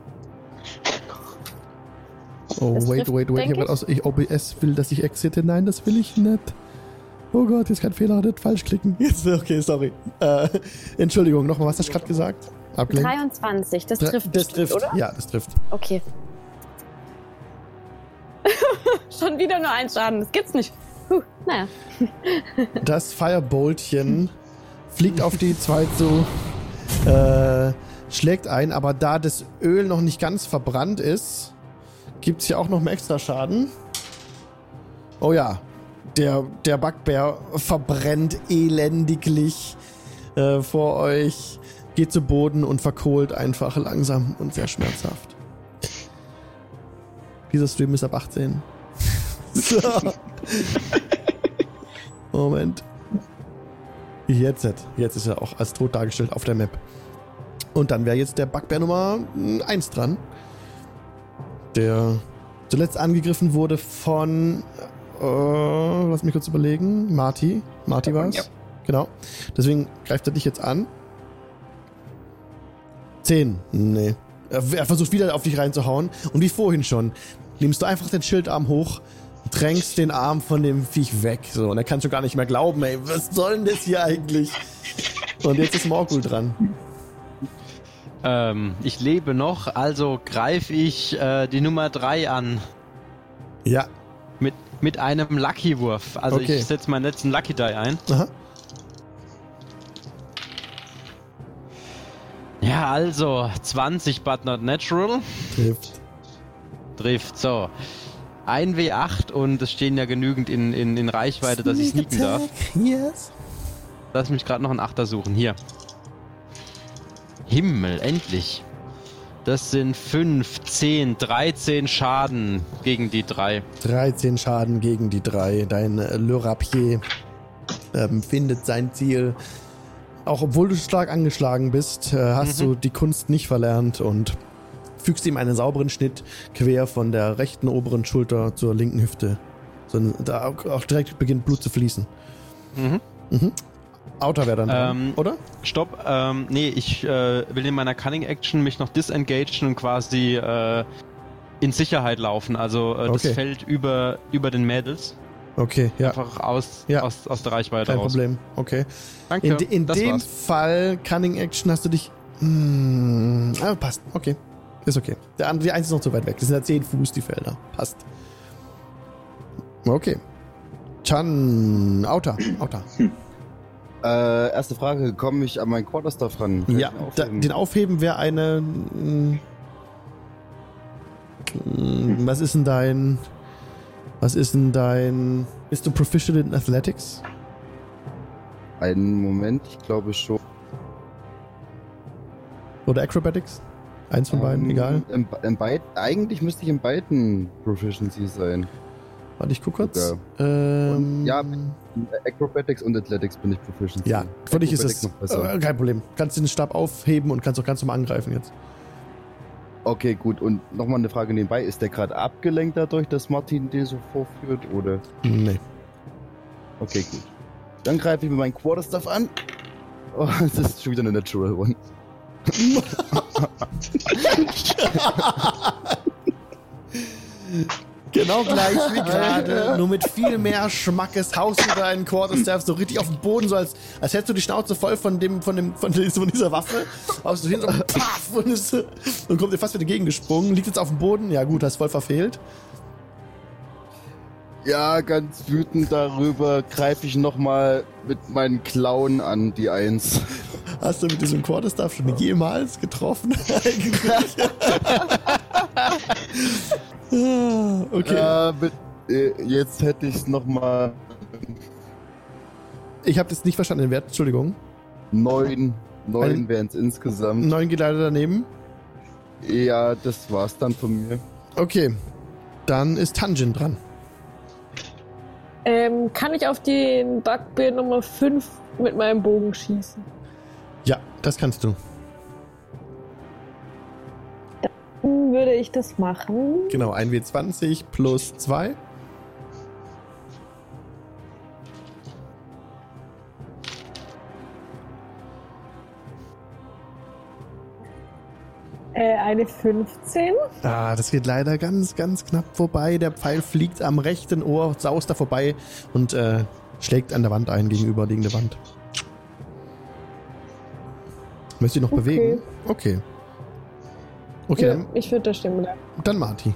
S1: Oh,
S7: Das
S1: wait,
S7: trifft,
S1: wait, wait.
S7: denk
S1: Hier wird aus, ich, O B S will, dass ich exite. Nein, das will ich nicht. Oh Gott, jetzt kein Fehler, nicht falsch klicken. Jetzt, okay, sorry. Äh, Entschuldigung, nochmal, was hast du gerade gesagt? Ablenkt.
S7: dreiundzwanzig, das
S1: Dre-
S7: trifft
S1: Das
S7: bestimmt,
S1: trifft,
S7: oder?
S1: ja, das trifft.
S7: Okay. Schon wieder nur ein Schaden, das gibt's nicht. Puh, naja.
S1: Das Fireboltchen fliegt auf die zwei zu, äh, schlägt ein, aber da das Öl noch nicht ganz verbrannt ist, gibt's hier auch noch mehr extra Schaden. Oh ja, der, der Backbär verbrennt elendiglich äh, vor euch, geht zu Boden und verkohlt einfach langsam und sehr schmerzhaft. Dieser Stream ist ab achtzehn. So. Moment. Jetzt, jetzt ist er auch als tot dargestellt auf der Map. Und dann wäre jetzt der Backbär Nummer eins dran. Der zuletzt angegriffen wurde von, äh, lass mich kurz überlegen, Marty. Marty war es. Ja. Genau. Deswegen greift er dich jetzt an. zehn. Nee. Er versucht wieder auf dich reinzuhauen. Und wie vorhin schon, nimmst du einfach den Schildarm hoch, drängst den Arm von dem Viech weg. So, und er kann schon gar nicht mehr glauben, ey, was soll denn das hier eigentlich? Und jetzt ist Morgul dran.
S5: Ähm, ich lebe noch, also greife ich äh, die Nummer drei an.
S1: Ja.
S5: Mit, mit einem Lucky-Wurf. Also okay. Ich setze meinen letzten Lucky Die ein. Aha. Ja, also zwanzig but not natural.
S1: Trifft.
S5: Trifft, so. ein W acht und es stehen ja genügend in, in, in Reichweite, dass ich sneaken darf. Yes. Lass mich gerade noch einen Achter suchen. Hier. Himmel, endlich. Das sind fünf, zehn, dreizehn Schaden gegen die drei.
S1: dreizehn Schaden gegen die drei. Dein äh, Le Rapier ähm, findet sein Ziel. Auch obwohl du stark angeschlagen bist, äh, hast mhm. du die Kunst nicht verlernt und fügst ihm einen sauberen Schnitt quer von der rechten oberen Schulter zur linken Hüfte. So, da auch direkt beginnt Blut zu fließen. Mhm. Mhm. Outer wäre dann dran, ähm, oder?
S5: Stopp, ähm, nee, ich äh, will in meiner Cunning Action mich noch disengagen und quasi äh, in Sicherheit laufen. Also äh, das okay. Feld über, über den Mädels.
S1: Okay, ja.
S5: Einfach aus,
S1: ja.
S5: aus, aus der Reichweite
S1: Kein
S5: raus.
S1: Kein Problem, okay.
S5: Danke,
S1: In, in
S5: das
S1: dem
S5: war's.
S1: Fall, Cunning Action, hast du dich... Mh, ah, passt, okay. Ist okay. Der andere, die eins ist noch zu weit weg. Das sind ja zehn Fuß, die Felder. Passt. Okay. Chan, Outer, Outer. Hm.
S2: Äh, erste Frage, komme ich an meinen Quarterstaff ran? Kann
S1: ja, da, den Aufheben wäre eine... Mh, mh, was ist denn dein... Was ist denn dein... Bist du proficient in Athletics?
S2: Einen Moment, ich glaube schon.
S1: Oder Acrobatics? Eins von um, beiden, egal.
S2: In, in beid, eigentlich müsste ich in beiden Proficiency sein.
S1: Warte, ich guck kurz.
S2: Ähm, ja, Acrobatics und Athletics bin ich Proficient.
S1: Ja, für dich ist es äh, kein Problem. Kannst den Stab aufheben und kannst auch ganz normal angreifen jetzt.
S2: Okay, gut. Und nochmal eine Frage nebenbei. Ist der gerade abgelenkt dadurch, dass Martin den so vorführt, oder?
S1: Nee.
S2: Okay, gut. Dann greife ich mir meinen Quarterstaff an. Oh, das ist schon wieder eine Natural One.
S1: Genau gleich wie gerade, nur mit viel mehr Schmackes haust du deinen Quarterstaff so richtig auf den Boden, so als, als hättest du die Schnauze voll von dem, von dem, von dieser Waffe. Haust du hin so paff, und, ist, und kommt dir fast wieder gegengesprungen, liegt jetzt auf dem Boden. Ja gut, hast voll verfehlt.
S2: Ja, ganz wütend darüber greife ich nochmal mit meinen Klauen an, die Eins.
S1: Hast du mit diesem Quarterstaff schon jemals getroffen? Okay.
S2: Äh, mit, äh, jetzt hätte ich es nochmal.
S1: Ich habe das nicht verstanden, den Wert, Entschuldigung.
S2: Neun. Neun wären es insgesamt.
S1: Neun geht leider daneben.
S2: Ja, das war's dann von mir.
S1: Okay. Dann ist Tanjin dran.
S6: Ähm, kann ich auf den Bugbear Nummer fünf mit meinem Bogen schießen?
S1: Ja, das kannst du.
S6: Dann würde ich das machen.
S1: Genau, ein W zwanzig plus zwei.
S6: Äh, eine fünfzehn.
S1: Ah, das geht leider ganz, ganz knapp vorbei. Der Pfeil fliegt am rechten Ohr, saust da vorbei und äh, schlägt an der Wand ein, gegenüberliegende Wand. Möchtest du noch okay. bewegen? Okay. Okay,
S6: ja,
S1: dann,
S6: ich würde da stehen bleiben.
S1: Dann Marty.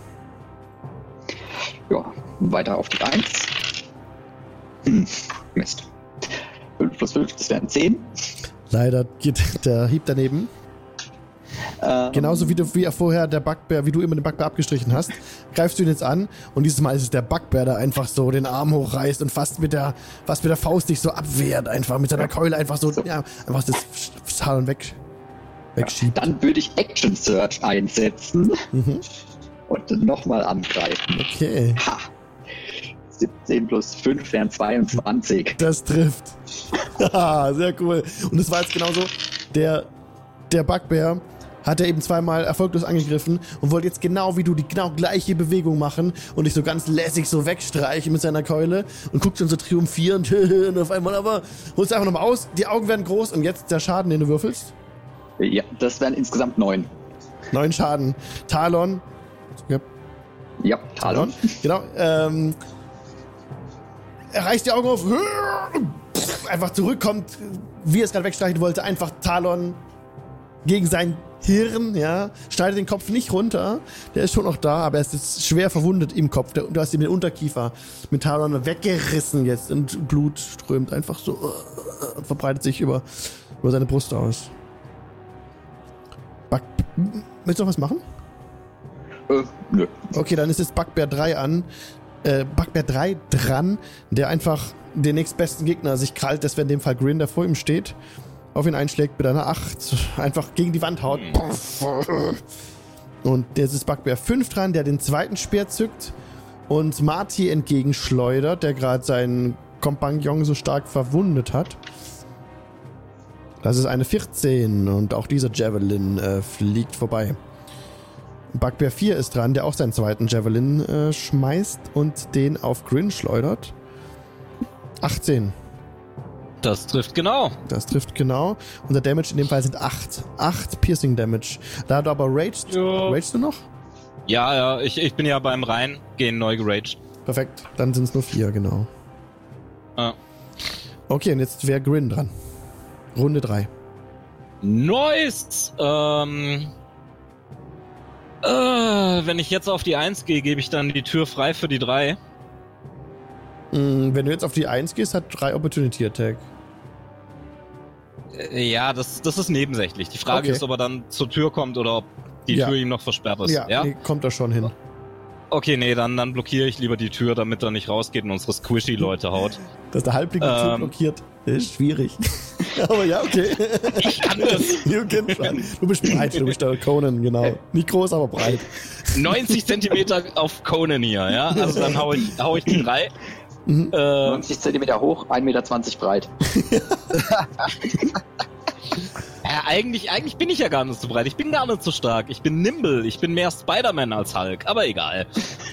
S4: Ja, weiter auf die eins. Hm, Mist. fünf plus fünf, das wären zehn.
S1: Leider geht der Hieb daneben.
S4: Ähm,
S1: Genauso wie du wie vorher der Bugbear, wie du immer den Bugbear abgestrichen hast, greifst du ihn jetzt an und dieses Mal ist es der Bugbear, der einfach so den Arm hochreißt und fast mit der, fast mit der Faust dich so abwehrt, einfach mit seiner Keule einfach so,
S4: So.
S1: ja, einfach das Talon weg, wegschiebt.
S4: Dann würde ich Action Search einsetzen
S1: Mhm.
S4: und nochmal angreifen.
S1: Okay,
S4: Ha! siebzehn plus fünf wären zweiundzwanzig.
S1: das trifft. Haha, sehr cool. Und es war jetzt genauso, der, der Bugbear hat er eben zweimal erfolglos angegriffen und wollte jetzt genau wie du die genau gleiche Bewegung machen und dich so ganz lässig so wegstreichen mit seiner Keule und guckt schon so triumphierend und auf einmal aber holst einfach nochmal aus, die Augen werden groß und jetzt der Schaden, den du würfelst.
S4: Ja, das wären insgesamt neun.
S1: Neun Schaden. Talon. Ja,
S4: Ja, Talon.
S1: Genau. Ähm, er reißt die Augen auf. Einfach zurückkommt, wie er es gerade wegstreichen wollte. Einfach Talon gegen sein Hirn, ja. Schneidet den Kopf nicht runter. Der ist schon noch da, aber er ist jetzt schwer verwundet im Kopf. Du hast ihm den Unterkiefer mit Talon weggerissen jetzt und Blut strömt einfach so und verbreitet sich über, über seine Brust aus. Bug, willst du noch was machen?
S4: Äh, nö.
S1: Okay, dann ist jetzt Bugbear drei an. Äh, Bugbear drei dran, der einfach den nächstbesten Gegner sich krallt. Das wäre in dem Fall Grin, der vor ihm steht. Auf ihn einschlägt mit einer acht. Einfach gegen die Wand haut. Und jetzt ist Bugbear fünf dran, der den zweiten Speer zückt und Marty entgegenschleudert, der gerade seinen Kompagnon so stark verwundet hat. Das ist eine vierzehn und auch dieser Javelin äh, fliegt vorbei. Bugbear vier ist dran, der auch seinen zweiten Javelin äh, schmeißt und den auf Grin schleudert. achtzehn.
S3: Das trifft genau.
S1: Das trifft genau. Und der Damage in dem Fall sind acht. acht Piercing Damage. Da du aber raged.
S3: Ja.
S1: Raged du noch?
S3: Ja, ja, ich, ich bin ja beim Reingehen neu geraged.
S1: Perfekt. Dann sind es nur vier, genau.
S3: Ah.
S1: Okay, und jetzt wäre Grin dran. Runde drei.
S3: Nice! Ähm. Äh, wenn ich jetzt auf die eins gehe, gebe ich dann die Tür frei für die drei.
S1: Mm, wenn du jetzt auf die eins gehst, hat drei Opportunity Attack.
S3: Äh, ja, das, das ist nebensächlich. Die Frage
S1: Okay.
S3: ist, ob er dann zur Tür kommt oder ob die
S1: Ja.
S3: Tür ihm noch versperrt ist.
S1: Ja,
S3: Ja?
S1: Nee, kommt da schon hin.
S3: Okay, nee, dann, dann blockiere ich lieber die Tür, damit er nicht rausgeht und unsere Squishy-Leute haut.
S1: Dass der Halbling die Tür
S3: Ähm.
S1: blockiert, ist schwierig. Aber ja, okay.
S3: Ich kann das.
S1: You can try. Du bist breit, du bist der Conan, genau. Nicht groß, aber breit.
S3: neunzig Zentimeter auf Conan hier, ja? Also dann hau ich, hau ich die drei.
S1: Mhm.
S3: Äh,
S4: neunzig Zentimeter hoch, ein Meter zwanzig breit.
S3: ja, eigentlich, eigentlich bin ich ja gar nicht so breit. Ich bin gar nicht so stark. Ich bin nimble. Ich bin mehr Spider-Man als Hulk. Aber egal.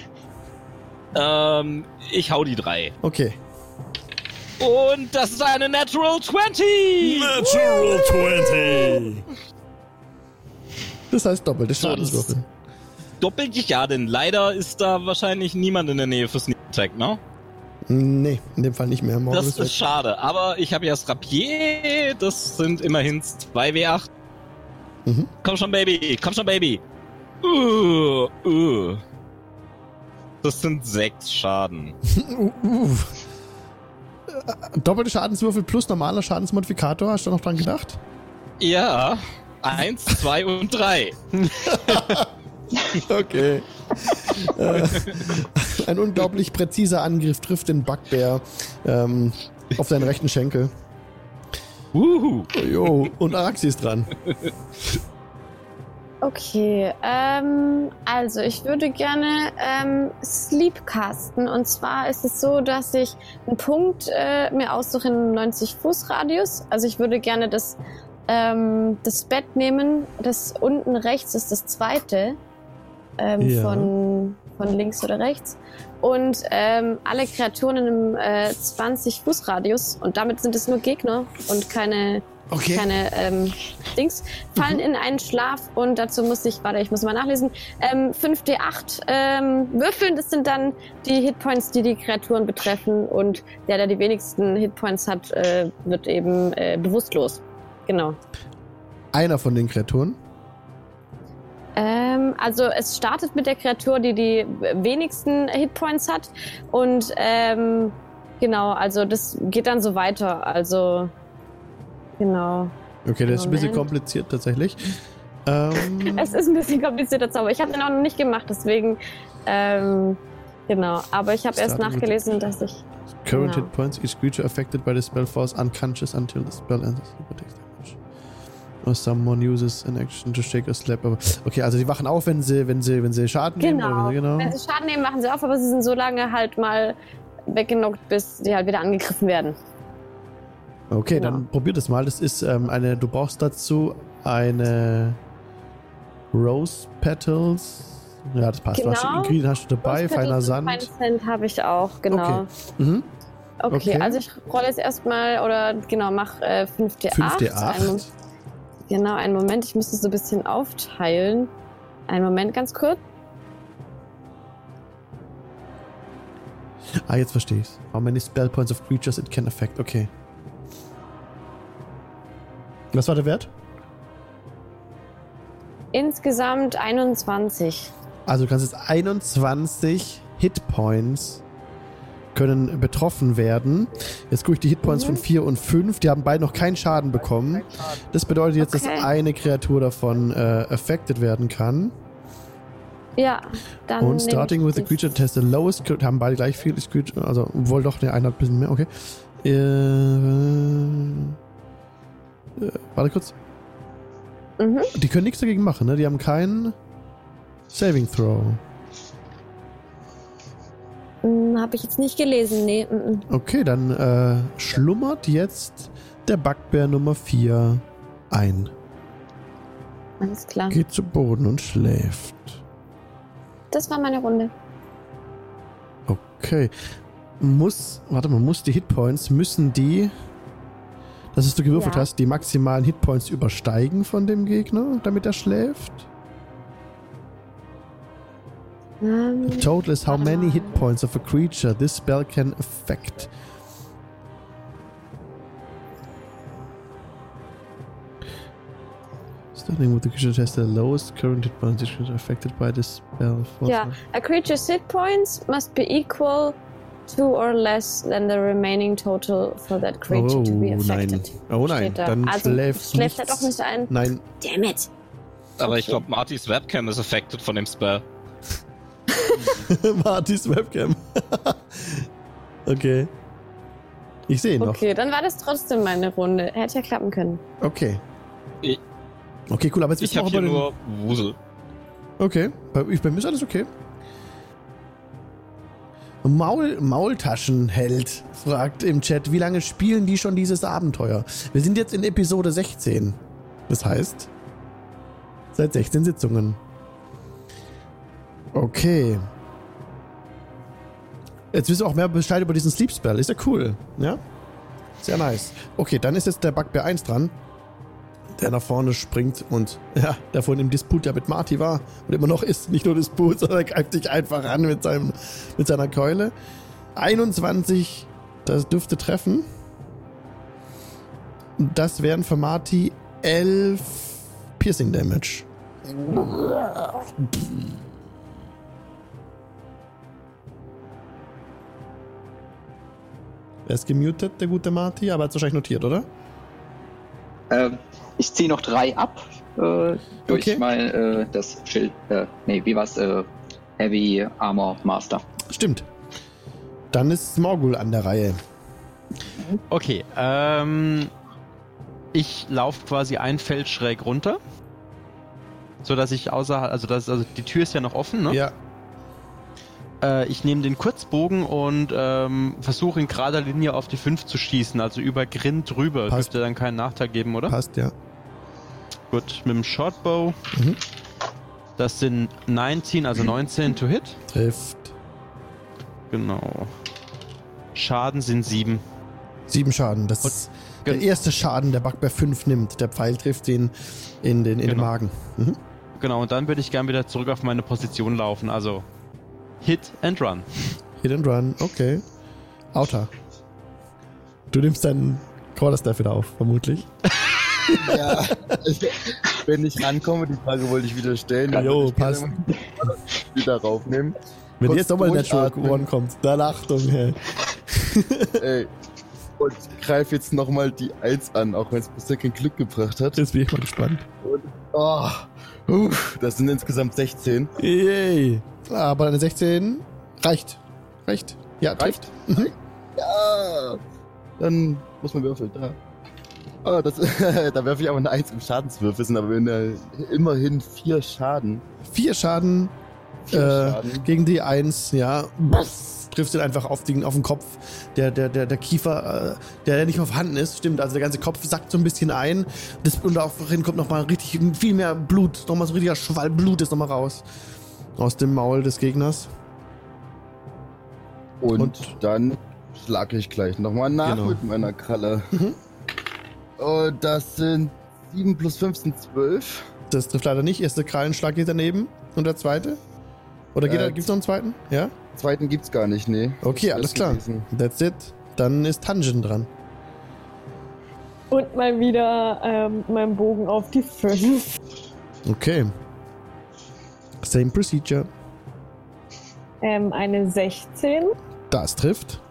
S3: ähm, ich hau die drei.
S1: Okay.
S3: Und das ist eine Natural zwanzig!
S1: Natural zwanzig! Das heißt doppelte
S3: So, das-
S1: Schadenswürfel.
S3: Doppelt ja, denn leider ist da wahrscheinlich niemand in der Nähe für Sneak Attack, ne?
S1: Nee, in dem Fall nicht mehr. Morgen
S3: Das
S1: ist weg.
S3: ist schade. Aber ich habe ja das Rapier. Das sind immerhin zwei W acht.
S1: Mhm.
S3: Komm schon, Baby. Komm schon, Baby. Uh, uh. Das sind sechs Schaden.
S1: Uh, uh. Äh, Doppelte Schadenswürfel plus normaler Schadensmodifikator, hast du noch dran gedacht?
S3: Ja. Eins, zwei und drei.
S1: Okay. äh, ein unglaublich präziser Angriff trifft den Bugbear ähm, auf seinen rechten Schenkel.
S3: Uhu.
S1: Jo, und Araxi ist dran.
S7: Okay, ähm, also ich würde gerne ähm, Sleep casten. Und zwar ist es so, dass ich einen Punkt äh, mir aussuche in neunzig Fuß Radius. Also ich würde gerne das, ähm, das Bett nehmen. Das unten rechts ist das zweite. Ähm,
S1: Ja.
S7: von, von links oder rechts. Und ähm, alle Kreaturen in einem äh, zwanzig Fuß Radius, und damit sind es nur Gegner und keine,
S1: Okay.
S7: keine ähm, Dings, fallen in einen Schlaf, und dazu muss ich, warte, ich muss mal nachlesen, ähm, fünf D acht ähm, würfeln. Das sind dann die Hitpoints, die die Kreaturen betreffen, und der, der die wenigsten Hitpoints hat, äh, wird eben äh, bewusstlos. Genau.
S1: Einer von den Kreaturen.
S7: Ähm, also es startet mit der Kreatur, die die wenigsten Hitpoints hat, und ähm, genau, also das geht dann so weiter, also genau.
S1: Okay, das ist ein bisschen
S7: Moment.
S1: kompliziert tatsächlich. Ähm,
S7: Es ist ein bisschen komplizierter Zauber. Ich habe den auch noch nicht gemacht, deswegen, ähm, genau. Aber ich habe erst
S1: Starting with
S7: nachgelesen, dass ich...
S1: Current
S7: Genau.
S1: hit points, each creature affected by the spell falls unconscious until the spell ends. Super takes damage. Or someone uses an action to shake or slap. Aber okay, also die wachen auf, wenn sie, wenn sie, wenn sie Schaden nehmen.
S7: Genau.
S1: Oder wenn sie, genau.
S7: Wenn sie Schaden nehmen, machen sie auf, aber sie sind so lange halt mal weggenockt, bis sie halt wieder angegriffen werden.
S1: Okay,
S7: Genau.
S1: dann probier das mal. Das ist ähm, eine, du brauchst dazu eine Rose Petals. Ja, das passt.
S7: Genau.
S1: Hast du Ingredient hast du dabei,
S7: Rose
S1: feiner
S7: Petals und
S1: Sand.
S7: Feiner Sand habe ich auch, genau.
S1: Okay. Mhm.
S7: Okay,
S1: Okay.
S7: also ich rolle jetzt erstmal, oder genau, mach äh, fünf D acht.
S1: fünf D
S7: Einen Mom-
S1: acht.
S7: Genau, einen Moment, ich müsste so ein bisschen aufteilen. Einen Moment, ganz kurz.
S1: Ah, jetzt verstehe ich's. How many spell points of creatures it can affect. Okay. Was war der Wert?
S7: Insgesamt einundzwanzig.
S1: Also du kannst jetzt einundzwanzig Hitpoints können betroffen werden. Jetzt gucke ich die Hitpoints
S7: Mhm.
S1: von vier und fünf. Die haben beide noch keinen Schaden bekommen. Das bedeutet jetzt,
S7: Okay.
S1: dass eine Kreatur davon äh, affected werden kann.
S7: Ja, dann.
S1: Und
S7: nehm
S1: starting
S7: ich
S1: with the
S7: die-
S1: creature test the lowest, haben beide gleich viel. Ist Creature- Also wohl doch, der eine hat ein bisschen mehr. Okay. Äh, äh, warte kurz.
S7: Mhm.
S1: Die können nichts dagegen machen, ne? Die haben keinen Saving Throw.
S7: Hm, hab ich jetzt nicht gelesen, nee. mhm.
S1: Okay, dann äh, schlummert jetzt der Bugbear Nummer vier ein.
S7: Alles klar.
S1: Geht zu Boden und schläft.
S7: Das war meine Runde.
S1: Okay. Muss, warte mal, muss die Hitpoints, müssen die, das ist du gewürfelt
S7: Ja.
S1: hast, die maximalen Hitpoints übersteigen von dem Gegner, damit er schläft?
S7: Ähm,
S1: The total is how
S7: warte
S1: many
S7: mal.
S1: Hitpoints of a creature this spell can affect. Starting with the creature test the lowest current hit points is affected by this spell.
S7: Ja, a creature's hit points must be equal to or less than the remaining total for that creature to be
S1: Oh nein.
S7: affected.
S1: Oh nein,
S7: Steht da.
S1: dann
S7: also,
S1: schläft
S7: schläft er
S1: nichts.
S7: doch nicht ein.
S1: Nein.
S7: Damn it.
S3: Aber ich glaube, Martys Webcam ist affected von dem Spell.
S1: Martys Webcam. Okay. Ich sehe ihn noch.
S7: Okay, dann war das trotzdem meine Runde. Hätte ja klappen können.
S1: Okay.
S3: Ich-
S1: Okay, cool, aber jetzt
S3: Ich
S1: wissen wir
S3: habe
S1: auch
S3: hier
S1: über den...
S3: nur Wusel.
S1: Okay, bei, ich, bei mir ist alles okay. Maul, Maultaschenheld fragt im Chat, wie lange spielen die schon dieses Abenteuer? Wir sind jetzt in Episode sechzehn. Das heißt, seit sechzehn Sitzungen. Okay. Jetzt wissen wir auch mehr Bescheid über diesen Sleep Spell. Ist ja cool. Ja? Sehr nice. Okay, dann ist jetzt der Bugbear eins dran, der nach vorne springt und ja, der vorhin im Disput ja mit Marty war und immer noch ist, nicht nur Disput, sondern er greift dich einfach an mit, seinem, mit seiner Keule. einundzwanzig, das dürfte treffen. Das wären für Marty elf Piercing Damage. Er ist gemutet, der gute Marty, aber hat es wahrscheinlich notiert, oder?
S4: Ähm, ich ziehe noch drei ab äh, durch
S1: Okay.
S4: mein äh, das Schild. Äh, nee, wie war's? Äh, Heavy Armor Master.
S1: Stimmt. Dann ist Morgul an der Reihe.
S5: Okay, ähm. Ich laufe quasi ein Feld schräg runter. So dass ich außerhalb. Also, das, also die Tür ist ja noch offen, ne?
S1: Ja,
S5: Äh, ich nehme den Kurzbogen und ähm, versuche in gerader Linie auf die fünf zu schießen, also über Grind drüber.
S1: Passt.
S5: Dürfte dann keinen Nachteil geben, oder?
S1: passt, ja.
S5: Gut, mit dem Shortbow.
S1: Mhm.
S5: Das sind neunzehn, also neunzehn to hit.
S1: Trifft.
S5: Genau. Schaden sind sieben.
S1: Sieben Schaden. Das ist der erste Schaden, der Bugbear fünf nimmt. Der Pfeil trifft ihn in den, in den
S5: Genau.
S1: Magen. Mhm.
S5: Genau, und dann würde ich gern wieder zurück auf meine Position laufen. Also Hit and Run.
S1: Hit and Run, okay. Outer. Du nimmst deinen Quarterstaff wieder auf, vermutlich.
S2: Ja, wenn ich rankomme, die Frage wollte ich wieder stellen. dann
S1: Jo,
S2: würde ich gerne
S1: passt.
S2: mal wieder raufnehmen.
S1: Wenn
S2: Kurz
S1: jetzt nochmal Natural
S2: durchatmen.
S1: One kommt, dann Achtung, hey.
S2: Ey. Und greif jetzt nochmal die eins an, auch wenn es bisher kein Glück gebracht hat.
S1: Jetzt bin ich mal gespannt.
S2: Und, oh, uff, das sind insgesamt sechzehn.
S1: Yay. Aber eine sechzehn reicht. Reicht. Ja, trifft. Mhm.
S2: Ja. Dann muss man würfeln. Da. Oh, das, da werfe ich aber eine eins im Schadenswürfel, sind aber immerhin vier Schaden.
S1: Vier Schaden,
S2: Vier
S1: äh,
S2: Schaden.
S1: gegen die eins, ja. Trifft ihn einfach auf den, auf den Kopf. Der, der, der, der Kiefer, äh, der nicht mehr vorhanden ist, stimmt. Also der ganze Kopf sackt so ein bisschen ein. Das, und daraufhin kommt nochmal richtig viel mehr Blut. Nochmal so ein richtiger Schwall Blut ist nochmal raus. Aus dem Maul des Gegners.
S2: Und,
S1: Und-
S2: dann schlage ich gleich nochmal nach
S1: Genau.
S2: mit meiner Kralle.
S1: Mhm.
S2: Und das sind sieben plus fünf sind zwölf.
S1: Das trifft leider nicht. Erster Krallenschlag geht daneben. Und der zweite? Oder geht
S2: Äh,
S1: da, gibt's noch einen zweiten? Ja?
S2: Zweiten gibt's gar nicht, nee.
S1: Okay,
S2: Das
S1: alles
S2: wär's
S1: klar.
S2: gewesen.
S1: That's it. Dann ist Tanjin dran.
S6: Und mal wieder ähm, mein Bogen auf die fünf.
S1: Okay. Same procedure.
S6: Ähm, eine sechzehn.
S1: Das trifft.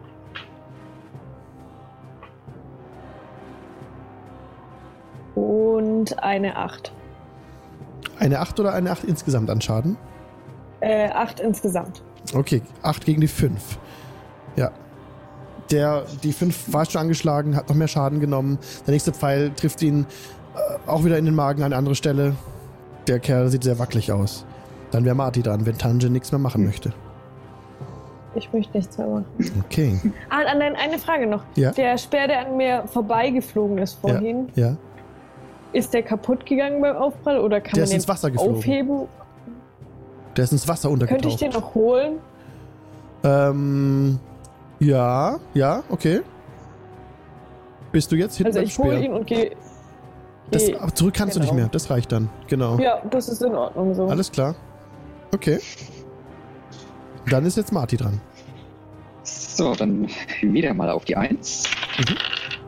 S6: Und eine acht.
S1: Eine acht oder eine acht insgesamt an Schaden?
S6: Äh, acht insgesamt.
S1: Okay, acht gegen die fünf. Ja. Der, die fünf war schon angeschlagen, hat noch mehr Schaden genommen. Der nächste Pfeil trifft ihn äh, auch wieder in den Magen an eine andere Stelle. Der Kerl sieht sehr wackelig aus. Dann wäre Marty dran, wenn Tanjin nichts mehr machen möchte.
S6: Ich möchte nichts mehr machen.
S1: Okay.
S6: Ah, ah, nein, eine Frage noch.
S1: Ja.
S6: Der Speer, der an mir vorbeigeflogen ist vorhin,
S1: Ja.
S6: ist der kaputt gegangen beim Aufprall oder kann
S1: Der
S6: man
S1: ist
S6: den
S1: ins Wasser geflogen.
S6: aufheben?
S1: Der ist ins Wasser
S6: Könnte ich
S1: untergetaucht.
S6: den noch holen?
S1: Ähm. Ja, ja, okay. Bist du jetzt hinten
S6: Also
S1: beim
S6: ich hole
S1: Speer?
S6: ihn und gehe.
S1: Das,
S6: geh-
S1: aber zurück kannst du
S6: genau.
S1: nicht mehr, das reicht dann. Genau.
S6: Ja, das ist in Ordnung so.
S1: Alles klar. Okay. Dann ist jetzt Marty dran.
S4: So, dann wieder mal auf die eins.
S1: Mhm.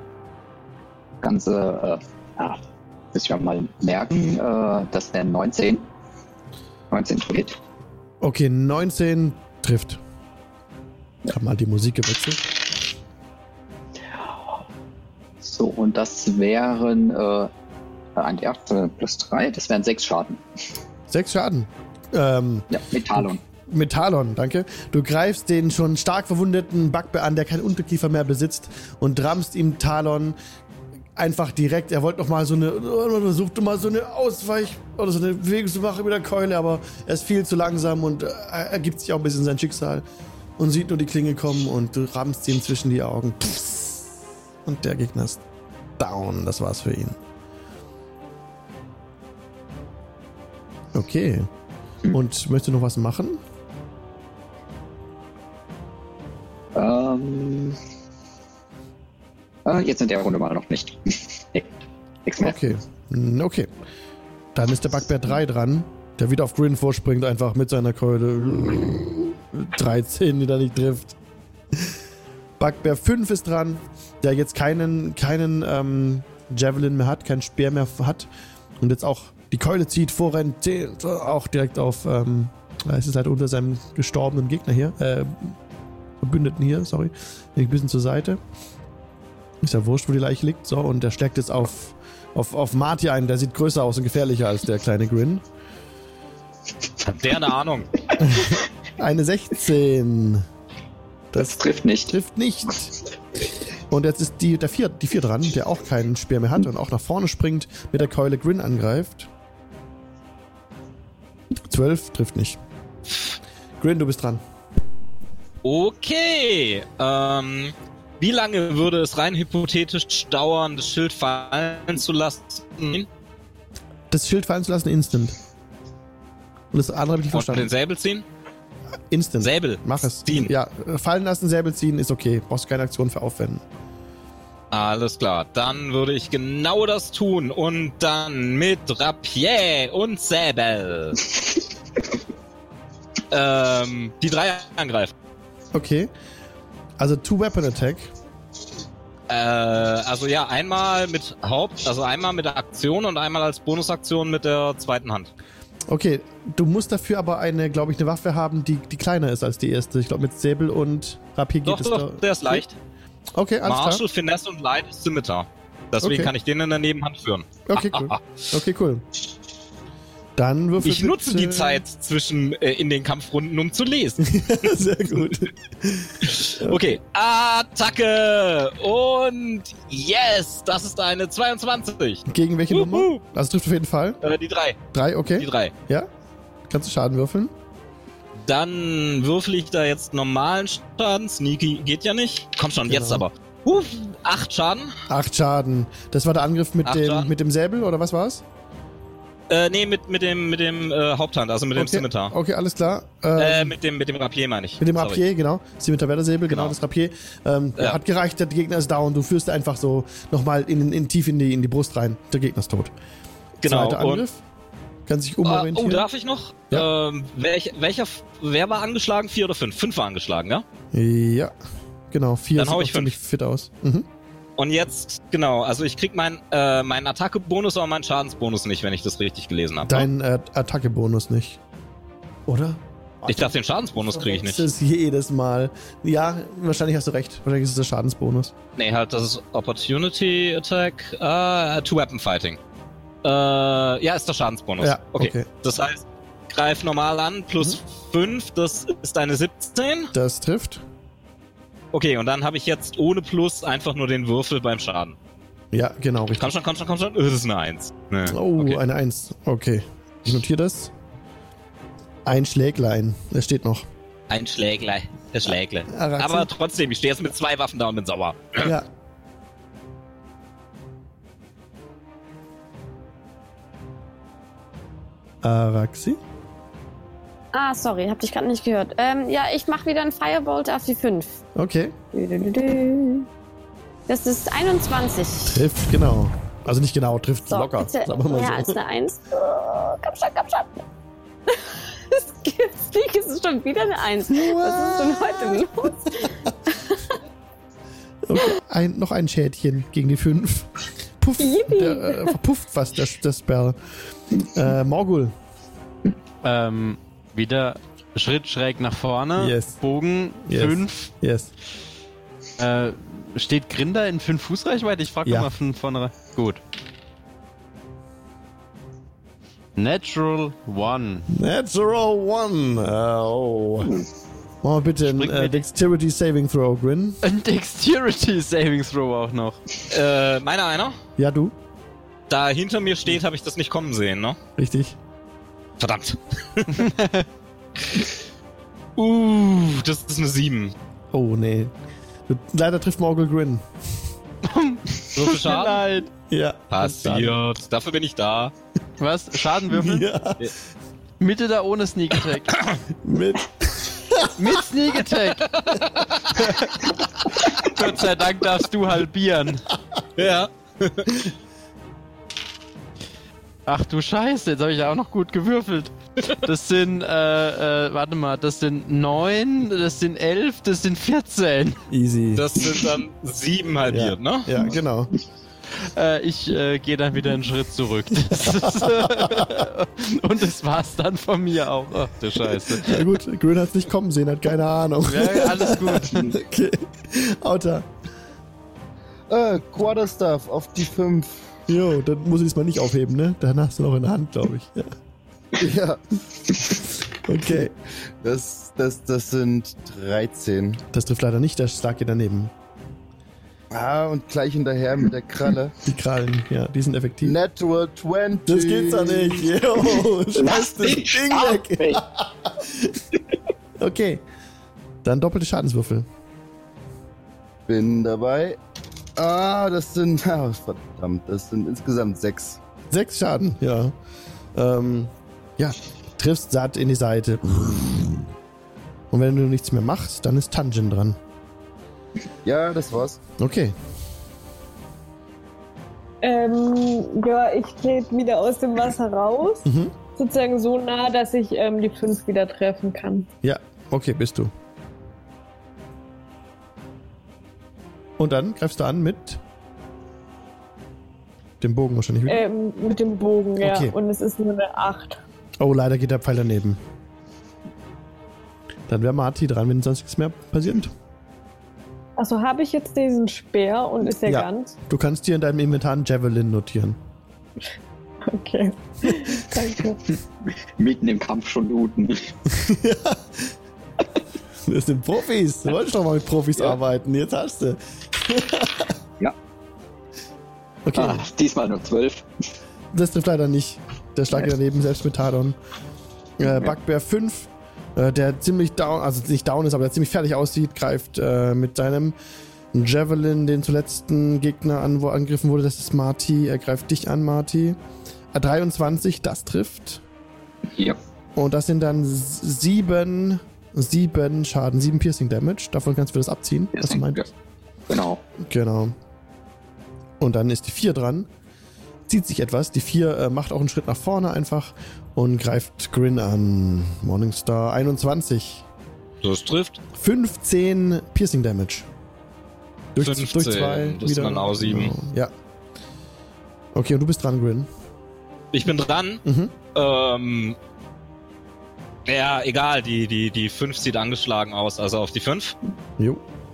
S4: Ganze, äh, ja, müssen wir mal merken, äh, dass der neunzehn. neunzehn steht.
S1: Okay, neunzehn trifft. Ich hab mal die Musik gewechselt.
S4: So, und das wären äh, an die acht plus drei, das wären sechs Schaden.
S1: Sechs Schaden. Ähm,
S4: Ja, mit Talon.
S1: mit Talon, danke. Du greifst den schon stark verwundeten Bugbear an, der keinen Unterkiefer mehr besitzt, und rammst ihm Talon einfach direkt. Er wollte noch mal so eine, versuchte mal so eine Ausweich- oder so eine Bewegung zu machen mit der Keule, aber er ist viel zu langsam und äh, er ergibt sich auch ein bisschen sein Schicksal und sieht nur die Klinge kommen und du rammst ihm zwischen die Augen. Und der Gegner ist down. Das war's für ihn. Okay. Und möchtest du noch was machen?
S4: Ähm, äh, jetzt in der Runde mal noch nicht. Nee, nix mehr.
S1: Okay. Mm, Okay. Dann ist der Bugbear drei dran, der wieder auf Grin vorspringt, einfach mit seiner Keule. dreizehn, die da nicht trifft. Bugbear fünf ist dran, der jetzt keinen, keinen ähm, Javelin mehr hat, keinen Speer mehr hat und jetzt auch die Keule zieht, vorrennt, zählt, auch direkt auf, ähm, es ist halt unter seinem gestorbenen Gegner hier, äh, Verbündeten hier, sorry, ein bisschen zur Seite. Ist ja wurscht, wo die Leiche liegt, so, und der schlägt jetzt auf, auf, auf Marty ein, der sieht größer aus und gefährlicher als der kleine Grin.
S3: Hat der eine Ahnung?
S1: Eine sechzehn.
S4: Das
S1: Das
S4: trifft nicht.
S1: trifft nicht. Und jetzt ist die, der vier, die vier dran, der auch keinen Speer mehr hat und auch nach vorne springt, mit der Keule Grin angreift. zwölf trifft nicht. Grin, du bist dran.
S3: Okay. Ähm, wie lange würde es rein hypothetisch dauern, das Schild fallen zu lassen?
S1: Das Schild fallen zu lassen, instant. Und das andere habe ich nicht
S3: Und den
S1: verstanden.
S3: Säbel ziehen?
S1: Instant.
S3: Säbel.
S1: Mach es.
S3: Ziehen.
S1: Ja, fallen lassen, Säbel ziehen ist okay. Brauchst keine Aktion für aufwenden.
S3: Alles klar. Dann würde ich genau das tun und dann mit Rapier und Säbel ähm, die drei angreifen.
S1: Okay. Also Two-Weapon-Attack.
S3: Äh, also ja, einmal mit Haupt, also einmal mit der Aktion und einmal als Bonusaktion mit der zweiten Hand.
S1: Okay, du musst dafür aber eine, glaube ich, eine Waffe haben, die, die kleiner ist als die erste. Ich glaube, mit Säbel und Rapier geht
S3: Doch,
S1: es
S3: doch,
S1: da.
S3: der ist leicht.
S1: Okay, alles
S3: Marshall,
S1: klar.
S3: Finesse und Light ist Scimitar. Deswegen
S1: Okay.
S3: kann ich den in der Nebenhand führen.
S1: Okay, cool. Okay, cool. Dann würfel
S3: Ich nutze die Zeit zwischen äh, in den Kampfrunden, um zu lesen.
S1: Sehr gut.
S3: Okay, Attacke! Und yes, das ist eine zweiundzwanzig.
S1: Gegen welche
S3: Wuhu.
S1: Nummer? Also trifft auf jeden Fall.
S3: Äh, die drei.
S1: Drei, okay.
S3: Die drei.
S1: Ja? Kannst du Schaden würfeln?
S3: Dann würfel ich da jetzt normalen Schaden. Sneaky geht ja nicht. Komm schon,
S1: Genau.
S3: jetzt aber. Uh, acht Schaden.
S1: Acht Schaden. Das war der Angriff mit
S3: Acht
S1: dem,
S3: Schaden.
S1: mit dem Säbel, oder was war's?
S3: Äh, nee, mit, mit dem, mit dem äh, Haupthand, also mit dem
S1: Okay,
S3: Scimitar.
S1: okay, alles klar. Ähm,
S3: Äh, mit dem, mit dem Rapier meine ich.
S1: mit dem
S3: Sorry.
S1: Rapier, genau. Scimitar wäre der Säbel, genau,
S3: Genau.
S1: das Rapier. Ähm,
S3: Ja.
S1: Hat gereicht, der Gegner ist down. Du führst einfach so nochmal in, in, tief in die, in die Brust rein. Der Gegner ist tot.
S3: Genau.
S1: Zweiter
S3: Und,
S1: Angriff. Kann sich
S3: äh,
S1: umorientieren.
S3: oh, darf ich noch?
S1: Ja.
S3: Ähm, welch, welcher, wer war angeschlagen? Vier oder fünf? Fünf war angeschlagen, ja?
S1: Ja, genau. Vier
S3: Dann
S1: sieht
S3: hau
S1: auch
S3: ich
S1: ziemlich fit aus. Mhm.
S3: Und jetzt, genau, also ich krieg mein, äh, meinen Attacke-Bonus, aber meinen Schadensbonus nicht, wenn ich das richtig gelesen habe.
S1: Dein äh, Attacke-Bonus nicht. Oder?
S3: Ich dachte, den Schadensbonus kriege ich
S1: Das
S3: nicht.
S1: ist jedes Mal. Ja, wahrscheinlich hast du recht. Wahrscheinlich ist es der Schadensbonus.
S3: Nee, halt, das ist Opportunity Attack, äh, Two-Weapon Fighting. Äh, ja, ist der Schadensbonus.
S1: Ja,
S3: okay.
S1: okay.
S3: Das heißt, greif normal an, plus fünf, das ist eine siebzehn.
S1: Das trifft.
S3: Okay, und dann habe ich jetzt ohne Plus einfach nur den Würfel beim Schaden.
S1: Ja, genau, richtig.
S3: Komm schon, komm schon, komm schon. Das ist eine eins. Nee.
S1: Oh,
S3: okay.
S1: eine Eins. Okay. Ich notiere das. Ein Schläglein. Es steht noch.
S3: Ein Schlägle. Der Schlägle.
S1: Araxi.
S3: Aber trotzdem, ich stehe jetzt mit zwei Waffen da und bin sauer.
S1: Ja. Araxi?
S7: Ah, sorry, hab dich gerade nicht gehört. Ähm, ja, ich mache wieder einen Firebolt auf die fünf.
S1: Okay.
S7: Das ist einundzwanzig.
S1: Trifft, genau. Also nicht genau, trifft
S7: So,
S1: locker.
S7: bitte
S1: Sagen wir mal
S7: mehr
S1: so.
S7: als eine Eins. Oh, komm schon, komm schon. Es gibt, es ist schon wieder eine Eins. Was ist denn heute los?
S1: Okay. Ein, noch ein Schädchen gegen die fünf. Puff.
S7: Yippie.
S1: Der, äh, verpufft fast das, das Spell. Äh, Morgul.
S5: Ähm, wieder Schritt schräg nach vorne.
S1: Yes.
S5: Bogen
S1: Yes.
S5: fünf.
S1: Yes.
S5: Äh, steht Grinder in fünf Fußreichweite? Ich frage
S1: Ja.
S5: mal von vorne. Gut. Natural One.
S1: Natural One. Oh. Mach mal bitte ein
S5: Spring
S1: äh,
S5: mit.
S1: Dexterity Saving Throw, Grin.
S5: Ein Dexterity Saving Throw auch noch.
S3: Äh, meiner einer?
S1: Ja, du.
S3: Da hinter mir steht, habe ich das nicht kommen sehen, ne?
S1: Richtig.
S3: Verdammt. uh, das ist eine sieben.
S1: Oh, nee. Leider trifft Morgul Grin.
S3: So viel Schaden?
S5: Leid.
S1: Ja.
S3: Passiert. Dafür bin ich da.
S5: Was? Schaden würfeln?
S1: Ja.
S5: Mit oder ohne Sneak Attack?
S1: Mit.
S5: Mit Sneak Attack! Gott sei Dank darfst du halbieren.
S3: Ja.
S5: Ach du Scheiße, jetzt habe ich ja auch noch gut gewürfelt. Das sind, äh, äh, warte mal, das sind neun, das sind elf, das sind vierzehn.
S1: Easy.
S3: Das sind dann sieben halbiert,
S1: ja.
S3: ne?
S1: Ja, genau.
S5: Äh, ich äh, gehe dann wieder einen Schritt zurück. Das ist, äh, und das war's dann von mir auch. Ach du Scheiße.
S1: Na gut, Grin hat's nicht kommen sehen, hat keine Ahnung.
S5: Ja, alles gut.
S1: Okay. Auta.
S2: Äh, Quarterstaff auf die fünf.
S1: Jo, dann muss ich es mal nicht aufheben, ne? Dann hast du noch in der Hand, glaube ich. Ja.
S2: Ja,
S1: Okay.
S2: das, das, das sind dreizehn.
S1: Das trifft leider nicht, der Schlag geht daneben.
S2: Ah, und gleich hinterher mit der Kralle.
S1: Die Krallen, ja, die sind effektiv.
S2: Natural zwanzig.
S1: Das geht's doch nicht. Jo, schmeiß das
S4: den
S1: Ding
S4: Stab
S1: weg.
S4: weg.
S1: Okay. Dann doppelte Schadenswürfel.
S2: Bin dabei. Ah, das sind, ah, verdammt, das sind insgesamt sechs.
S1: Sechs Schaden, ja. Ähm, ja, triffst satt in die Seite. Und wenn du nichts mehr machst, dann ist Tanjin dran.
S2: Ja, das war's.
S1: Okay.
S6: Ähm, ja, ich trete wieder aus dem Wasser raus.
S1: Mhm.
S6: Sozusagen so nah, dass ich ähm, die fünf wieder treffen kann.
S1: Ja, okay, bist du. Und dann greifst du an mit dem Bogen wahrscheinlich wieder.
S6: Ähm, mit dem Bogen, ja.
S1: Okay.
S6: Und es ist nur eine acht.
S1: Oh, leider geht der Pfeil daneben. Dann wäre Marty dran, wenn sonst nichts mehr passiert.
S6: Also habe ich jetzt diesen Speer und ist der
S1: Ja.
S6: ganz?
S1: Du kannst dir in deinem Inventar einen Javelin notieren.
S6: Okay. Danke.
S4: Mitten im Kampf schon looten.
S1: Das sind Profis. Du wolltest doch mal mit Profis
S4: Ja.
S1: arbeiten. Jetzt hast du.
S4: Ja.
S1: Okay,
S4: Ah, diesmal nur zwölf.
S1: das trifft leider nicht. Der Schlag geht daneben, selbst mit Tadon. Äh, Bugbear fünf, äh, der ziemlich down, also nicht down ist, aber der ziemlich fertig aussieht, greift äh, mit seinem Javelin den zuletzten Gegner an, wo angegriffen wurde. Das ist Marty. Er greift dich an, Marty. Äh, dreiundzwanzig, das trifft.
S4: Ja.
S1: Und das sind dann s- sieben, sieben Schaden, sieben Piercing Damage. Davon kannst du das abziehen, was du meintest.
S4: Genau.
S1: Genau. Und dann ist die vier dran. Zieht sich etwas. Die vier äh, macht auch einen Schritt nach vorne einfach und greift Grin an. Morningstar einundzwanzig.
S3: Das trifft.
S1: fünfzehn Piercing Damage. Durch,
S3: fünfzehn,
S1: durch zwei.
S3: das sind dann auch sieben.
S1: Genau. Ja. Okay, und du bist dran, Grin.
S3: Ich bin dran.
S1: Mhm.
S3: Ähm, ja, egal, die, die, die fünf sieht angeschlagen aus, also auf die fünf.
S1: Jo.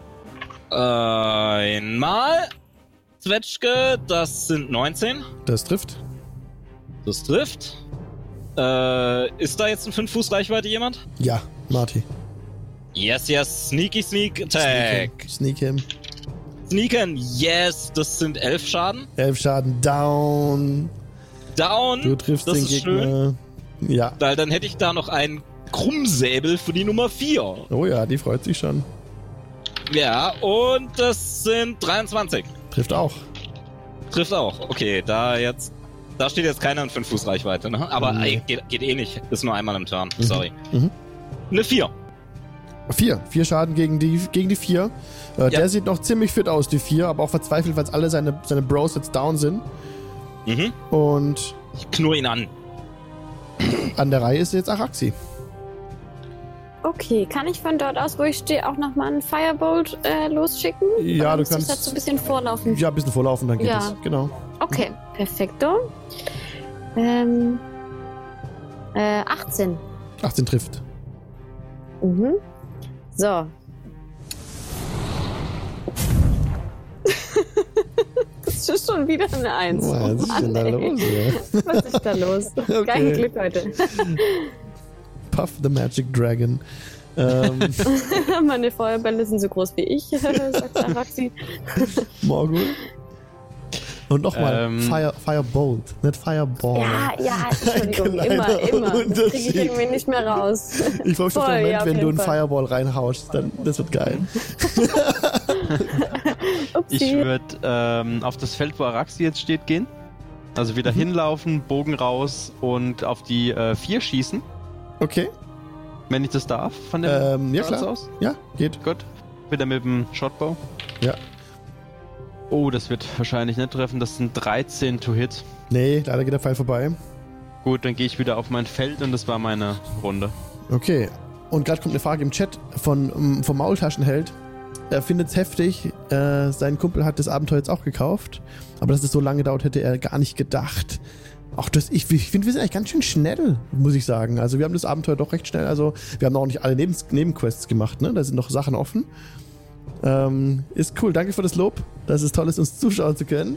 S3: Einmal. Zwetschge, das sind neunzehn.
S1: Das trifft.
S3: Das trifft. Äh, ist da jetzt in fünf Fuß Reichweite jemand?
S1: Ja, Marty.
S3: Yes, yes. Sneaky Sneak Attack.
S1: Sneak him.
S3: Sneaken, yes. Das sind elf Schaden.
S1: Elf Schaden down.
S3: Down.
S1: Du triffst
S3: das
S1: den
S3: ist
S1: Gegner.
S3: schön.
S1: Ja.
S3: Weil dann hätte ich da noch einen Krummsäbel für die Nummer vier.
S1: Oh ja, die freut sich schon.
S3: Ja, und das sind dreiundzwanzig.
S1: Trifft auch.
S3: Trifft auch. Okay, da jetzt. Da steht jetzt keiner in fünf Fuß Reichweite, ne? Aber
S1: Nee.
S3: ey, geht, geht eh nicht. Ist nur einmal im Turn.
S1: Mhm.
S3: Sorry.
S1: Mhm.
S3: Eine vier.
S1: Vier. Vier Schaden gegen die, gegen die vier. Äh,
S3: Ja.
S1: Der sieht noch ziemlich fit aus, die vier, aber auch verzweifelt, weil alle seine, seine Bros jetzt down sind.
S3: Mhm.
S1: Und
S3: Ich knurr ihn an.
S1: an der Reihe ist jetzt Araxi.
S7: Okay, kann ich von dort aus, wo ich stehe, auch nochmal einen Firebolt äh, losschicken?
S1: Ja,
S7: Oder
S1: du
S7: muss ich
S1: kannst-
S7: dazu ein bisschen vorlaufen?
S1: Ja, ein bisschen vorlaufen, dann geht
S7: Ja.
S1: es. Genau.
S7: Okay, perfekto. Ähm, äh, achtzehn.
S1: achtzehn trifft.
S7: Mhm. So. Das ist schon wieder eine Eins.
S1: Oh, was ist denn da
S7: Mann, ey.
S1: los? Ja?
S7: Was ist da los?
S1: Okay.
S7: Kein Glück heute.
S1: Puff the Magic Dragon. Ähm,
S7: Meine Feuerbälle sind so groß wie ich, sagt Araxi.
S1: Morgul. Und nochmal
S5: Ähm.
S1: Fire, Firebolt, nicht Fireball.
S7: Ja, ja, Entschuldigung,
S1: Ein
S7: immer,
S1: kleiner
S7: immer. Das kriege
S1: Unterschied.
S7: ich irgendwie nicht mehr raus.
S1: Ich freue mich auf
S7: Voll,
S1: den Moment,
S7: ja, auf
S1: wenn du
S7: jeden
S1: einen
S7: Fall.
S1: Fireball reinhaust. Dann, das wird geil.
S7: Upsi.
S5: Ich würde ähm, auf das Feld, wo Araxi jetzt steht, gehen. Also wieder
S1: Mhm.
S5: hinlaufen, Bogen raus und auf die äh, vier schießen,
S1: Okay.
S5: wenn ich das darf, von dem
S1: Ähm, ja,
S5: Platz
S1: klar.
S5: aus.
S1: Ja, geht.
S5: Gut. Wieder mit dem Shotbow.
S1: Ja.
S5: Oh, das wird wahrscheinlich nicht treffen. Das sind dreizehn to hit.
S1: Nee, leider geht der Pfeil vorbei.
S5: Gut, dann gehe ich wieder auf mein Feld und das war meine Runde.
S1: Okay. Und gerade kommt eine Frage im Chat von, um, vom Maultaschenheld. Er findet es heftig. Äh, sein Kumpel hat das Abenteuer jetzt auch gekauft. Aber dass es so lange dauert, hätte er gar nicht gedacht. Auch das, ich, ich finde, wir sind eigentlich ganz schön schnell, muss ich sagen. Also wir haben das Abenteuer doch recht schnell. Also wir haben auch nicht alle Neben Nebenquests gemacht, ne? Da sind noch Sachen offen. Ähm, ist cool. Danke für das Lob. Das ist toll, uns zuschauen zu können.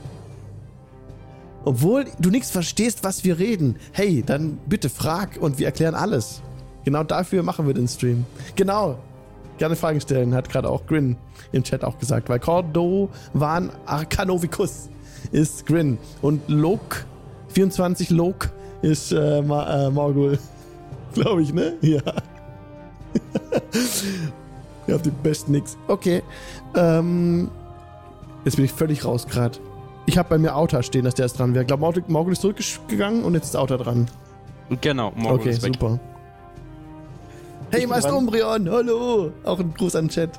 S1: Obwohl du nichts verstehst, was wir reden. Hey, dann bitte frag und wir erklären alles. Genau dafür machen wir den Stream. Genau. Gerne Fragen stellen, hat gerade auch Grin im Chat auch gesagt. Weil Cordovan Arcanovicus ist Grin. Und Lok, vierundzwanzig Lok ist äh, Ma äh, Morgul. Glaube ich, ne? Ja. Ihr habt die besten nix. Okay. Ähm, jetzt bin ich völlig raus gerade. Ich habe bei mir Auta stehen, dass der jetzt dran wäre. Ich glaube, Morgul, Morgul ist zurückgegangen und jetzt ist Auta dran.
S5: Genau, morgen
S1: Okay,
S5: ist weg.
S1: super. Hey,
S2: bin
S1: Meister
S2: dran.
S1: Umbrion, hallo! Auch ein Gruß an den Chat.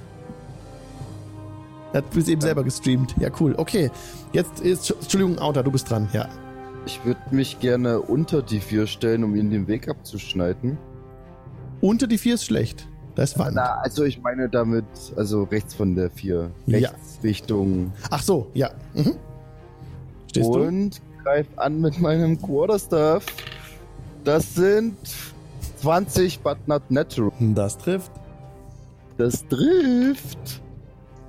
S1: Er hat bis eben selber gestreamt. Ja, cool. Okay, jetzt ist, Entschuldigung, Auta, du bist dran, ja.
S2: Ich würde mich gerne unter die vier stellen, um ihnen den Weg abzuschneiden.
S1: Unter die vier ist schlecht. Da ist Wand.
S2: Na, also ich meine damit, also rechts von der vier.
S1: Ja.
S2: Rechts Richtung.
S1: Ach so, ja. Mhm. Stehst du?
S2: Und greif an mit meinem Quarterstaff. Das sind zwanzig, but not natural.
S1: Das trifft.
S2: Das trifft.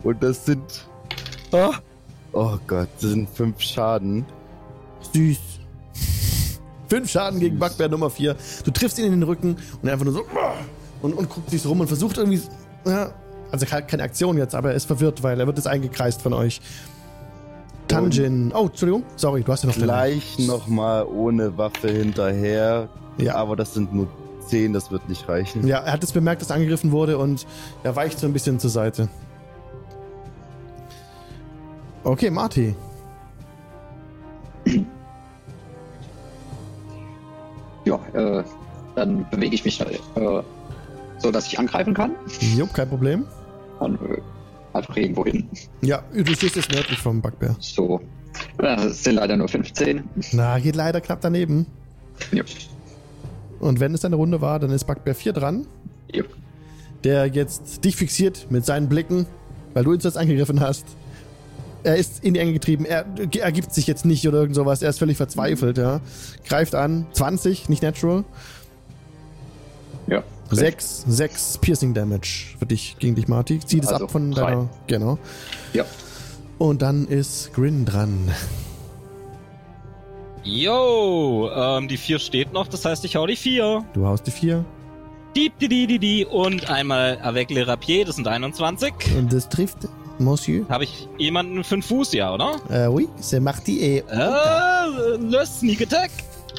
S2: Und das sind... Oh, oh Gott, das sind fünf Schaden.
S1: Süß. Fünf Schaden gegen Bugbear Nummer vier. Du triffst ihn in den Rücken und er einfach nur so und, und guckt sich so rum und versucht irgendwie, ja, also keine Aktion jetzt, aber er ist verwirrt, weil er wird jetzt eingekreist von euch. Tanjin. Oh, Entschuldigung. Sorry, du hast ja noch
S2: Gleich nochmal ohne Waffe hinterher.
S1: Ja.
S2: Aber das sind nur zehn, das wird nicht reichen.
S1: Ja, er hat es bemerkt, dass er angegriffen wurde und er weicht so ein bisschen zur Seite. Okay, Marty.
S4: Ja, äh, dann bewege ich mich äh, so, dass ich angreifen kann.
S1: Jupp, kein Problem.
S4: Und äh, einfach irgendwo hin.
S1: Ja, du stehst jetzt nördlich vom Bugbear.
S4: So. Das sind leider nur fünfzehn.
S1: Na, geht leider knapp daneben.
S4: Jupp.
S1: Und wenn es eine Runde war, dann ist Bugbear vier dran.
S4: Jupp.
S1: Der jetzt dich fixiert mit seinen Blicken, weil du ihn zuerst angegriffen hast. Er ist in die Enge getrieben, er ergibt sich jetzt nicht oder irgend sowas, er ist völlig verzweifelt, ja. Greift an, zwanzig, nicht natural.
S4: Ja.
S1: sechs, sechs Piercing Damage für dich, gegen dich, Marty. Zieh das
S4: Also
S1: ab von
S4: drei.
S1: deiner, genau.
S4: Ja.
S1: Und dann ist Grin dran.
S3: Yo, ähm, die vier steht noch, das heißt, ich hau die vier.
S1: Du haust die vier.
S3: Diep, die, die, die, die. Und einmal avec le rapier, das sind einundzwanzig.
S1: Und das trifft, Monsieur.
S3: Habe ich jemanden mit fünf Fuß, ja, oder?
S1: Äh, oui, c'est Marty et...
S3: Äh, le Sneak Attack.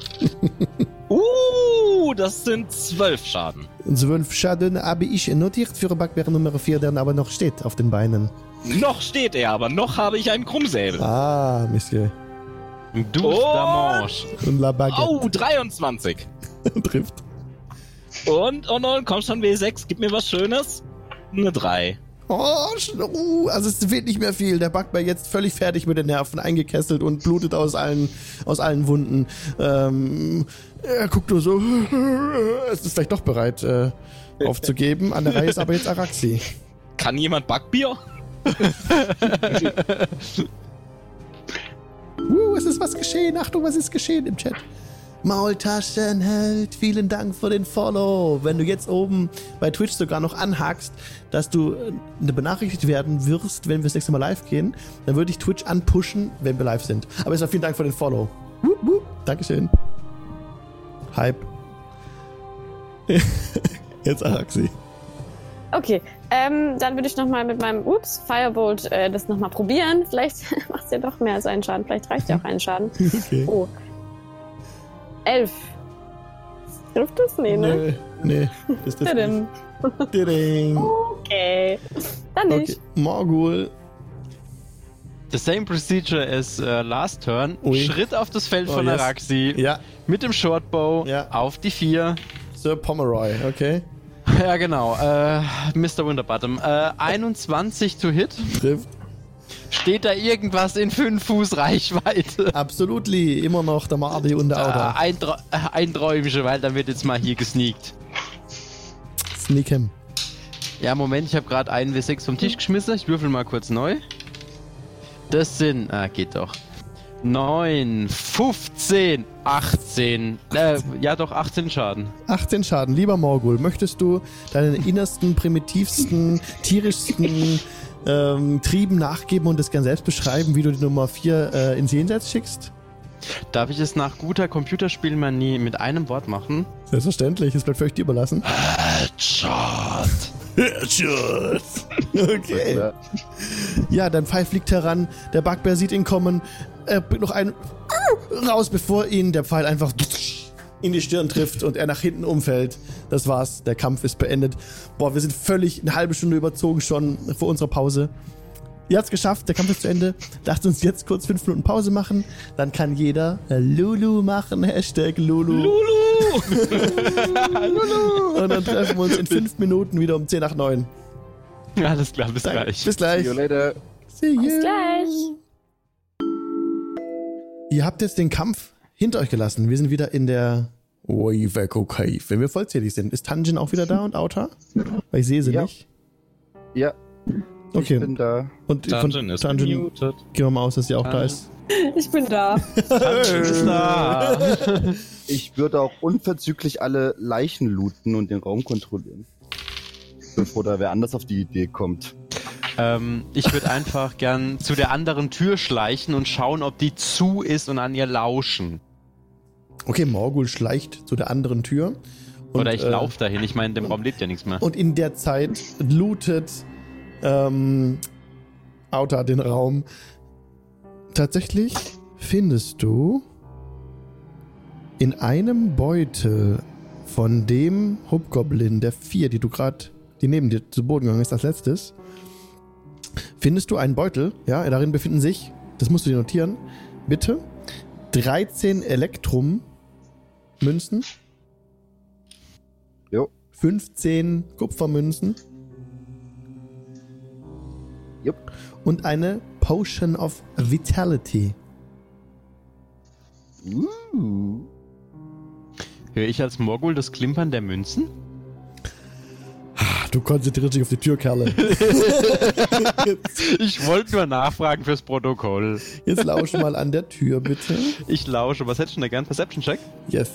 S3: uh, das sind zwölf Schaden.
S1: zwölf Schaden habe ich notiert für Bugbear Nummer vier, der aber noch steht auf den Beinen.
S3: Noch steht er, aber noch habe ich einen Krummsäbel.
S1: Ah, Monsieur.
S5: Du
S3: Oh.
S5: Damanche.
S1: Und La Baguette.
S3: Oh, dreiundzwanzig.
S1: Trifft.
S3: Und, und, und, komm schon, W sechs, gib mir was Schönes. Eine drei.
S1: Oh, sch- uh, also es fehlt nicht mehr viel. Der Bugbear jetzt völlig fertig mit den Nerven, eingekesselt und blutet aus allen, aus allen Wunden. Ähm, er guckt nur so, es ist vielleicht doch bereit äh, aufzugeben. An der Reihe ist aber jetzt Araxi.
S3: Kann jemand Backbier?
S1: Uh, es ist was geschehen. Achtung, was ist geschehen im Chat? Maultaschenheld, vielen Dank für den Follow. Wenn du jetzt oben bei Twitch sogar noch anhakst, dass du äh, benachrichtigt werden wirst, wenn wir das nächste Mal live gehen, dann würde ich Twitch anpushen, wenn wir live sind. Aber erstmal vielen Dank für den Follow. Wup, wup. Dankeschön. Hype. Jetzt Araxi.
S7: Okay, ähm, dann würde ich nochmal mit meinem Ups, Firebolt äh, das nochmal probieren. Vielleicht macht es ja doch mehr als einen Schaden. Vielleicht reicht ja auch ein Schaden.
S1: Okay.
S7: Oh. Elf. Trifft das? Nee, ne?
S1: Nee, nee. Das ist das
S7: Tadam.
S1: nicht. Tadam.
S7: Okay. Dann nicht.
S1: Okay, Morgul.
S5: The same procedure as uh, last turn.
S1: Ui.
S5: Schritt auf das Feld
S1: Oh,
S5: von
S1: yes.
S5: Araxi.
S1: Ja,
S5: Mit dem Shortbow
S1: Ja.
S5: auf die vier.
S1: Sir Pomeroy, okay.
S5: Ja, genau. Äh, Mister Wunderbottom. Äh, einundzwanzig to hit.
S1: Trifft.
S5: Steht da irgendwas in fünf Fuß Reichweite?
S1: Absolutely, immer noch der Marty und der
S5: Äh,
S1: Auda.
S5: ein, Tra äh, ein Träumchen, weil dann wird jetzt mal hier gesneakt.
S1: Sneak him.
S5: Ja, Moment, ich habe gerade einen W sechs vom Tisch geschmissen. Ich würfel mal kurz neu. Das sind... Ah, geht doch. neun, fünfzehn, achtzehn. Äh, ja doch, achtzehn Schaden.
S1: achtzehn Schaden. Lieber Morgul, möchtest du deinen innersten, primitivsten, tierischsten ähm, Trieben nachgeben und das gern selbst beschreiben, wie du die Nummer vier äh, ins Jenseits schickst?
S5: Darf ich es nach guter Computerspielmanie mit einem Wort machen?
S1: Selbstverständlich, es bleibt für euch dir überlassen.
S5: Headshot.
S1: Headshot. Okay.
S2: Ja.
S1: Ja, dein Pfeil fliegt heran, der Bugbear sieht ihn kommen, er bringt noch einen raus, bevor ihn der Pfeil einfach in die Stirn trifft und er nach hinten umfällt. Das war's, der Kampf ist beendet. Boah, wir sind völlig eine halbe Stunde überzogen schon vor unserer Pause. Ihr habt's geschafft, der Kampf ist zu Ende. Lasst uns jetzt kurz fünf Minuten Pause machen. Dann kann jeder Lulu machen. Hashtag Lulu.
S3: Lulu!
S1: Lulu! Und dann treffen wir uns in fünf Minuten wieder um zehn nach neun.
S5: Alles klar, bis gleich.
S1: Bis gleich.
S2: See you later.
S1: See you.
S7: Bis gleich.
S1: Ihr habt jetzt den Kampf hinter euch gelassen. Wir sind wieder in der Waveko Cave. Wenn wir vollzählig sind. Ist Tanjin auch wieder da und Auta? Weil ich sehe sie
S2: Ja.
S1: nicht.
S2: Ja,
S1: Okay.
S2: ich bin da.
S1: Und
S3: Tanjin
S1: von
S3: ist
S1: Tanjin
S3: muted.
S1: gehen wir mal aus, dass sie auch da ist.
S6: Ich bin da.
S5: Ist da.
S2: Ich würde auch unverzüglich alle Leichen looten und den Raum kontrollieren. Bevor da wer anders auf die Idee kommt.
S5: Ähm, ich würde einfach gern zu der anderen Tür schleichen und schauen, ob die zu ist und an ihr lauschen.
S1: Okay, Morgul schleicht zu der anderen Tür. Und,
S5: Oder ich
S1: äh,
S5: laufe dahin. Ich meine, in dem Raum lebt ja nichts mehr.
S1: Und in der Zeit lootet ähm, Auta den Raum. Tatsächlich findest du in einem Beutel von dem Hobgoblin, der vier, die du gerade, die neben dir zu Boden gegangen ist, als letztes, findest du einen Beutel, ja, darin befinden sich, das musst du dir notieren, bitte, dreizehn Elektrum-Münzen,
S2: Jo.
S1: fünfzehn Kupfermünzen,
S2: Jupp.
S1: und eine Potion of Vitality.
S2: Uh.
S5: Höre ich als Morgul das Klimpern der Münzen?
S1: Du konzentrierst dich auf die Tür, Kerle.
S5: Ich wollte nur nachfragen fürs Protokoll.
S1: Jetzt lausch mal an der Tür, bitte.
S5: Ich lausche. Was hättest du denn gern? Perception-Check?
S1: Yes.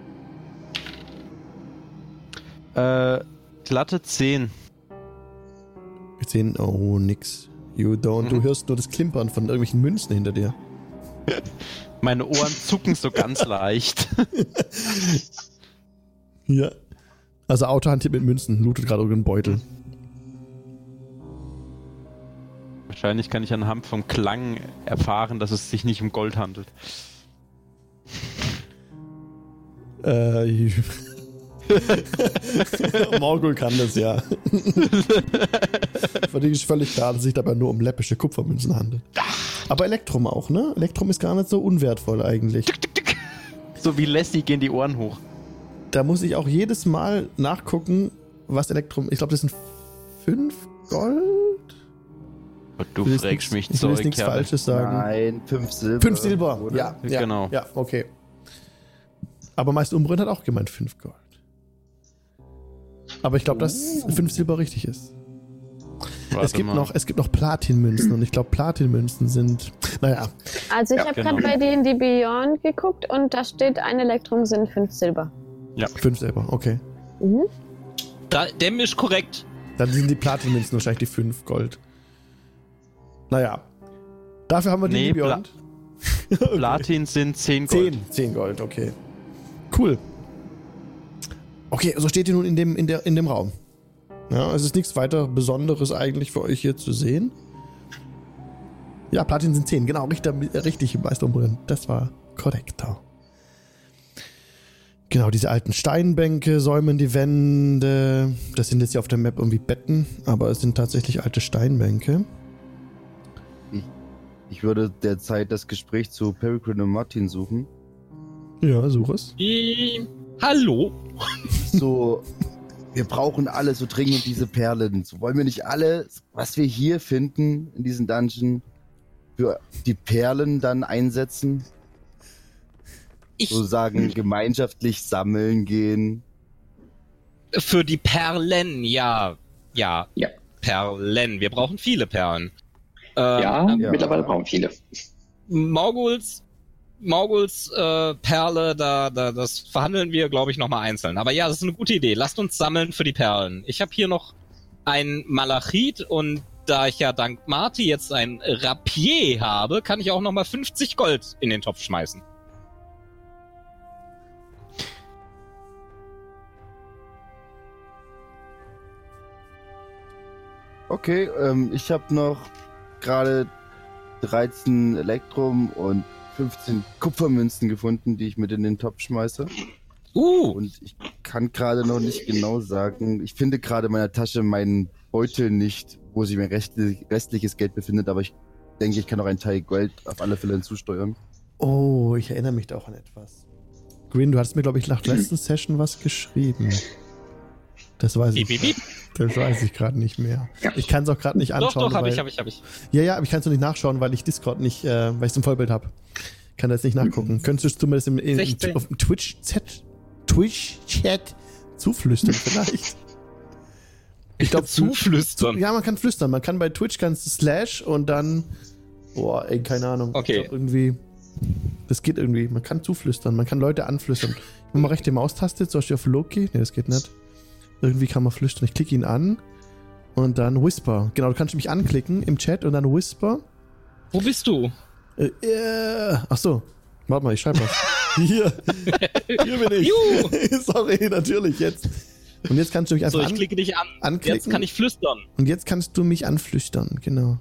S5: Äh, glatte zehn.
S1: zehn, oh, nix. You don't. Du hörst nur das Klimpern von irgendwelchen Münzen hinter dir.
S5: Meine Ohren zucken so ganz leicht.
S1: Ja. Also Auto hantiert mit Münzen, lootet gerade irgendeinen Beutel.
S5: Wahrscheinlich kann ich anhand vom Klang erfahren, dass es sich nicht um Gold handelt.
S1: Äh. Morgul kann das, ja. Für dich ist völlig klar, dass es sich dabei nur um läppische Kupfermünzen handelt. Aber Elektrum auch, ne? Elektrum ist gar nicht so unwertvoll eigentlich.
S5: So wie Lassie gehen die Ohren hoch.
S1: Da muss ich auch jedes Mal nachgucken, was Elektrum. Ich glaube, das sind fünf Gold?
S5: Und du
S1: Ich will jetzt
S5: fragst mich
S1: nix- Ich will jetzt
S5: Zeug,
S1: nichts
S5: Kerl.
S1: Falsches sagen.
S2: Nein, fünf Silber.
S1: Fünf Silber,
S2: oder?
S1: ja, ja.
S5: Genau.
S1: Ja, okay. Aber Meister Umbrunn hat auch gemeint fünf Gold. Aber ich glaube, dass fünf Silber richtig ist.
S5: Warte
S1: Es gibt,
S5: mal.
S1: noch, es gibt noch Platinmünzen und ich glaube, Platinmünzen sind. Naja,
S7: Also ich
S4: Ja,
S7: habe
S5: genau.
S7: gerade bei D und D Beyond geguckt und da steht, ein Elektrum sind fünf Silber.
S1: fünf Silber, okay.
S7: Mhm.
S3: Da, dem ist korrekt.
S1: Dann sind die Platinmünzen wahrscheinlich die fünf Gold. Naja. Dafür haben wir die
S5: Nee,
S1: Beyond.
S5: Platin sind zehn Gold.
S1: zehn. zehn Gold, okay. Cool. Okay, so steht ihr nun in dem, in der, in dem Raum. Ja, es ist nichts weiter Besonderes eigentlich für euch hier zu sehen. Ja, Platin sind zehn, genau, richtig, richtig Meister Umbrunn. Das war korrekter. Genau, diese alten Steinbänke säumen die Wände. Das sind jetzt hier auf der Map irgendwie Betten, aber es sind tatsächlich alte Steinbänke.
S2: Ich würde derzeit das Gespräch zu Peregrine und Martin suchen.
S1: Ja, such es.
S3: Ähm, hallo?
S2: So, wir brauchen alle so dringend diese Perlen. So, wollen wir nicht alle, was wir hier finden in diesem Dungeon, für die Perlen dann einsetzen?
S3: Ich,
S2: So sagen, gemeinschaftlich sammeln gehen.
S3: für die Perlen, ja. Ja.
S4: Ja.
S3: Perlen. Wir brauchen viele Perlen. Äh,
S4: Ja,
S2: ja.
S4: mittlerweile brauchen viele.
S3: Morguls, Morguls äh, Perle, da, da, das verhandeln wir, glaube ich, nochmal einzeln. Aber ja, das ist eine gute Idee. Lasst uns sammeln für die Perlen. Ich habe hier noch ein Malachit und da ich ja dank Marty jetzt ein Rapier habe, kann ich auch nochmal fünfzig Gold in den Topf schmeißen.
S2: Okay, ähm, ich habe noch gerade dreizehn Elektrum und fünfzehn Kupfermünzen gefunden, die ich mit in den Topf schmeiße.
S3: Uh,
S2: Und ich kann gerade noch nicht genau sagen, ich finde gerade in meiner Tasche meinen Beutel nicht, wo sich mein restli- restliches Geld befindet, aber ich denke, ich kann auch einen Teil Geld auf alle Fälle hinzusteuern.
S1: Oh, ich erinnere mich da auch an etwas. Green, du hattest mir, glaube ich, nach der letzten Session was geschrieben. Das weiß ich.
S3: Piep, piep,
S1: Das weiß ich gerade nicht mehr. Ich kann es auch gerade nicht anschauen.
S3: doch, doch, hab
S1: weil,
S3: ich, hab ich, hab ich.
S1: Ja, ja, aber ich kann es noch nicht nachschauen, weil ich Discord nicht, äh, weil ich es im Vollbild habe. Kann das nicht nachgucken. Könntest du zumindest im, im,
S3: sechzehn.
S1: auf dem Twitch-Chat Twitch-Chat zuflüstern vielleicht? Ich glaube,
S3: Zuflüstern.
S1: Ja, man kann flüstern. Man kann bei Twitch kannst du Slash und dann. Boah, ey, keine Ahnung.
S3: Okay.
S1: Ich glaub, irgendwie. Das geht irgendwie. Man kann zuflüstern. Man kann Leute anflüstern. Ich mach mal rechte Maustaste, zum Beispiel auf Loki. Ne, das geht nicht. Irgendwie kann man flüstern. Ich klicke ihn an. Und dann Whisper. Genau, du kannst mich anklicken im Chat und dann Whisper.
S3: Wo bist du?
S1: Äh, äh, ach so. Warte mal, ich schreibe was. Hier. Hier bin ich.
S3: Juhu.
S1: Sorry, natürlich, jetzt. Und jetzt kannst du mich einfach
S3: So, ich
S1: an
S3: klicke dich an.
S1: anklicken.
S3: Jetzt kann ich flüstern.
S1: Und jetzt kannst du mich anflüstern, genau.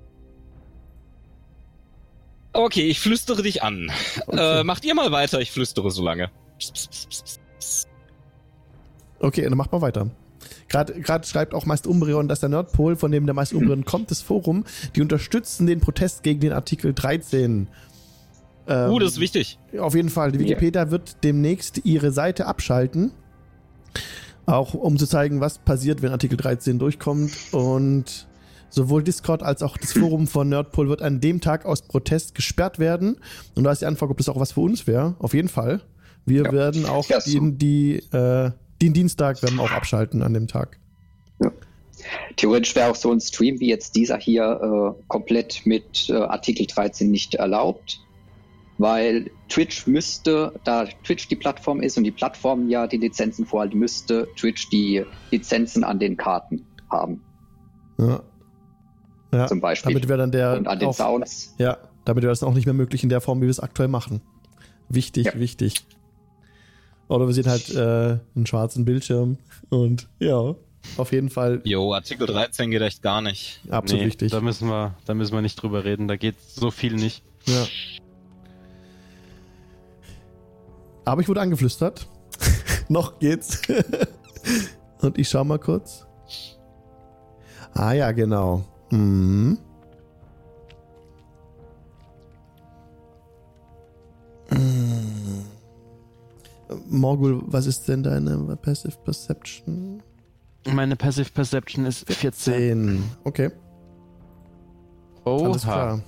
S3: Okay, ich flüstere dich an.
S1: Okay.
S3: Äh, macht ihr mal weiter, ich flüstere so lange. Psst, psst, psst, psst, psst.
S1: Okay, dann mach mal weiter. Gerade gerade schreibt auch Meister Umbreon, dass der Nerdpol, von dem der Meister Umbreon kommt, das Forum, die unterstützen den Protest gegen den Artikel dreizehn. Ähm,
S3: Uh, das ist wichtig.
S1: Auf jeden Fall. Die Wikipedia wird demnächst ihre Seite abschalten. Auch um zu zeigen, was passiert, wenn Artikel dreizehn durchkommt. Und sowohl Discord als auch das Forum von Nerdpol wird an dem Tag aus Protest gesperrt werden. Und da ist die Anfrage, ob das auch was für uns wäre. Auf jeden Fall. Wir
S4: Ja.
S1: werden auch
S4: Ja, so.
S1: den, die, äh, den Dienstag werden wir auch abschalten an dem Tag.
S4: Theoretisch wäre auch so ein Stream wie jetzt dieser hier äh, komplett mit äh, Artikel dreizehn nicht erlaubt, weil Twitch müsste, da Twitch die Plattform ist und die Plattform ja die Lizenzen vorhalten, müsste Twitch die Lizenzen an den Karten haben,
S1: Ja. Ja,
S4: zum Beispiel.
S1: damit wäre dann der
S4: Und an den
S1: auch,
S4: Sounds.
S1: ja, damit wäre es auch nicht mehr möglich in der Form, wie wir es aktuell machen. Wichtig,
S4: Ja.
S1: wichtig. Oder wir sehen halt äh, einen schwarzen Bildschirm und ja, auf jeden Fall
S3: Jo, Artikel dreizehn geht echt gar nicht.
S1: absolut
S5: Nee,
S1: wichtig.
S5: Da müssen wir, da müssen wir nicht drüber reden. Da geht so viel nicht.
S1: Ja. Aber ich wurde angeflüstert. Noch geht's. Und ich schau mal kurz. Ah ja, genau. Mhm. Mhm. Morgul, was ist denn deine Passive Perception?
S5: Meine Passive Perception ist vierzehn.
S1: zehn. Okay, alles
S5: Oha.
S1: klar.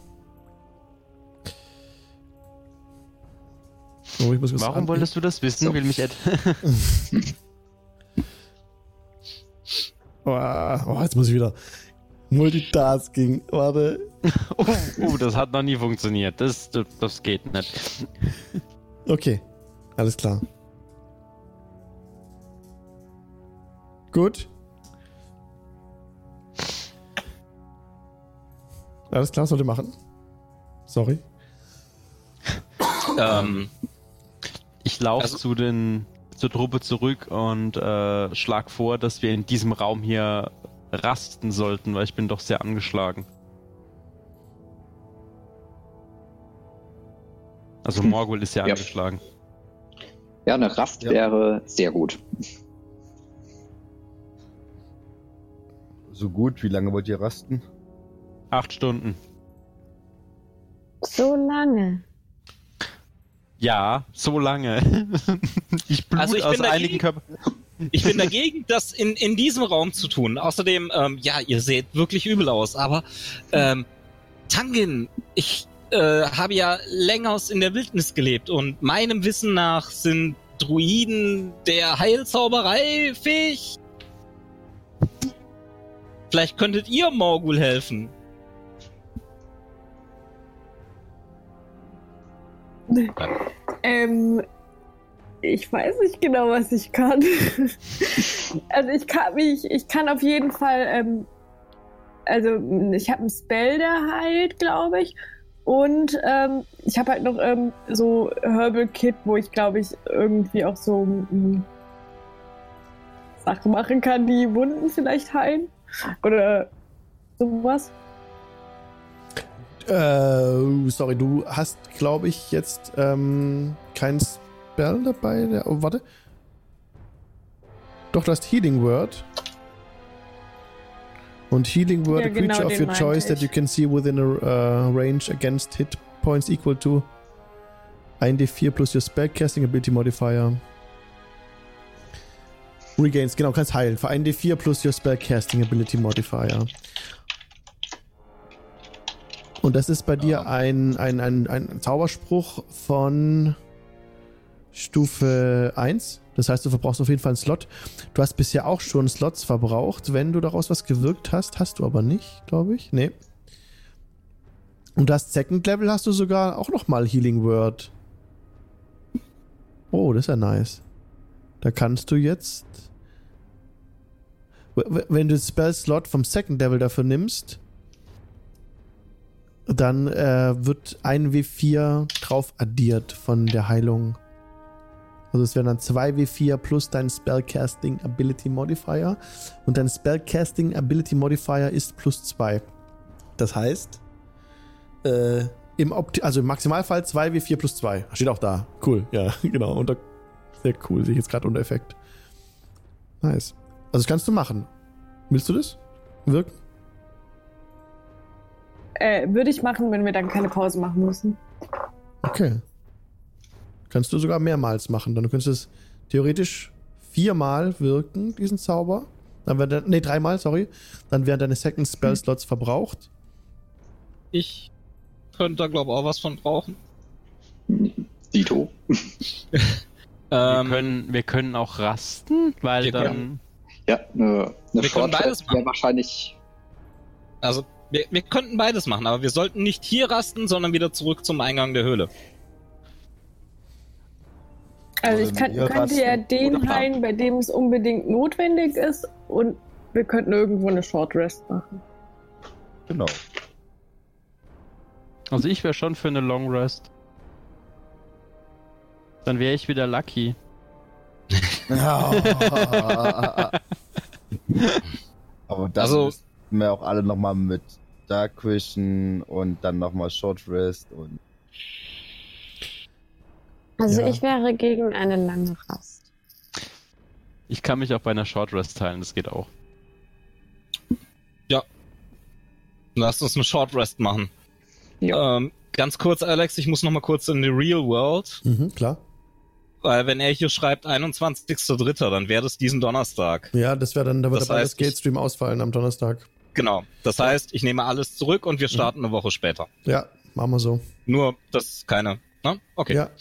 S1: Oh, ich muss was
S5: Warum
S1: an-
S5: wolltest du das wissen?
S4: So.
S5: Will mich Ed.
S1: Oh, oh, jetzt muss ich wieder. Multitasking. Warte.
S5: oh, oh, das hat noch nie funktioniert. Das, das, das geht nicht.
S1: Okay. Alles klar. Gut. Alles klar, sollte machen. Sorry.
S3: Ähm,
S5: Ich laufe
S3: Also-
S5: zu den zur Truppe zurück und äh, schlag vor, dass wir in diesem Raum hier rasten sollten, weil ich bin doch sehr angeschlagen. Also Morgul ist ja
S4: Ja.
S5: angeschlagen.
S4: Ja, eine Rast
S2: Ja.
S4: wäre sehr gut.
S2: So gut, wie lange wollt ihr rasten?
S5: Acht Stunden.
S7: So lange.
S5: Ja, so lange. ich blut
S3: Also ich
S5: aus
S3: bin
S5: einigen
S3: dagegen.
S5: Körpern.
S3: Ich bin dagegen, das in, in diesem Raum zu tun. Außerdem, ähm, ja, ihr seht wirklich übel aus, aber ähm, Tangin, ich äh, habe ja länger in der Wildnis gelebt und meinem Wissen nach sind Druiden der Heilzauberei fähig. Vielleicht könntet ihr Morgul helfen.
S6: Ähm, ich weiß nicht genau, was ich kann. Also ich kann mich, ich kann auf jeden Fall, ähm, also ich habe einen Spell, der heilt, glaube ich. Und ähm, ich habe halt noch ähm, so Herbal Kit, wo ich glaube ich irgendwie auch so ähm, Sachen machen kann, die Wunden vielleicht heilen. Oder sowas.
S1: Äh, sorry, du hast, glaube ich, jetzt ähm, kein Spell dabei. Der, oh, warte. Doch, du hast Healing Word. Und Healing Word,
S6: Ja,
S1: a creature
S6: genau,
S1: of
S6: den
S1: your
S6: meinte
S1: choice that
S6: ich.
S1: you can see within a uh, range against hit points equal to one d four plus your spellcasting ability modifier. Regains, genau, kannst heilen. Für one d four plus your spellcasting ability modifier. Und das ist bei dir ein, ein, ein, ein Zauberspruch von Stufe eins. Das heißt, du verbrauchst auf jeden Fall einen Slot. Du hast bisher auch schon Slots verbraucht. Wenn du daraus was gewirkt hast, hast du aber nicht, glaube ich. Nee. Und das Second Level hast du sogar auch nochmal Healing Word. Oh, das ist ja nice. Da kannst du jetzt Wenn du den Spell-Slot vom Second Level dafür nimmst, dann äh, wird ein W vier drauf addiert von der Heilung. Also es wären dann zwei W vier plus dein Spellcasting Ability Modifier. Und dein Spellcasting Ability Modifier ist plus zwei. Das heißt, äh, im Opti- also im Maximalfall zwei W vier plus zwei. Steht auch da. Cool, ja, genau. Unter- Sehr cool, sehe ich jetzt gerade unter Effekt. Nice. Also das kannst du machen. Willst du das? Wirken?
S6: Äh, würde ich machen, wenn wir dann keine Pause machen müssen.
S1: Okay. Kannst du sogar mehrmals machen. Dann könntest du es theoretisch viermal wirken, diesen Zauber. Dann wäre nee, dreimal, sorry. Dann werden deine Second Spell Slots hm. verbraucht.
S3: Ich könnte da, glaube ich, auch was von brauchen.
S4: Dito.
S5: wir, können, wir können auch rasten, weil
S3: wir
S5: dann...
S3: Können,
S4: ja, eine, eine
S3: wir können beides machen.
S4: Wahrscheinlich...
S3: Also, wir, wir könnten beides machen, aber wir sollten nicht hier rasten, sondern wieder zurück zum Eingang der Höhle.
S6: Also ich kann, könnte ja den heilen, bei dem es unbedingt notwendig ist, und wir könnten irgendwo eine Short Rest machen.
S2: Genau.
S5: Also ich wäre schon für eine Long Rest. Dann wäre ich wieder lucky.
S2: Aber dann
S3: also,
S2: müssten wir auch alle nochmal mit Dark Vision und dann nochmal Short Rest und...
S7: Also
S1: Ja.
S7: ich wäre gegen eine lange Rast.
S5: Ich kann mich auch bei einer Short Rest teilen, das geht auch.
S3: Ja. Lass uns eine Short Rest machen.
S4: Ja.
S3: Ähm, ganz kurz, Alex, ich muss noch mal kurz in die Real World.
S1: Mhm, klar.
S3: Weil wenn er hier schreibt einundzwanzigster dritter, dann wäre das diesen Donnerstag.
S1: Ja, das wäre dann, da wird
S3: Das
S1: dabei
S3: heißt,
S1: das Gate-Stream ausfallen am Donnerstag.
S3: Genau. Das heißt, ich nehme alles zurück und wir starten eine Woche später.
S1: Ja, machen wir so.
S3: Nur, das ist keine... Ne? Okay.
S1: Ja.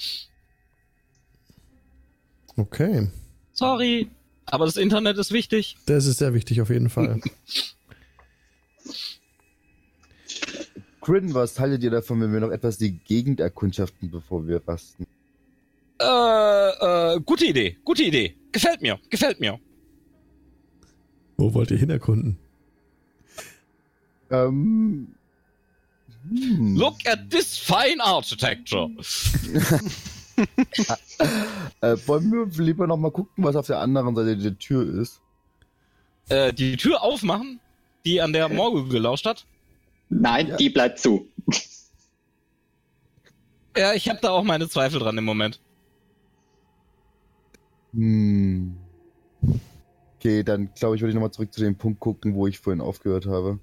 S1: Okay.
S3: Sorry, aber das Internet ist wichtig.
S1: Das ist sehr wichtig auf jeden Fall.
S2: Grin, was haltet ihr davon, wenn wir noch etwas die Gegend erkundschaften, bevor wir rasten?
S3: Äh, äh, gute Idee, gute Idee. Gefällt mir, gefällt mir.
S1: Wo wollt ihr hin erkunden?
S2: Ähm... Hm.
S3: Look at this fine architecture.
S2: äh, wollen wir lieber noch mal gucken, was auf der anderen Seite der Tür ist?
S3: Äh, die Tür aufmachen, die an der Morgul gelauscht hat?
S4: Nein,
S2: Ja.
S4: die bleibt zu.
S3: Ja, ich habe da auch meine Zweifel dran im Moment.
S2: Hm. Okay, dann glaube ich, würde ich nochmal zurück zu dem Punkt gucken, wo ich vorhin aufgehört habe.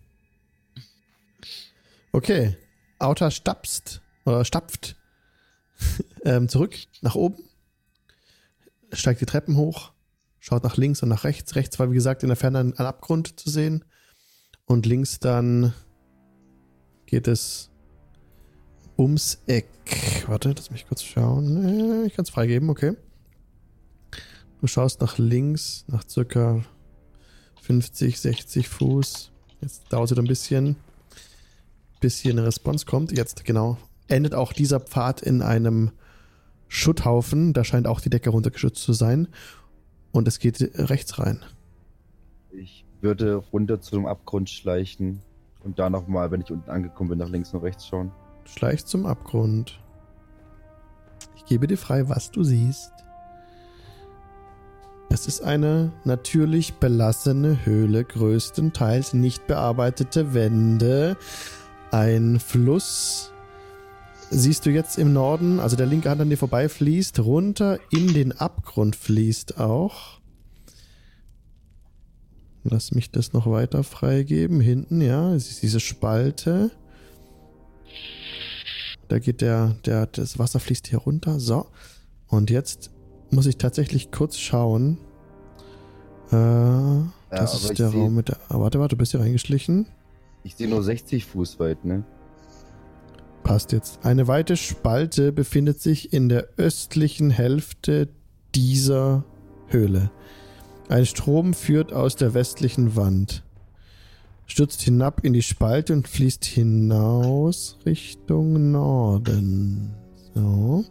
S1: Okay. Auta stapst, oder stapft ähm, zurück nach oben, steigt die Treppen hoch, schaut nach links und nach rechts. Rechts war, wie gesagt, in der Ferne ein, ein Abgrund zu sehen. Und links dann geht es ums Eck. Warte, lass mich kurz schauen. Ich kann es freigeben, okay. Du schaust nach links, nach circa fünfzig, sechzig Fuß. Jetzt dauert es wieder ein bisschen, bis hier eine Response kommt. Jetzt, genau. Endet auch dieser Pfad in einem Schutthaufen. Da scheint auch die Decke runtergeschützt zu sein. Und es geht rechts rein.
S2: Ich würde runter zu dem Abgrund schleichen und da nochmal, wenn ich unten angekommen bin, nach links und rechts schauen.
S1: Schleicht zum Abgrund. Ich gebe dir frei, was du siehst. Es ist eine natürlich belassene Höhle, größtenteils nicht bearbeitete Wände, ein Fluss. Siehst du jetzt im Norden, also der linke Hand an dir vorbei fließt, runter in den Abgrund fließt auch. Lass mich das noch weiter freigeben. Hinten, ja, es ist diese Spalte. Da geht der, der, das Wasser fließt hier runter. So. Und jetzt muss ich tatsächlich kurz schauen. Äh, das
S2: aber
S1: ist
S2: ich
S1: der
S2: seh-
S1: Raum mit der. Ah, warte, warte, du bist hier reingeschlichen.
S2: Ich sehe nur sechzig Fuß weit, ne?
S1: Passt jetzt. Eine weite Spalte befindet sich in der östlichen Hälfte dieser Höhle. Ein Strom führt aus der westlichen Wand, stürzt hinab in die Spalte und fließt hinaus Richtung Norden. So.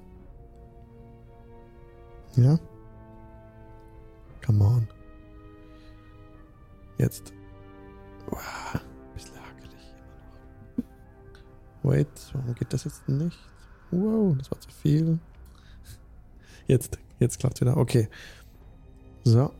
S1: Ja. Come on. Jetzt. Wow, bisschen hakelig immer noch. Wait, warum geht das jetzt nicht? Wow, das war zu viel. Jetzt, jetzt klappt's wieder. Okay. So.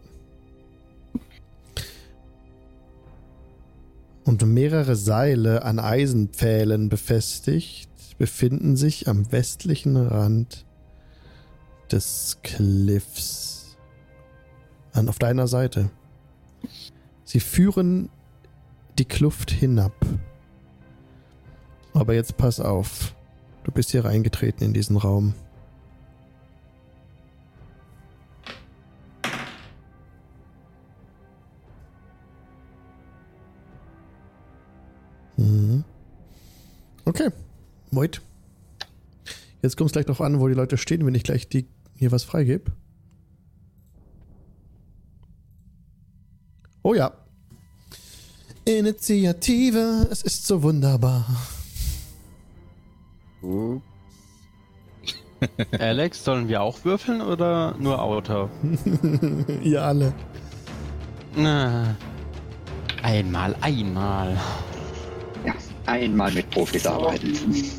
S1: Und mehrere Seile an Eisenpfählen befestigt befinden sich am westlichen Rand des Cliffs. An, auf deiner Seite. Sie führen die Kluft hinab. Aber jetzt pass auf. Du bist hier reingetreten in diesen Raum. Mhm. Okay. Moit. Jetzt kommt es gleich noch an, wo die Leute stehen, wenn ich gleich die, hier was freigebe. Oh ja. Initiative, es ist so wunderbar.
S2: Uh.
S5: Alex, sollen wir auch würfeln oder nur Auto?
S1: Ihr alle.
S5: Na, einmal, einmal.
S4: Ja, einmal mit Profis arbeiten.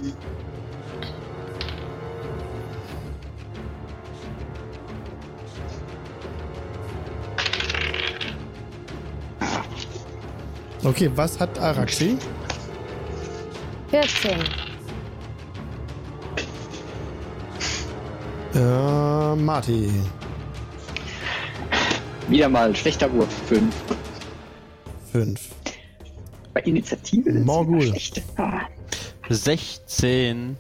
S1: Okay, was hat Araxi?
S7: vierzehn.
S1: Äh, Marty.
S4: Wieder mal schlechter Wurf. Fünf.
S1: Fünf.
S4: Bei Initiative ist es
S1: Morgul.
S4: immer schlecht. Ah.
S5: sechzehn.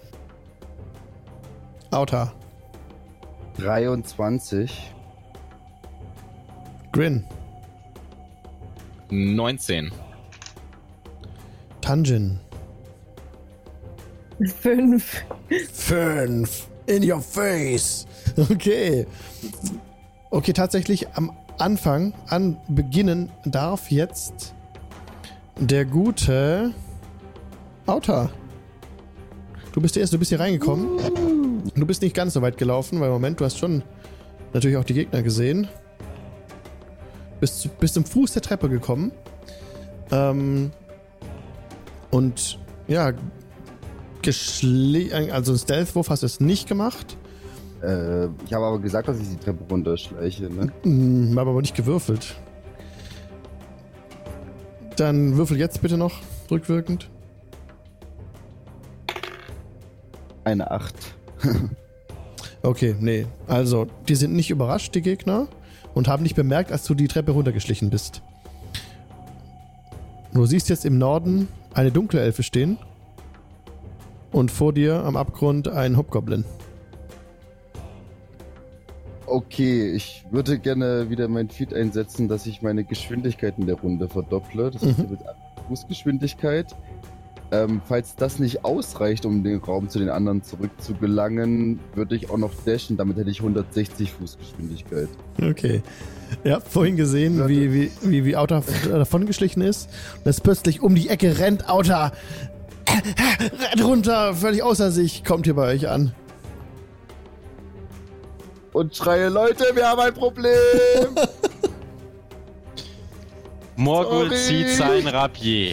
S1: Auta.
S2: dreiundzwanzig.
S1: Grin.
S3: neunzehn.
S1: Tanjin.
S6: Fünf.
S1: Fünf. In your face. Okay. Okay, tatsächlich am Anfang, an beginnen darf jetzt der gute Auta. Du bist der Erste, du bist hier reingekommen. Du bist nicht ganz so weit gelaufen, weil im Moment, du hast schon natürlich auch die Gegner gesehen. Bist, bist zum Fuß der Treppe gekommen. Ähm, und ja, geschle- also einen Stealth-Wurf hast du es nicht gemacht.
S2: Äh, ich habe aber gesagt, dass ich die Treppe runterschleiche, ne?
S1: Hm, habe aber nicht gewürfelt. Dann würfel jetzt bitte noch rückwirkend.
S2: Eine acht.
S1: Okay, nee. Also, die sind nicht überrascht, die Gegner, und haben nicht bemerkt, als du die Treppe runtergeschlichen bist. Du siehst jetzt im Norden eine dunkle Elfe stehen und vor dir am Abgrund ein Hobgoblin.
S2: Okay, ich würde gerne wieder mein Feed einsetzen, dass ich meine Geschwindigkeit in der Runde verdopple. Das heißt,
S1: Mhm.
S2: mit Fußgeschwindigkeit. Ähm, falls das nicht ausreicht, um den Raum zu den anderen zurückzugelangen, würde ich auch noch dashen. Damit hätte ich hundertsechzig Fußgeschwindigkeit.
S1: Okay. Ihr habt vorhin gesehen, wie, wie, wie, wie Auta davongeschlichen ist. Und jetzt plötzlich um die Ecke rennt Auta. Rennt runter, völlig außer sich, kommt hier bei euch an.
S2: Und schreie, Leute, wir haben ein Problem!
S5: Morgul
S2: Sorry.
S5: zieht sein Rapier.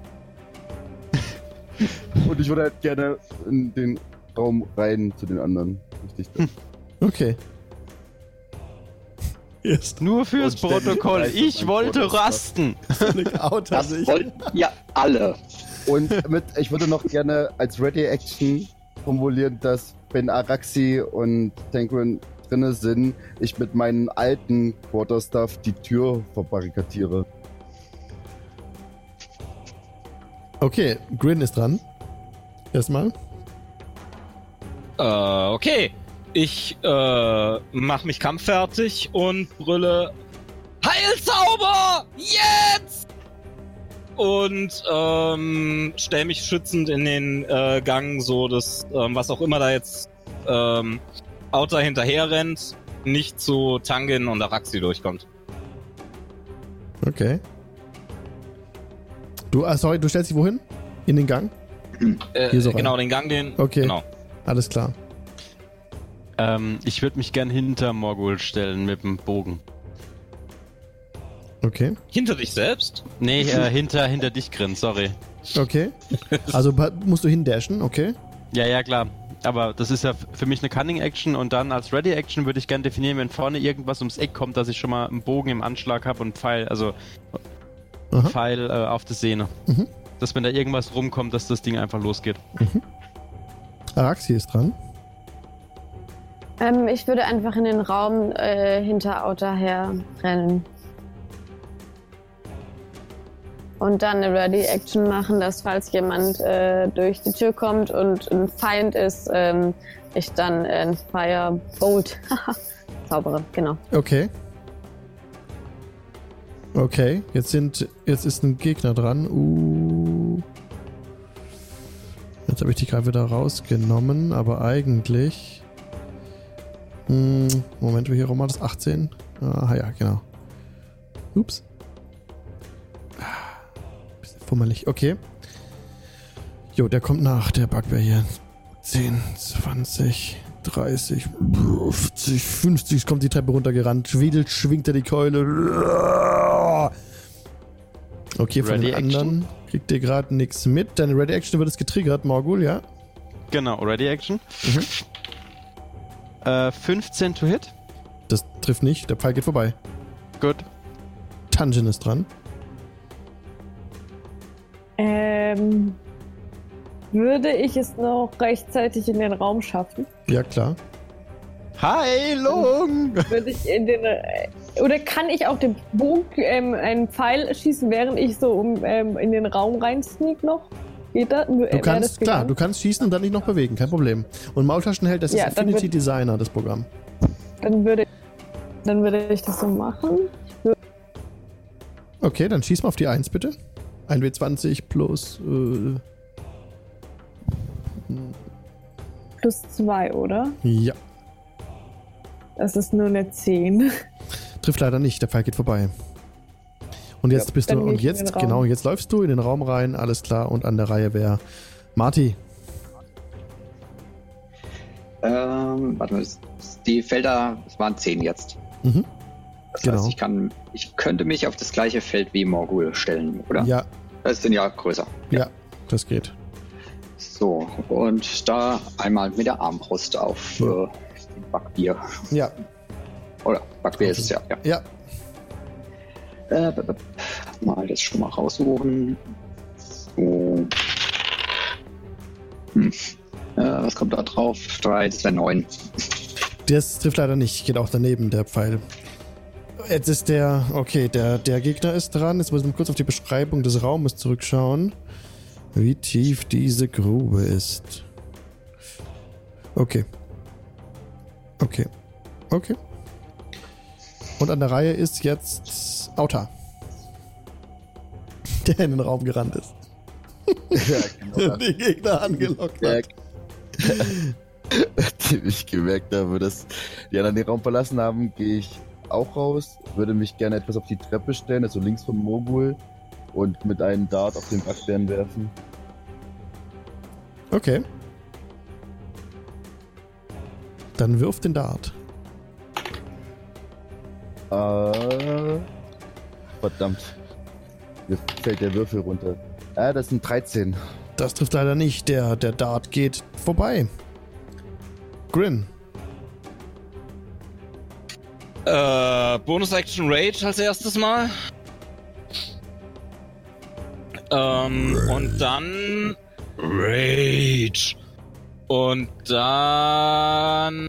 S2: Und ich würde halt gerne in den Raum rein zu den anderen. Richtig.
S1: Okay. Yes.
S5: Nur fürs
S2: Und ständig
S5: Protokoll.
S2: reißt
S5: Ich
S2: mein
S5: wollte
S2: Protostar.
S5: rasten.
S1: Auta
S4: Das
S1: sich.
S4: wollten ja alle.
S2: Und mit, ich würde noch gerne als Ready-Action formulieren, dass wenn Araxi und Tankrin drinne sind, ich mit meinen alten Quarterstaff die Tür verbarrikadiere.
S1: Okay, Grin ist dran. Erstmal.
S3: Äh, okay. Ich äh, mach mich kampffertig und brülle Heilzauber! Jetzt! Und ähm, stell mich schützend in den äh, Gang, so dass ähm, was auch immer da jetzt ähm, Auta hinterher rennt, nicht zu Tangin und Araxi durchkommt.
S1: Okay. Du, ah, sorry, du stellst dich wohin? In den Gang?
S3: Äh,
S1: Hier so rein.
S3: genau, den Gang, den...
S1: Okay.
S3: Genau.
S1: Alles klar.
S5: Ähm, ich würde mich gern hinter Morgul stellen mit dem Bogen.
S1: Okay.
S3: Hinter dich selbst?
S5: Nee, äh, hinter, hinter dich, Grin, sorry.
S1: Okay. Also musst du hindashen, okay.
S5: Ja, ja, klar. Aber das ist ja für mich eine Cunning-Action und dann als Ready-Action würde ich gerne definieren, wenn vorne irgendwas ums Eck kommt, dass ich schon mal einen Bogen im Anschlag habe und einen Pfeil, also einen Pfeil äh, auf der Sehne. Mhm. Dass wenn da irgendwas rumkommt, dass das Ding einfach losgeht.
S1: Mhm. Araxi ist dran.
S7: Ähm, ich würde einfach in den Raum äh, hinter Outer her rennen. Und dann eine Ready-Action machen, dass falls jemand äh, durch die Tür kommt und ein Feind ist, ähm, ich dann ein Firebolt zaubere, genau.
S1: Okay. Okay, jetzt sind, jetzt ist ein Gegner dran. Uh. Jetzt habe ich die gerade wieder rausgenommen, aber eigentlich... Hm, Moment, wie hier rum war das? achtzehn? Ah ja, genau. Ups. Bisschen fummelig. Okay. Jo, der kommt nach, der Bugbear hier. zehn, zwanzig, dreißig, fünfzig, fünfzig, kommt die Treppe runtergerannt. Wedelt, schwingt er die Keule. Okay, von den anderen kriegt ihr gerade nichts mit. Deine Ready Action wird es getriggert, Morgul, ja?
S5: Genau, Ready Action. Mhm. Äh, fünfzehn to hit.
S1: Das trifft nicht, der Pfeil geht vorbei.
S5: Gut.
S1: Tanjin ist dran.
S6: Ähm, würde ich es noch rechtzeitig in den Raum schaffen?
S1: Ja, klar.
S5: Heilung!
S6: Würde ich in den... Äh, oder kann ich auch den Bogen, ähm, einen Pfeil schießen, während ich so um, ähm, in den Raum rein sneak noch? Geht das?
S1: Du kannst, das klar, du kannst schießen und dann nicht noch bewegen, kein Problem. Und Maultaschenheld, das ist ja, Affinity würd, Designer, das Programm.
S6: Dann würde, dann würde ich das so machen.
S1: Okay, dann schieß mal auf die eins, bitte. ein W zwanzig plus... Äh,
S6: plus zwei, oder?
S1: Ja.
S6: Das ist nur eine zehn.
S1: Trifft leider nicht, der Pfeil geht vorbei. Und jetzt ja, bist du, und jetzt, genau, jetzt läufst du in den Raum rein, alles klar, und an der Reihe wäre Marty.
S4: Ähm, warte mal, die Felder, es waren zehn jetzt.
S1: Mhm.
S4: Das
S1: genau.
S4: heißt, ich kann, ich könnte mich auf das gleiche Feld wie Morgul stellen, oder?
S1: Ja.
S4: Das sind ja größer.
S1: Ja, ja, das geht.
S4: So, und da einmal mit der Armbrust auf ja. äh, den Backbier.
S1: Ja.
S4: Oder Backbier ist es ja.
S1: Ja. ja.
S4: Äh, mal das schon mal raussuchen. So. Hm. Äh, was kommt da drauf? drei, das wäre neun.
S1: Das trifft leider nicht, geht auch daneben, der Pfeil. Jetzt ist der, okay, der, der Gegner ist dran. Jetzt muss ich mal kurz auf die Beschreibung des Raumes zurückschauen. Wie tief diese Grube ist. Okay. Okay. Okay. Und an der Reihe ist jetzt Auta. Der in den Raum gerannt ist.
S2: Ja, genau.
S1: Die Gegner angelockt hat.
S2: Nachdem ich gemerkt habe, dass die anderen den Raum verlassen haben, gehe ich auch raus, würde mich gerne etwas auf die Treppe stellen, also links vom Mogul, und mit einem Dart auf den Backbären werfen.
S1: Okay. Dann wirf den Dart.
S2: Äh, verdammt. Mir fällt der Würfel runter. Ah, das sind dreizehn.
S1: Das trifft leider nicht. Der, der Dart geht vorbei. Grin.
S3: Äh, Bonus Action Rage als erstes Mal. Ähm, Rage. Und dann Rage. Und dann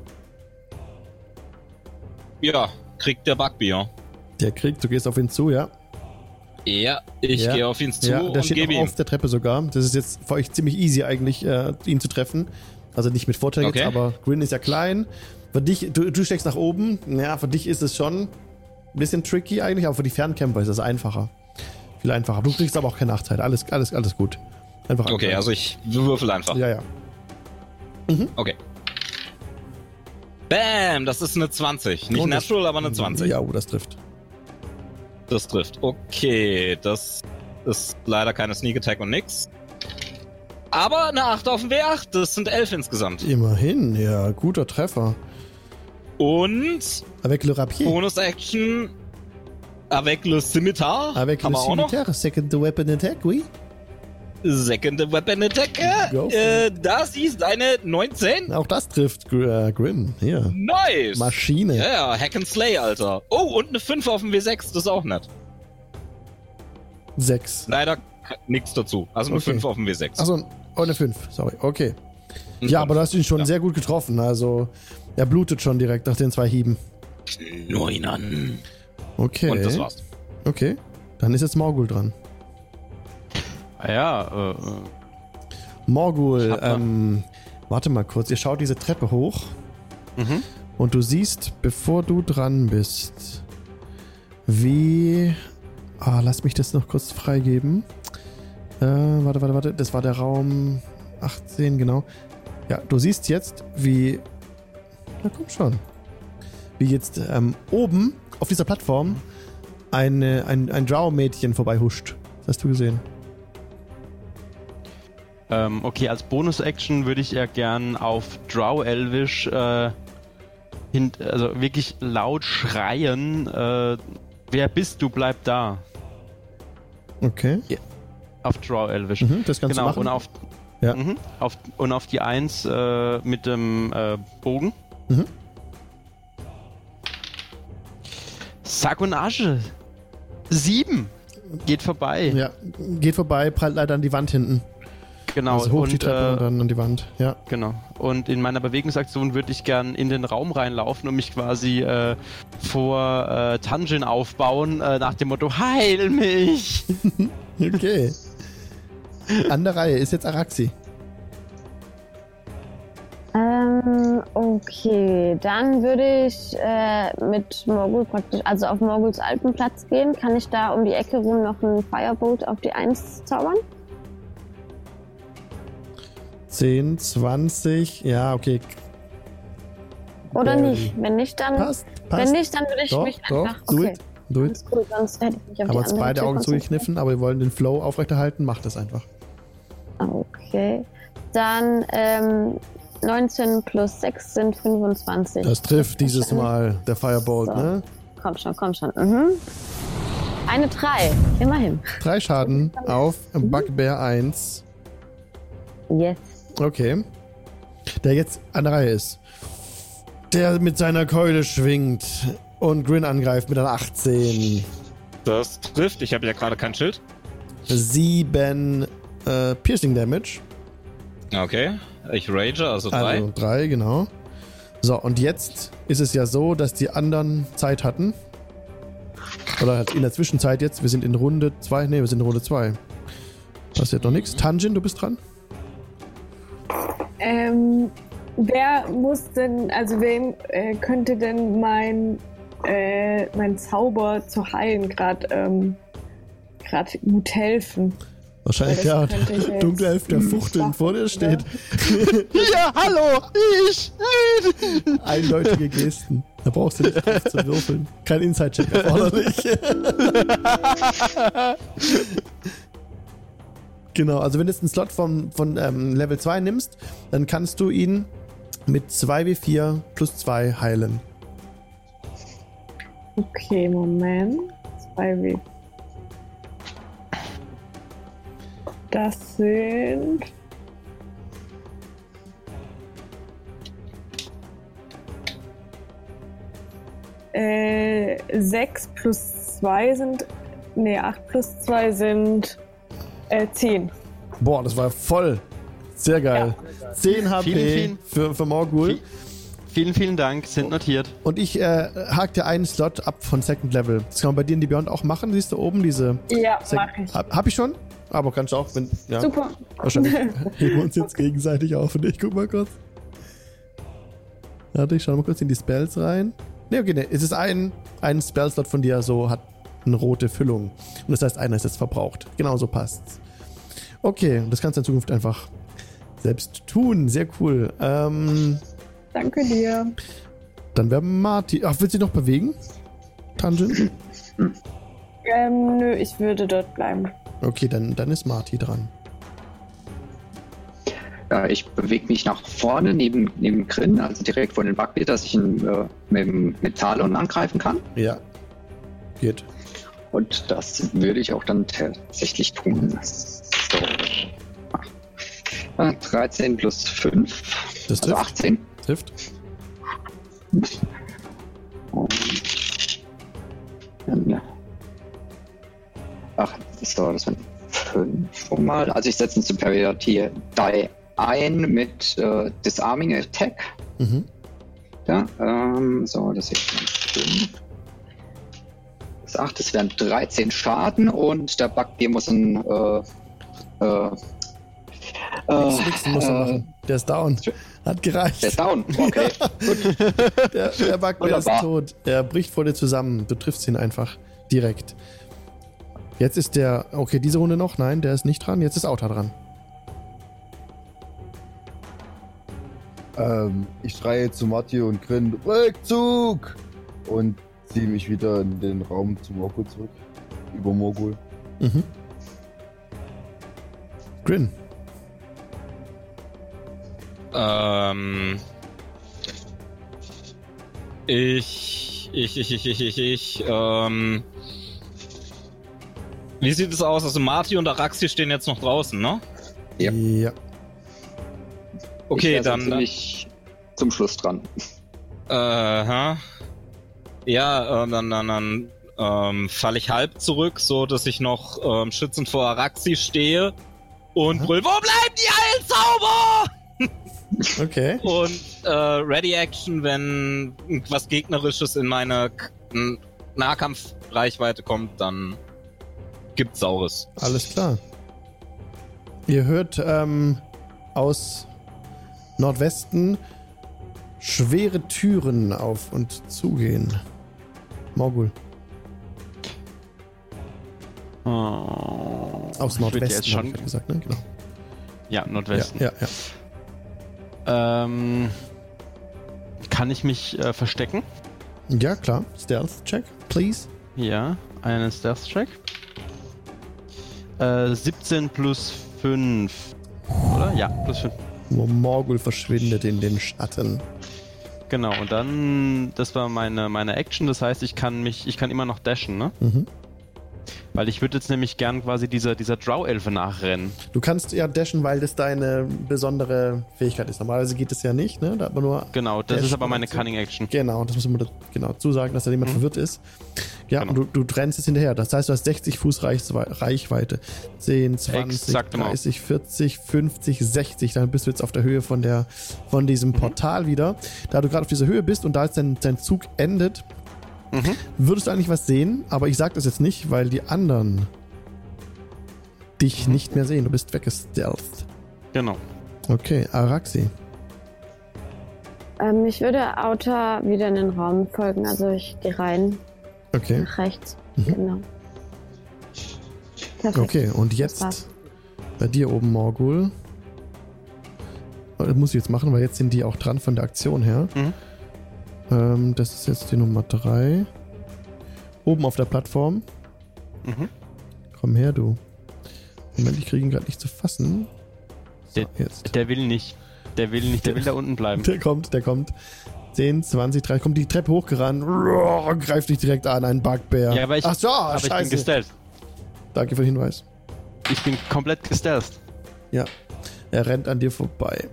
S3: ja, kriegt der Bugbear.
S1: Der kriegt, du gehst auf ihn zu, ja?
S3: Ja, ich ja. gehe auf ihn zu
S1: ja, der
S3: und
S1: steht
S3: gebe
S1: ihm. Auf der Treppe sogar. Das ist jetzt für euch ziemlich easy eigentlich, äh, ihn zu treffen. Also nicht mit Vorteil
S3: okay.
S1: jetzt, aber Grin ist ja klein. Für dich, du, du steckst nach oben. Ja, für dich ist es schon ein bisschen tricky eigentlich, aber für die Fernkämpfer ist es einfacher. Viel einfacher. Du kriegst aber auch keinen Nachteil. Alles, alles, alles gut. Einfach
S3: okay,
S1: angreifen.
S3: also ich würfel einfach.
S1: Ja, ja. Mhm.
S3: Okay. Bam, das ist eine zwanzig. Nicht natural, aber eine zwanzig.
S1: Ja, oh, das trifft.
S3: Das trifft. Okay, das ist leider keine Sneak Attack und nix. Aber eine acht auf dem W acht, das sind elf insgesamt.
S1: Immerhin, ja, guter Treffer.
S3: Und
S1: Avec le rapier.
S3: Bonus Action Avec le Scimitar.
S1: Avec
S3: haben
S1: le
S3: wir auch noch.
S1: Scimitar, Second Weapon Attack, oui.
S3: Second Weapon Attack.
S1: Go for
S3: Äh, das ist eine neunzehn.
S1: Auch das trifft Gr- äh, Grim. Hier.
S3: Nice.
S1: Maschine.
S3: Ja, ja, Hack and Slay, Alter. Oh, und eine fünf auf dem W sechs, das ist auch nett.
S1: Sechs.
S3: Leider nichts dazu. Also eine
S1: Okay.
S3: fünf auf dem W sechs.
S1: Achso, oh, eine fünf. Sorry. Okay.
S3: Eine
S1: Ja,
S3: fünf.
S1: aber du hast ihn schon
S3: Ja.
S1: sehr gut getroffen. Also, er blutet schon direkt nach den zwei Hieben.
S3: Neun an.
S1: Okay.
S3: Und das war's.
S1: Okay. Dann ist jetzt Morgul dran.
S5: Ah ja, äh, äh,
S1: Morgul,
S5: Ich hab noch-
S1: ähm, warte mal kurz. Ihr schaut diese Treppe hoch
S5: mhm.
S1: und du siehst, bevor du dran bist, wie. Ah, lass mich das noch kurz freigeben. Äh, warte, warte, warte. Das war der Raum achtzehn, genau. Ja, du siehst jetzt, wie. Na komm schon. Wie jetzt ähm, oben auf dieser Plattform eine, ein, ein Drow-Mädchen vorbeihuscht. Das hast du gesehen.
S5: Ähm, okay, als Bonus-Action würde ich eher gern auf Drow-Elvish äh, hin, also wirklich laut schreien, äh, wer bist du, bleib da.
S1: Okay.
S5: Auf Drow-Elvish.
S1: Mhm, das kannst
S5: Genau,
S1: du machen.
S5: und auf,
S1: Ja.
S5: mhm, auf, und auf die eins äh, mit dem äh, Bogen.
S1: Mhm.
S5: Sack und Asche. Sieben. Geht vorbei.
S1: Ja, geht vorbei, prallt leider an die Wand hinten.
S5: Genau.
S1: Also hoch die
S5: und,
S1: Treppe und
S5: äh,
S1: dann an die Wand. Ja.
S5: Genau. Und in meiner Bewegungsaktion würde ich gern in den Raum reinlaufen und mich quasi äh, vor äh, Tanjin aufbauen, äh, nach dem Motto, heil mich!
S1: Okay. An der Reihe ist jetzt Araxi.
S7: Ähm, okay, dann würde ich äh, mit Morgul praktisch, also auf Morguls Alpenplatz gehen. Kann ich da um die Ecke rum noch einen Firebolt auf die eins zaubern?
S1: zehn, zwanzig, ja, okay.
S7: Oder
S1: Barely.
S7: nicht? Wenn nicht, dann,
S1: Passt,
S7: wenn
S1: passt.
S7: nicht, dann würde ich
S1: Doch,
S7: mich
S1: doch,
S7: einfach.
S1: do
S7: Okay,
S1: it, do it.
S7: alles gut, sonst hätte ich mich auf
S1: Haben
S7: die
S1: uns
S7: andere
S1: beide
S7: Tür
S1: Augen
S7: konzentriert.
S1: zugekniffen, aber wir wollen den Flow aufrechterhalten. Macht das einfach.
S7: Okay, dann ähm, neunzehn plus sechs sind fünfundzwanzig.
S1: Das trifft dieses
S7: wahrscheinlich-
S1: Mal der Firebolt,
S7: So.
S1: ne?
S7: Komm schon, komm schon. Mhm. Eine drei, immerhin.
S1: Drei Schaden auf Bugbear eins.
S7: Yes.
S1: Okay. Der jetzt an der Reihe ist. Der mit seiner Keule schwingt und Grin angreift mit einer achtzehn.
S3: Das trifft. Ich habe ja gerade kein Schild.
S1: sieben äh, Piercing Damage.
S3: Okay. Ich rage, also drei.
S1: Also drei, genau. So, und jetzt ist es ja so, dass die anderen Zeit hatten. Oder halt in der Zwischenzeit jetzt. Wir sind in Runde zwei. Ne, wir sind in Runde zwei. Passiert noch nichts. Tanjin, du bist dran.
S6: Ähm, wer muss denn, also wem äh, könnte denn mein, äh, mein Zauber zu heilen gerade ähm, gerade gut helfen?
S1: Wahrscheinlich
S6: Das
S1: der
S6: könnte ich jetzt
S1: Dunkelelf, der fuchtelnd
S6: schaffen,
S1: vor dir steht.
S5: Ja, hallo, ich!
S1: Eindeutige Gesten. Da brauchst du nicht drauf zu würfeln. Kein Inside-Check erforderlich. Genau, also wenn du jetzt einen Slot von, von ähm, Level zwei nimmst, dann kannst du ihn mit zwei W vier plus zwei heilen.
S6: Okay, Moment. zwei W. Das sind. Äh, sechs plus zwei sind. Nee, acht plus zwei sind. Äh, zehn.
S1: Boah, das war voll. Sehr geil. zehn H P
S5: Vielen, vielen-
S1: für, für Morgul.
S5: Vi- Vielen, vielen Dank, sind notiert.
S1: Und ich äh, hake dir einen Slot ab von Second Level. Das kann man bei dir in die Beyond auch machen. Siehst du oben diese.
S6: Ja,
S1: Sec-
S6: mach ich.
S1: Hab, hab ich schon? Aber kannst du auch, wenn. Ja,
S6: Super.
S1: wahrscheinlich heben wir uns jetzt gegenseitig auf. Und ich guck mal kurz. Warte, ich schau mal kurz in die Spells rein. Ne, okay, ne. Es ist ein, ein Spellslot von dir, so hat eine rote Füllung. Und das heißt, einer ist jetzt verbraucht. Genau so passt's. Okay, das kannst du in Zukunft einfach selbst tun. Sehr cool. Ähm,
S6: Danke dir.
S1: dann wäre Marty. Ach, willst du dich noch bewegen? Tanjin?
S6: Ähm, nö, ich würde dort bleiben.
S1: Okay, dann, dann ist Marty dran.
S4: Ja, ich bewege mich nach vorne neben, neben Grin, also direkt vor den Bugbear, dass ich ihn äh, mit, dem- mit Talon angreifen kann.
S1: Ja. Geht.
S4: Und das würde ich auch dann tatsächlich tun. So. Ah, dreizehn plus fünf.
S1: Das
S4: also
S1: trifft.
S4: achtzehn.
S1: Trifft.
S4: Und dann, ja. Ach, so, das waren fünf schon mal. Also ich setze einen Superiority Die ein mit äh, Disarming Attack.
S1: Mhm.
S4: Ja, ähm, so, das ist fünf. Das acht, das wären dreizehn Schaden und der Bugbear muss ein äh, äh,
S1: Nix, nix muss er
S4: äh,
S1: machen. Der ist down. Hat gereicht.
S4: der ist down. Okay, gut.
S1: Der, der Bugbear ist
S4: Wunderbar.
S1: tot. Er bricht vor dir zusammen. Du triffst ihn einfach direkt. Jetzt ist der. Okay, diese Runde noch. Nein, der ist nicht dran. Jetzt ist Auta dran.
S2: Ähm, ich schreie zu Matti und grin, Rückzug! Und ziehe mich wieder in den Raum zu Morgul zurück. Über Morgul.
S1: Mhm. Grin.
S3: Ähm. Ich. Ich, ich, ich, ich, ich, ich, ähm. Wie sieht es aus? Also Marty und Araxi stehen jetzt noch draußen, ne?
S4: Ja.
S1: Ja.
S3: Okay,
S4: ich
S3: dann.
S4: ziemlich zum Schluss dran.
S3: Äh, hä? Ja, äh, dann, dann, dann ähm, falle ich halb zurück, so dass ich noch ähm, schützend vor Araxi stehe und
S1: Aha.
S3: brüll, wo bleiben die Heilzauber?
S1: Okay.
S3: Und äh, Ready Action, wenn was Gegnerisches in meine K- n- Nahkampfreichweite kommt, dann gibt's Saures.
S1: Alles klar. Ihr hört ähm, aus Nordwesten schwere Türen auf und zugehen. Morgul.
S5: Oh,
S1: Aus
S5: ich würd
S1: Nordwesten,
S5: jetzt
S1: hab
S5: schon.
S1: ich ja gesagt, ne? Genau.
S5: Ja, Nordwesten.
S1: Ja, ja,
S5: Ähm, kann ich mich äh, verstecken?
S1: ja. Ja, klar. Stealth-Check, please.
S5: Ja, einen Stealth-Check. Äh, siebzehn plus fünf. Oder? Ja, plus fünf.
S1: Morgul verschwindet in den Schatten.
S5: Genau, und dann, das war meine, meine Action, das heißt, ich kann mich, ich kann immer noch dashen, ne?
S1: Mhm.
S5: Weil ich würde jetzt nämlich gern quasi dieser, dieser Drow-Elfe nachrennen.
S1: Du kannst ja dashen, weil das deine besondere Fähigkeit ist. Normalerweise geht das ja nicht, ne? Da hat man nur.
S5: Genau, das
S1: Dash
S5: ist aber meine
S1: und so.
S5: Cunning-Action.
S1: Genau, das muss man da genau zusagen, dass da jemand
S5: Mhm.
S1: verwirrt ist. Ja,
S5: Genau.
S1: und du, du rennst jetzt hinterher. Das heißt, du hast sechzig Fuß Reichswe- Reichweite. zehn, zwanzig,
S5: Exakt genau.
S1: dreißig, vierzig, fünfzig, sechzig. Dann bist du jetzt auf der Höhe von, der, von diesem
S5: Mhm.
S1: Portal wieder. Da du gerade auf dieser Höhe bist und da jetzt dein, dein Zug endet,
S5: Mhm.
S1: würdest du eigentlich was sehen, aber ich sag das jetzt nicht, weil die anderen dich nicht mehr sehen. Du bist weggestelzt.
S5: Genau.
S1: Okay, Araxi.
S7: Ähm, ich würde Auta wieder in den Raum folgen, also ich gehe rein,
S1: Okay,
S7: nach rechts.
S1: Mhm.
S7: Genau. Perfekt.
S1: okay. Und
S7: Das
S1: jetzt
S7: war's.
S1: bei dir oben, Morgul. Das muss ich jetzt machen, weil jetzt sind die auch dran von der Aktion her.
S5: Mhm.
S1: Ähm, das ist jetzt die Nummer drei. Oben auf der Plattform.
S5: Mhm.
S1: Komm her, du. Moment, ich kriege ihn gerade nicht zu fassen. So,
S5: Der-
S1: jetzt.
S5: Der will nicht. Der will nicht, der will da unten bleiben.
S1: Der kommt, der kommt. zehn, zwanzig, dreißig, kommt die Treppe hochgerannt. Roar, greift dich direkt an, ein Bugbear.
S5: Ja, aber ich,
S1: Ach so,
S5: aber ich bin
S1: scheiße.
S5: gestellt.
S1: Danke für den Hinweis.
S5: Ich bin komplett gestellt.
S1: Ja, er rennt an dir vorbei.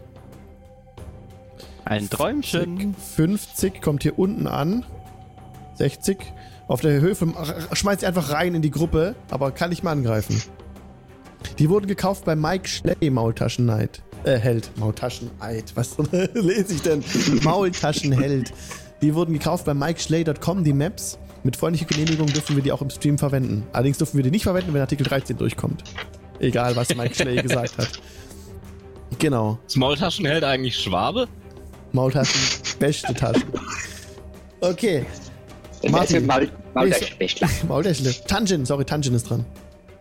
S5: Ein Träumchen.
S1: fünfzig kommt hier unten an. sechzig. Auf der Höhe vom. Schmeißt sie einfach rein in die Gruppe, aber kann nicht mehr angreifen. Die wurden gekauft bei Mike Schley, Maultaschenneid. Äh, Held. Maultascheneid. Was lese ich denn? Maultaschenheld. Die wurden gekauft bei Mike Schley Punkt com, die Maps. Mit freundlicher Genehmigung dürfen wir die auch im Stream verwenden. Allerdings dürfen wir die nicht verwenden, wenn Artikel dreizehn durchkommt. Egal, was Mike Schley gesagt hat. Genau.
S3: Ist Maultaschenheld eigentlich Schwabe?
S1: Maultaschen, beste Taschen. Okay.
S4: Der
S1: Martin.
S4: ist mal, mal
S1: Nee,
S4: der
S1: so-
S4: Spechtler.
S1: Maultäschle. Tanjin, sorry, Tanjin ist dran.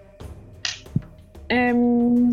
S6: Ähm.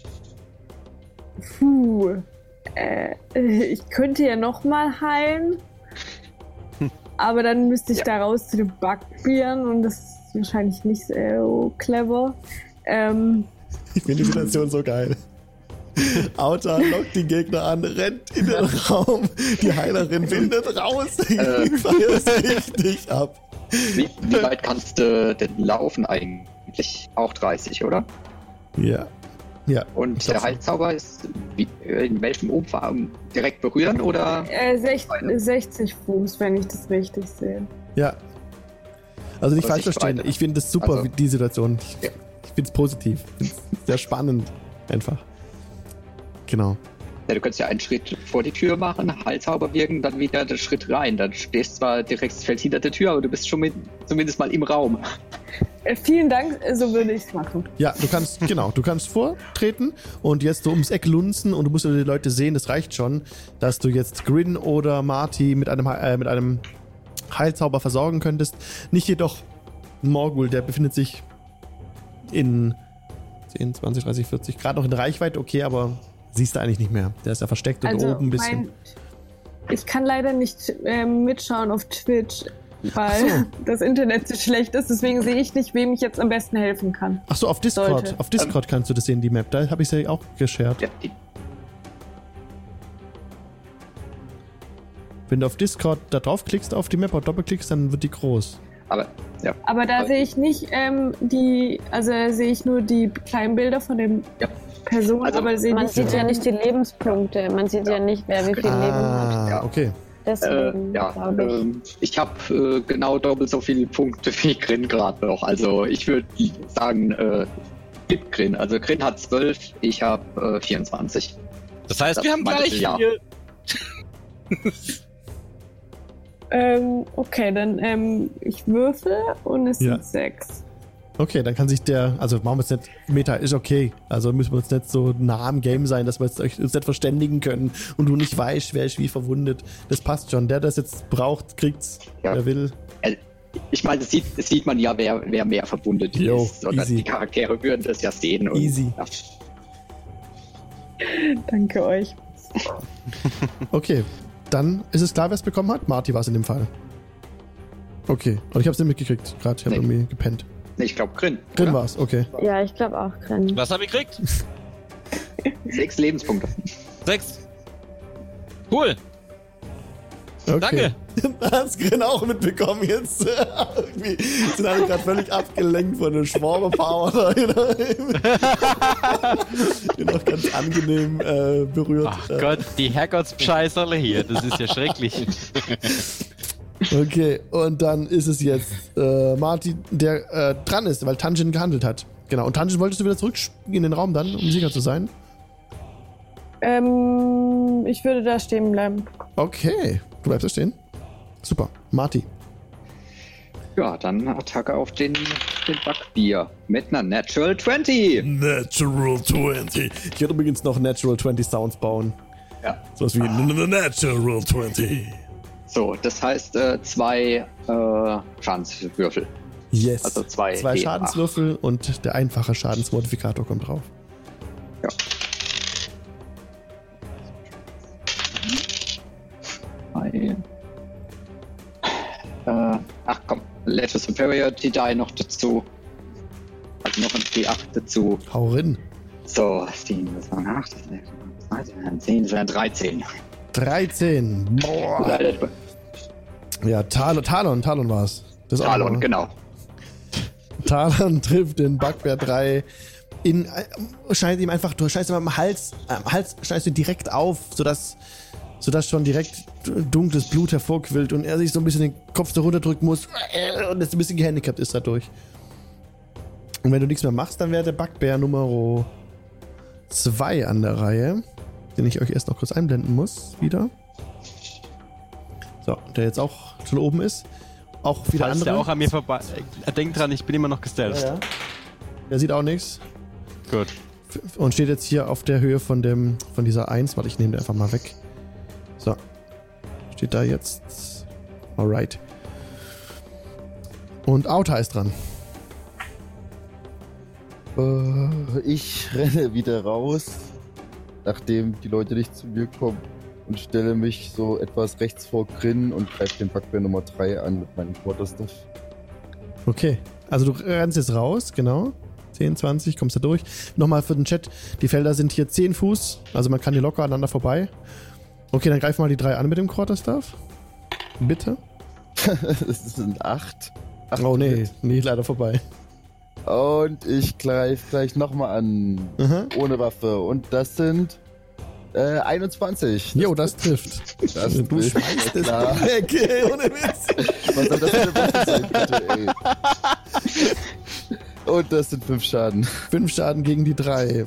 S6: Puh. Äh, ich könnte ja nochmal heilen. Aber dann müsste ich
S4: Ja.
S6: da raus zu den Bugbeeren und das ist wahrscheinlich nicht so clever. Ähm,
S1: Ich finde die Situation so geil. Auta lockt die Gegner an, rennt in den Raum, die Heilerin windet raus. Ich
S4: Äh.
S1: feiere es richtig ab.
S4: Wie, wie weit kannst du denn laufen eigentlich? Auch dreißig, oder?
S1: Ja. Ja.
S4: Und der Heilzauber ist wie, in welchem Umfang? Direkt berühren oder?
S6: Äh, sechzig, sechzig Fuß, wenn ich das richtig sehe.
S1: Ja. Also nicht
S4: Oder
S1: falsch verstehen.
S4: Sichtweite.
S1: Ich finde das super,
S4: Also-
S1: wie die Situation. Ich,
S4: Ja.
S1: ich finde es positiv. Ich finde es sehr spannend. Einfach. Genau.
S4: Ja, du könntest ja einen Schritt vor die Tür machen, Heilzauber wirken, dann wieder den Schritt rein. Dann stehst zwar direkt fällt hinter der Tür, aber du bist schon mit, zumindest mal im Raum.
S6: Äh, vielen Dank, so würde ich es machen.
S1: Ja, du kannst, genau, du kannst vortreten und jetzt so ums Eck lunzen und du musst die Leute sehen, das reicht schon, dass du jetzt Grin oder Marty mit einem, äh, mit einem Heilzauber versorgen könntest. Nicht jedoch Morgul, der befindet sich in zehn, zwanzig, dreißig, vierzig Grad noch in Reichweite, okay, aber siehst du eigentlich nicht mehr. Der ist ja versteckt und
S6: Also,
S1: oben ein bisschen.
S6: mein, ich kann leider nicht ähm, mitschauen auf Twitch, weil
S1: so.
S6: das Internet so schlecht ist. Deswegen sehe ich nicht, wem ich jetzt am besten helfen kann.
S1: Ach so, auf Discord.
S6: Sollte.
S1: Auf Discord kannst du das sehen, die Map. Da habe ich sie ja auch geshared.
S4: Ja, die,
S1: Wenn du auf Discord da draufklickst auf die Map oder doppelklickst, dann wird die groß.
S4: aber ja.
S6: Aber da
S4: Also-
S6: sehe ich nicht ähm, die, also da sehe ich nur die kleinen Bilder von den
S4: Ja.
S6: Personen,
S4: Also,
S6: aber sehe
S7: Man
S6: nicht,
S7: sieht ja nicht die Lebenspunkte. Man sieht ja, nicht, wer wie viel Leben hat.
S1: Ah,
S4: Ja.
S1: okay.
S7: Deswegen
S4: Äh, ja,
S7: glaube ich.
S4: ähm, ich habe äh, genau doppelt so viele Punkte wie Grin gerade noch. Also ich würde sagen, äh, gib Grin. Also Grin hat zwölf, ich habe äh, vierundzwanzig.
S3: Das heißt,
S4: Das
S3: wir haben
S4: meinte
S3: gleich
S4: ich, ja.
S3: viel.
S6: Ähm, okay, dann ähm, ich würfel und es
S1: Ja.
S6: sind sechs.
S1: Okay, dann kann sich der, also machen wir es nicht, Meta ist okay, also müssen wir uns nicht so nah am Game sein, dass wir jetzt euch uns nicht verständigen können und du nicht weißt, wer ist wie verwundet. Das passt schon, der, der das jetzt braucht, kriegt's,
S4: Ja.
S1: wer will.
S4: Äh, ich meine, das sieht, das sieht man ja, wer, wer mehr verbundet
S1: Jo,
S4: ist. Oder
S1: easy.
S4: die Charaktere würden das ja sehen. Und,
S1: Easy.
S4: Ja.
S6: Danke euch.
S1: Okay, dann ist es klar, wer es bekommen hat? Marty war es in dem Fall. Okay, und ich habe es nicht mitgekriegt, gerade, ich habe
S4: Nee.
S1: irgendwie gepennt.
S4: Nee, ich glaube Grin.
S1: Drin
S4: oder?
S1: war es, okay.
S7: Ja, ich glaube auch drin.
S3: Was habe ich gekriegt?
S4: Sechs Lebenspunkte.
S3: Sechs. Cool.
S1: Okay. Danke. Hast Grin auch mitbekommen jetzt. Irgendwie sind alle gerade völlig abgelenkt von der Schwarmer-Power da. Bin auch ganz angenehm äh, berührt.
S5: Ach
S1: Äh,
S5: Gott, die Herrgottsbescheißerle hier, das ist ja schrecklich.
S1: Okay, und dann ist es jetzt äh, Martin, der äh, dran ist, weil Tanjin gehandelt hat. Genau, und Tanjin, wolltest du wieder zurück in den Raum dann, um sicher zu sein?
S6: Ähm, ich würde da stehen bleiben.
S1: Okay, du bleibst da stehen. Super, Marty.
S4: Ja, dann Attacke auf den, den Backbier. Mit einer Natural zwanzig.
S1: Natural zwanzig. Ich werde übrigens noch Natural zwanzig Sounds bauen.
S4: Ja.
S1: Sowas wie Natural zwanzig.
S4: So, das heißt äh, zwei äh, Schadenswürfel.
S1: Yes.
S4: Also zwei
S1: Zwei
S4: D acht.
S1: Schadenswürfel und der einfache Schadensmodifikator kommt drauf.
S4: Ja. Zwei. Äh, ach komm, Letter Superiority Die noch dazu. Also noch ein D acht dazu.
S1: Hau rein.
S4: So, sieben, das waren acht, zehn, das wären dreizehn.
S1: dreizehn. Boah. Ja, Talon, Talon, Talon war es.
S4: Talon, genau.
S1: Talon trifft den Bugbear drei in, äh, schneidet ihm einfach, du schneidest ihm am Hals, am Hals schneidest du direkt auf, sodass, sodass schon direkt dunkles Blut hervorquillt und er sich so ein bisschen den Kopf da runterdrücken muss und jetzt ein bisschen gehandicapt ist dadurch. Und wenn du nichts mehr machst, dann wäre der Bugbear Nummer zwei an der Reihe, den ich euch erst noch kurz einblenden muss, wieder. So, der jetzt auch schon oben ist. Auch wieder
S5: Falls
S1: andere.
S5: der auch an mir vorbei. Äh, Denkt dran, ich bin immer noch gestellt.
S1: Ja, ja. Der sieht auch nichts.
S5: Gut.
S1: Und steht jetzt hier auf der Höhe von dem von dieser eins. Warte, ich nehme den einfach mal weg. So. Steht da jetzt. Alright. Und Auta ist dran.
S2: Äh, ich renne wieder raus, nachdem die Leute nicht zu mir kommen, und stelle mich so etwas rechts vor Grin und greife den Bugbear Nummer drei an mit meinem Quarterstaff.
S1: Okay. Also du rennst jetzt raus, genau. zehn, zwanzig, kommst da durch. Nochmal für den Chat. Die Felder sind hier zehn Fuß. Also man kann hier locker aneinander vorbei. Okay, dann greif mal die drei an mit dem Quarterstaff. Bitte.
S2: Das sind acht. acht
S1: Oh nee,
S2: Hit.
S1: nee, leider vorbei.
S2: Und ich greife gleich nochmal an.
S1: Aha.
S2: Ohne Waffe. Und das sind äh, einundzwanzig.
S1: Jo, das trifft.
S2: Das
S1: Du
S2: trifft,
S1: schmeißt es
S2: klar.
S1: weg, ey, ohne Witz.
S2: Was soll das für eine Waffe sein, bitte, ey? Und das sind fünf Schaden.
S1: Fünf Schaden gegen die drei.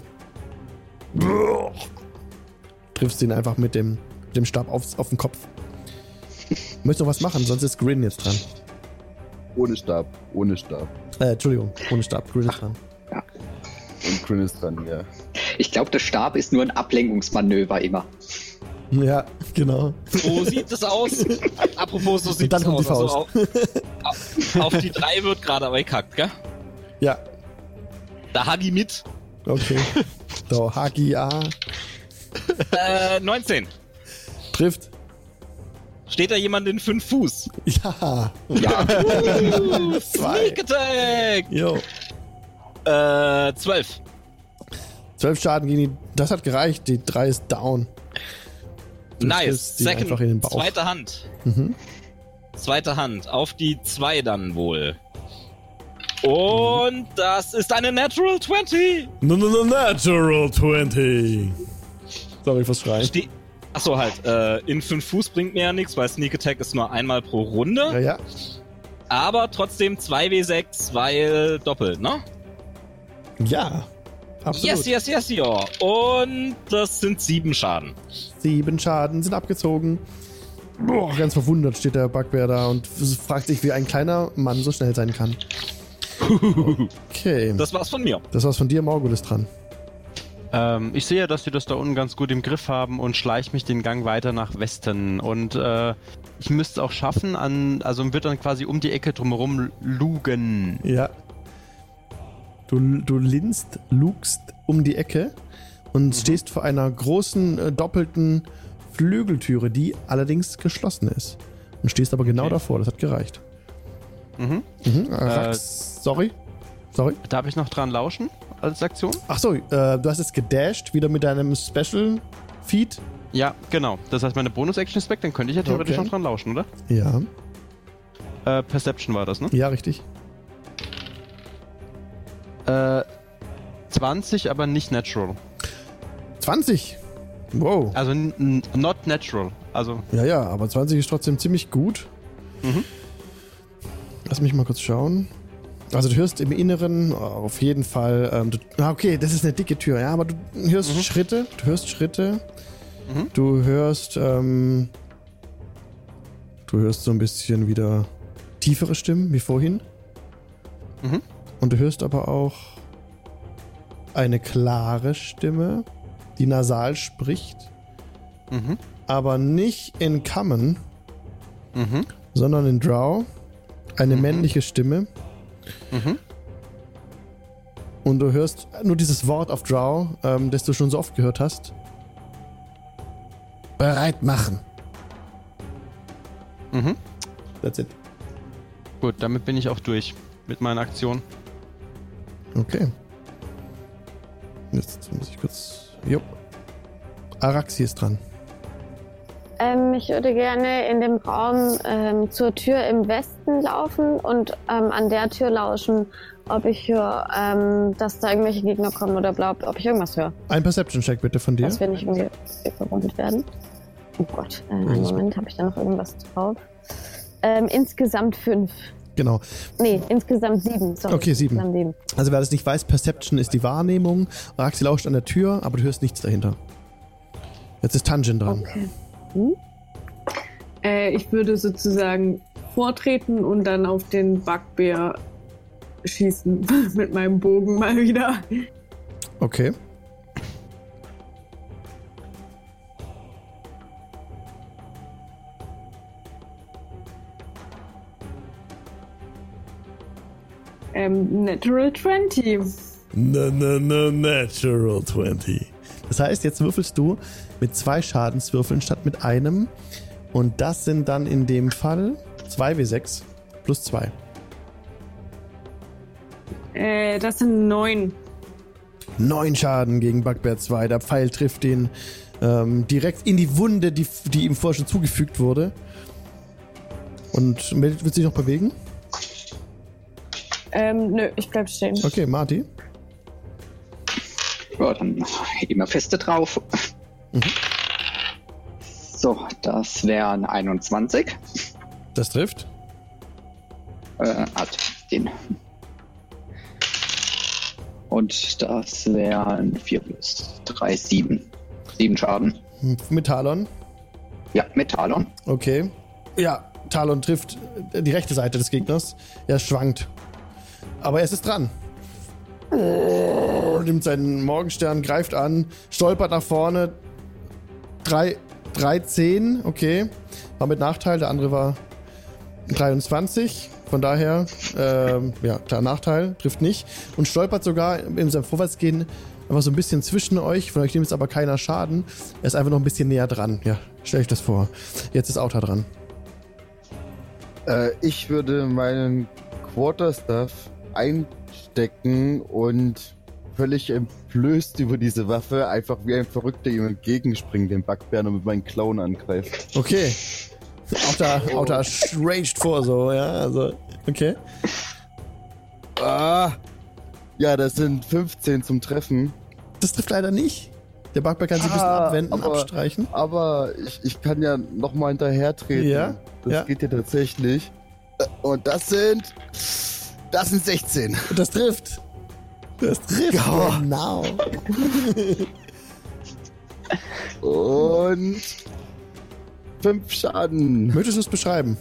S1: Triffst ihn einfach mit dem, mit dem Stab aufs, auf den Kopf. Möchtest du noch was machen? Sonst ist Grin jetzt dran.
S2: Ohne Stab. Ohne Stab.
S1: Äh, Entschuldigung, ohne Stab. Grin ist dran.
S2: Und Grin ist dran, ja.
S4: Ich glaube, der Stab ist nur ein Ablenkungsmanöver immer.
S1: Ja, genau.
S3: So sieht es aus. Apropos, so sieht
S1: dann
S3: es
S1: kommt die
S3: aus.
S1: Faust.
S3: Also auf, auf die drei wird gerade aber gekackt, gell?
S1: Ja,
S3: Da Hagi mit.
S1: okay. So, Haki, ja.
S3: Äh, neunzehn.
S1: Trifft.
S3: Steht da jemand in fünf Fuß?
S1: Ja.
S4: Ja,
S1: Zwei.
S3: Sneak Attack!
S1: Jo.
S3: Äh, zwölf.
S1: Zwölf Schaden gegen die. Das hat gereicht. Die drei ist down. Du
S3: Nice.
S1: triffst ihn
S3: Second.
S1: einfach in den Bauch.
S3: Zweite Hand.
S1: Mhm.
S3: Zweite Hand. Auf die zwei dann wohl. Und das ist eine Natural zwanzig.
S1: No, no, no, natural twenty. Soll ich was schreien?
S3: Ste Achso, halt. Äh, in fünf Fuß bringt mir ja nichts, weil Sneak Attack ist nur einmal pro Runde.
S1: Ja, ja.
S3: Aber trotzdem zwei W sechs, weil doppelt, ne?
S1: Ja. Absolut.
S3: Yes, yes, yes, ja. Und das sind sieben Schaden.
S1: Sieben Schaden sind abgezogen. Boah, ganz verwundert steht der Bugbear da und fragt sich, wie ein kleiner Mann so schnell sein kann. Okay.
S3: Das war's von mir.
S1: Das war's von dir, Morgul ist dran.
S5: Ähm, ich sehe, dass sie das da unten ganz gut im Griff haben und schleich mich den Gang weiter nach Westen. Und äh, ich müsste es auch schaffen, an, also wird dann quasi um die Ecke drumherum lugen.
S1: Ja. Du, du linst, lugst um die Ecke und mhm. stehst vor einer großen, äh, doppelten Flügeltüre, die allerdings geschlossen ist. Und stehst aber genau
S5: Okay.
S1: davor, das hat gereicht.
S5: Mhm.
S1: Mhm. Arax, sorry. Sorry.
S5: Darf ich noch dran lauschen als Aktion?
S1: Achso, äh, du hast jetzt gedasht, wieder mit deinem Special Feed.
S5: Ja, genau. Das heißt, meine Bonus-Action ist weg, dann könnte ich ja theoretisch
S1: Okay.
S5: noch dran lauschen, oder?
S1: Ja.
S5: Äh, Perception war das, ne?
S1: Ja, richtig.
S5: Äh, zwanzig, aber nicht natural.
S1: zwanzig. Wow.
S5: Also n- n- not natural. Also,
S1: Ja, ja, aber zwanzig ist trotzdem ziemlich gut.
S5: mhm.
S1: Lass mich mal kurz schauen. Also du hörst im Inneren auf jeden Fall, ähm, du, ah, okay, das ist eine dicke Tür, ja, aber du hörst
S5: Mhm.
S1: Schritte, du hörst Schritte,
S5: Mhm.
S1: du hörst, ähm, du hörst so ein bisschen wieder tiefere Stimmen wie vorhin.
S5: Mhm.
S1: Und du hörst aber auch eine klare Stimme, die nasal spricht,
S5: Mhm.
S1: aber nicht in Common,
S5: Mhm.
S1: sondern in Drow. Eine
S5: Mhm.
S1: männliche Stimme.
S5: Mhm.
S1: Und du hörst nur dieses Wort auf Drow, ähm, das du schon so oft gehört hast. Bereit machen.
S5: Mhm.
S1: That's it.
S5: Gut, damit bin ich auch durch mit meiner Aktion.
S1: Okay. Jetzt muss ich kurz... Jo. Araxi ist dran.
S7: Ähm, ich würde gerne in dem Raum ähm, zur Tür im Westen laufen und ähm, an der Tür lauschen, ob ich höre, ähm, dass da irgendwelche Gegner kommen oder glaub, ob ich irgendwas höre.
S1: Ein Perception-Check bitte von dir.
S7: Dass wir nicht irgendwie verwundet werden. Oh Gott, äh, einen Moment, habe ich da noch irgendwas drauf? Ähm, insgesamt fünf.
S1: Genau.
S7: Nee, insgesamt sieben. Sorry.
S1: Okay, sieben.
S7: Insgesamt sieben.
S1: Also wer das nicht weiß, Perception ist die Wahrnehmung. Araxi lauscht an der Tür, aber du hörst nichts dahinter. Jetzt ist Tanjin dran.
S7: Okay.
S6: Äh, ich würde sozusagen vortreten und dann auf den Bugbear schießen mit meinem Bogen mal wieder.
S1: Okay.
S6: Ähm, Natural zwanzig.
S1: No, no, no, natural twenty. Das heißt, jetzt würfelst du mit zwei Schadenswürfeln statt mit einem. Und das sind dann in dem Fall zwei W sechs plus zwei.
S6: Äh, das sind neun.
S1: Neun Schaden gegen Bugbear zwei. Der Pfeil trifft ihn ähm, direkt in die Wunde, die, die ihm vorher schon zugefügt wurde. Und Mel, willst du dich noch bewegen?
S6: Ähm, nö, ich bleib stehen.
S1: Okay, Marty.
S4: Ja, dann immer feste drauf.
S1: Mhm.
S4: So, das wären einundzwanzig.
S1: Das trifft.
S4: Äh, hat den. Und das wären vier plus drei, sieben. sieben Schaden.
S1: Mit Talon.
S4: Ja, mit Talon.
S1: Okay. Ja, Talon trifft die rechte Seite des Gegners. Er schwankt. Aber es ist dran. Nimmt seinen Morgenstern, greift an, stolpert nach vorne. drei, dreizehn, okay. War mit Nachteil, der andere war dreiundzwanzig. Von daher, ähm, ja, klar, Nachteil, trifft nicht. Und stolpert sogar in seinem Vorwärtsgehen einfach so ein bisschen zwischen euch. Von euch nimmt jetzt aber keiner Schaden. Er ist einfach noch ein bisschen näher dran. Ja, stell euch das vor. Jetzt ist Auta dran.
S2: Äh, ich würde meinen Quarterstaff einstecken und völlig entblößt über diese Waffe einfach wie ein Verrückter ihm entgegenspringen, den Backbären, und mit meinen Klauen angreifen.
S1: Okay. Auta, Auta raged vor so, ja, also, okay.
S2: Ah, ja, das sind fünfzehn zum Treffen.
S1: Das trifft leider nicht. Der Backbär kann sich ein bisschen
S2: Ah,
S1: abwenden,
S2: aber-
S1: abstreichen.
S2: Aber ich, ich kann ja nochmal hinterher treten.
S1: Ja,
S2: Das
S1: ja.
S2: geht ja tatsächlich. Und das sind... Das sind sechzehn.
S1: Und das trifft. Das trifft,
S2: Ja.
S1: genau.
S2: Und... fünf Schaden.
S1: Möchtest du es beschreiben?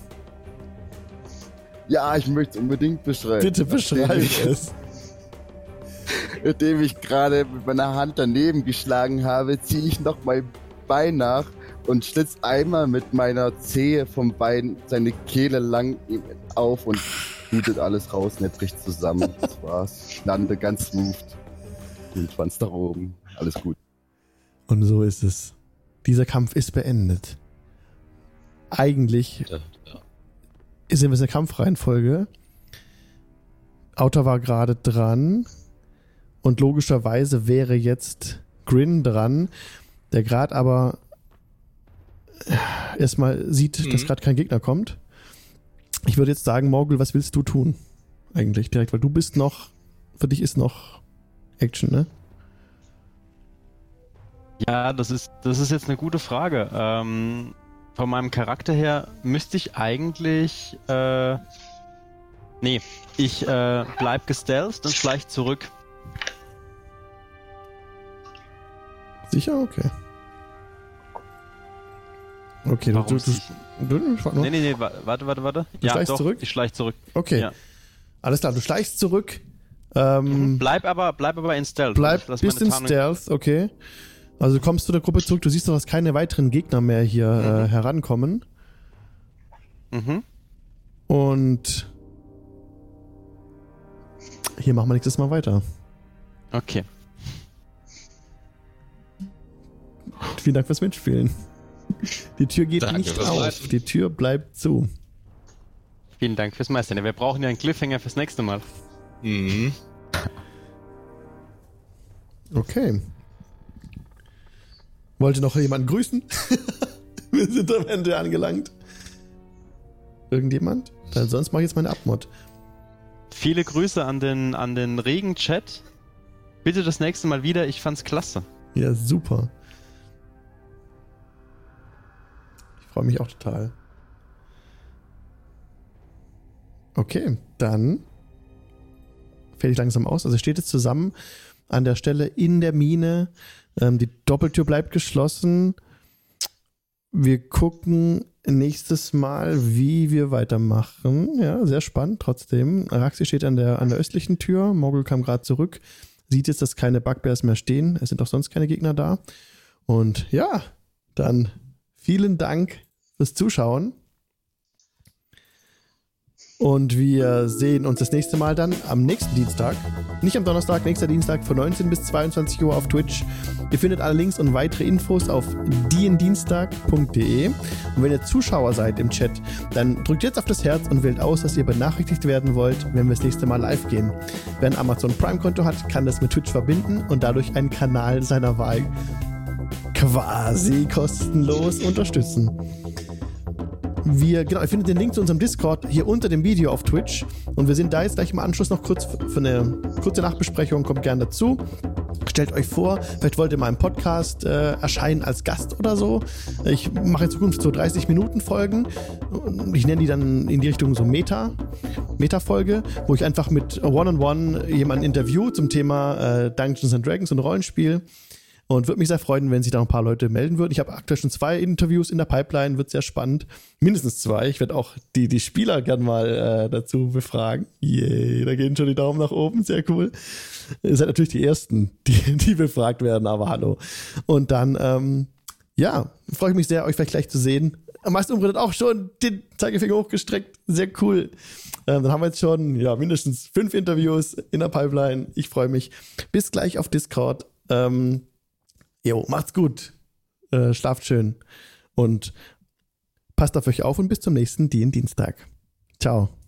S2: Ja, ich möchte es unbedingt beschreiben.
S1: Bitte beschreib
S2: Nachdem ich-
S1: es.
S2: Nachdem ich gerade mit meiner Hand daneben geschlagen habe, ziehe ich noch mein Bein nach und schlitz einmal mit meiner Zehe vom Bein seine Kehle lang ihm auf und blutet alles raus und er bricht zusammen. Das war's. Ich lande ganz smooth. Den Schwanz nach oben. Alles gut.
S1: Und so ist es. Dieser Kampf ist beendet. Eigentlich
S3: Ja, ja.
S1: sind wir in der Kampfreihenfolge. Auta war gerade dran. Und logischerweise wäre jetzt Grin dran, der gerade aber erstmal sieht,
S3: Mhm.
S1: dass gerade kein Gegner kommt. Ich würde jetzt sagen, Morgul, was willst du tun? Eigentlich direkt, weil du bist noch, für dich ist noch Action, ne?
S5: Ja, das ist, das ist jetzt eine gute Frage. Ähm, von meinem Charakter her müsste ich eigentlich. Äh, nee, ich äh, bleib gestealthed und schleich zurück.
S1: Sicher? Okay. Okay, du,
S5: Warum
S1: du, du,
S5: sich-
S1: du, du,
S5: Nee, nee, nee, wa- warte, warte, warte.
S1: Du schleichst zurück?
S5: Ich schleich zurück.
S1: Okay,
S5: Ja.
S1: alles klar, du schleichst zurück. Ähm,
S5: Bleib aber, bleib aber in Stealth.
S1: Bleib
S5: Lass
S1: bis
S5: meine
S1: in
S5: Tarnung-
S1: Stealth, okay. Also du kommst zu der Gruppe zurück, du siehst doch, dass keine weiteren Gegner mehr hier äh, herankommen.
S5: Mhm.
S1: Und hier machen wir nächstes Mal weiter.
S5: Okay.
S1: Vielen Dank fürs Mitspielen. Die Tür geht
S3: Danke
S1: nicht
S3: fürs
S1: auf,
S3: Leiten.
S1: die Tür bleibt zu.
S5: Vielen Dank fürs Meistern. Wir brauchen ja einen Cliffhanger fürs nächste Mal.
S3: Mhm.
S1: Okay. Wollte noch jemand grüßen? Wir sind am Ende angelangt. Irgendjemand? Dann sonst mache ich jetzt meine Abmod.
S5: Viele Grüße an den, an den regen Chat. Bitte das nächste Mal wieder. Ich fand's klasse.
S1: Ja, super. Ich freue mich auch total. Okay, dann fällt ich langsam aus. Also steht es zusammen an der Stelle in der Mine. Ähm, die Doppeltür bleibt geschlossen. Wir gucken nächstes Mal, wie wir weitermachen. Ja, sehr spannend trotzdem. Araxi steht an der, an der östlichen Tür. Morgul kam gerade zurück. Sieht jetzt, dass keine Bugbears mehr stehen. Es sind auch sonst keine Gegner da. Und ja, dann vielen Dank fürs Zuschauen. Und wir sehen uns das nächste Mal dann am nächsten Dienstag. Nicht am Donnerstag, nächster Dienstag von neunzehn bis zweiundzwanzig Uhr auf Twitch. Ihr findet alle Links und weitere Infos auf diendienstag punkt de. Und wenn ihr Zuschauer seid im Chat, dann drückt jetzt auf das Herz und wählt aus, dass ihr benachrichtigt werden wollt, wenn wir das nächste Mal live gehen. Wer ein Amazon Prime-Konto hat, kann das mit Twitch verbinden und dadurch einen Kanal seiner Wahl quasi kostenlos unterstützen. wir, genau, ihr findet den Link zu unserem Discord hier unter dem Video auf Twitch. Und wir sind da jetzt gleich im Anschluss noch kurz für eine kurze Nachbesprechung. Kommt gerne dazu. Stellt euch vor, vielleicht wollt ihr mal im Podcast äh, erscheinen als Gast oder so. Ich mache in Zukunft so dreißig Minuten Folgen. Ich nenne die dann in die Richtung so Meta, Meta-Folge, wo ich einfach mit One-on-One jemanden interview zum Thema äh, Dungeons and Dragons und Rollenspiel. Und würde mich sehr freuen, wenn sich da noch ein paar Leute melden würden. Ich habe aktuell schon zwei Interviews in der Pipeline, wird sehr spannend. Mindestens zwei. Ich werde auch die, die Spieler gern mal äh, dazu befragen. Yay, da gehen schon die Daumen nach oben, sehr cool. Ihr seid natürlich die Ersten, die, die befragt werden, aber hallo. Und dann, ähm, ja, freue ich mich sehr, euch vielleicht gleich zu sehen. Meister Umbrit hat auch schon den Zeigefinger hochgestreckt. Sehr cool. Ähm, dann haben wir jetzt schon ja, mindestens fünf Interviews in der Pipeline. Ich freue mich. Bis gleich auf Discord. Ähm, Jo, macht's gut. Äh, schlaft schön. Und passt auf euch auf und bis zum nächsten D und D Dienstag. Ciao.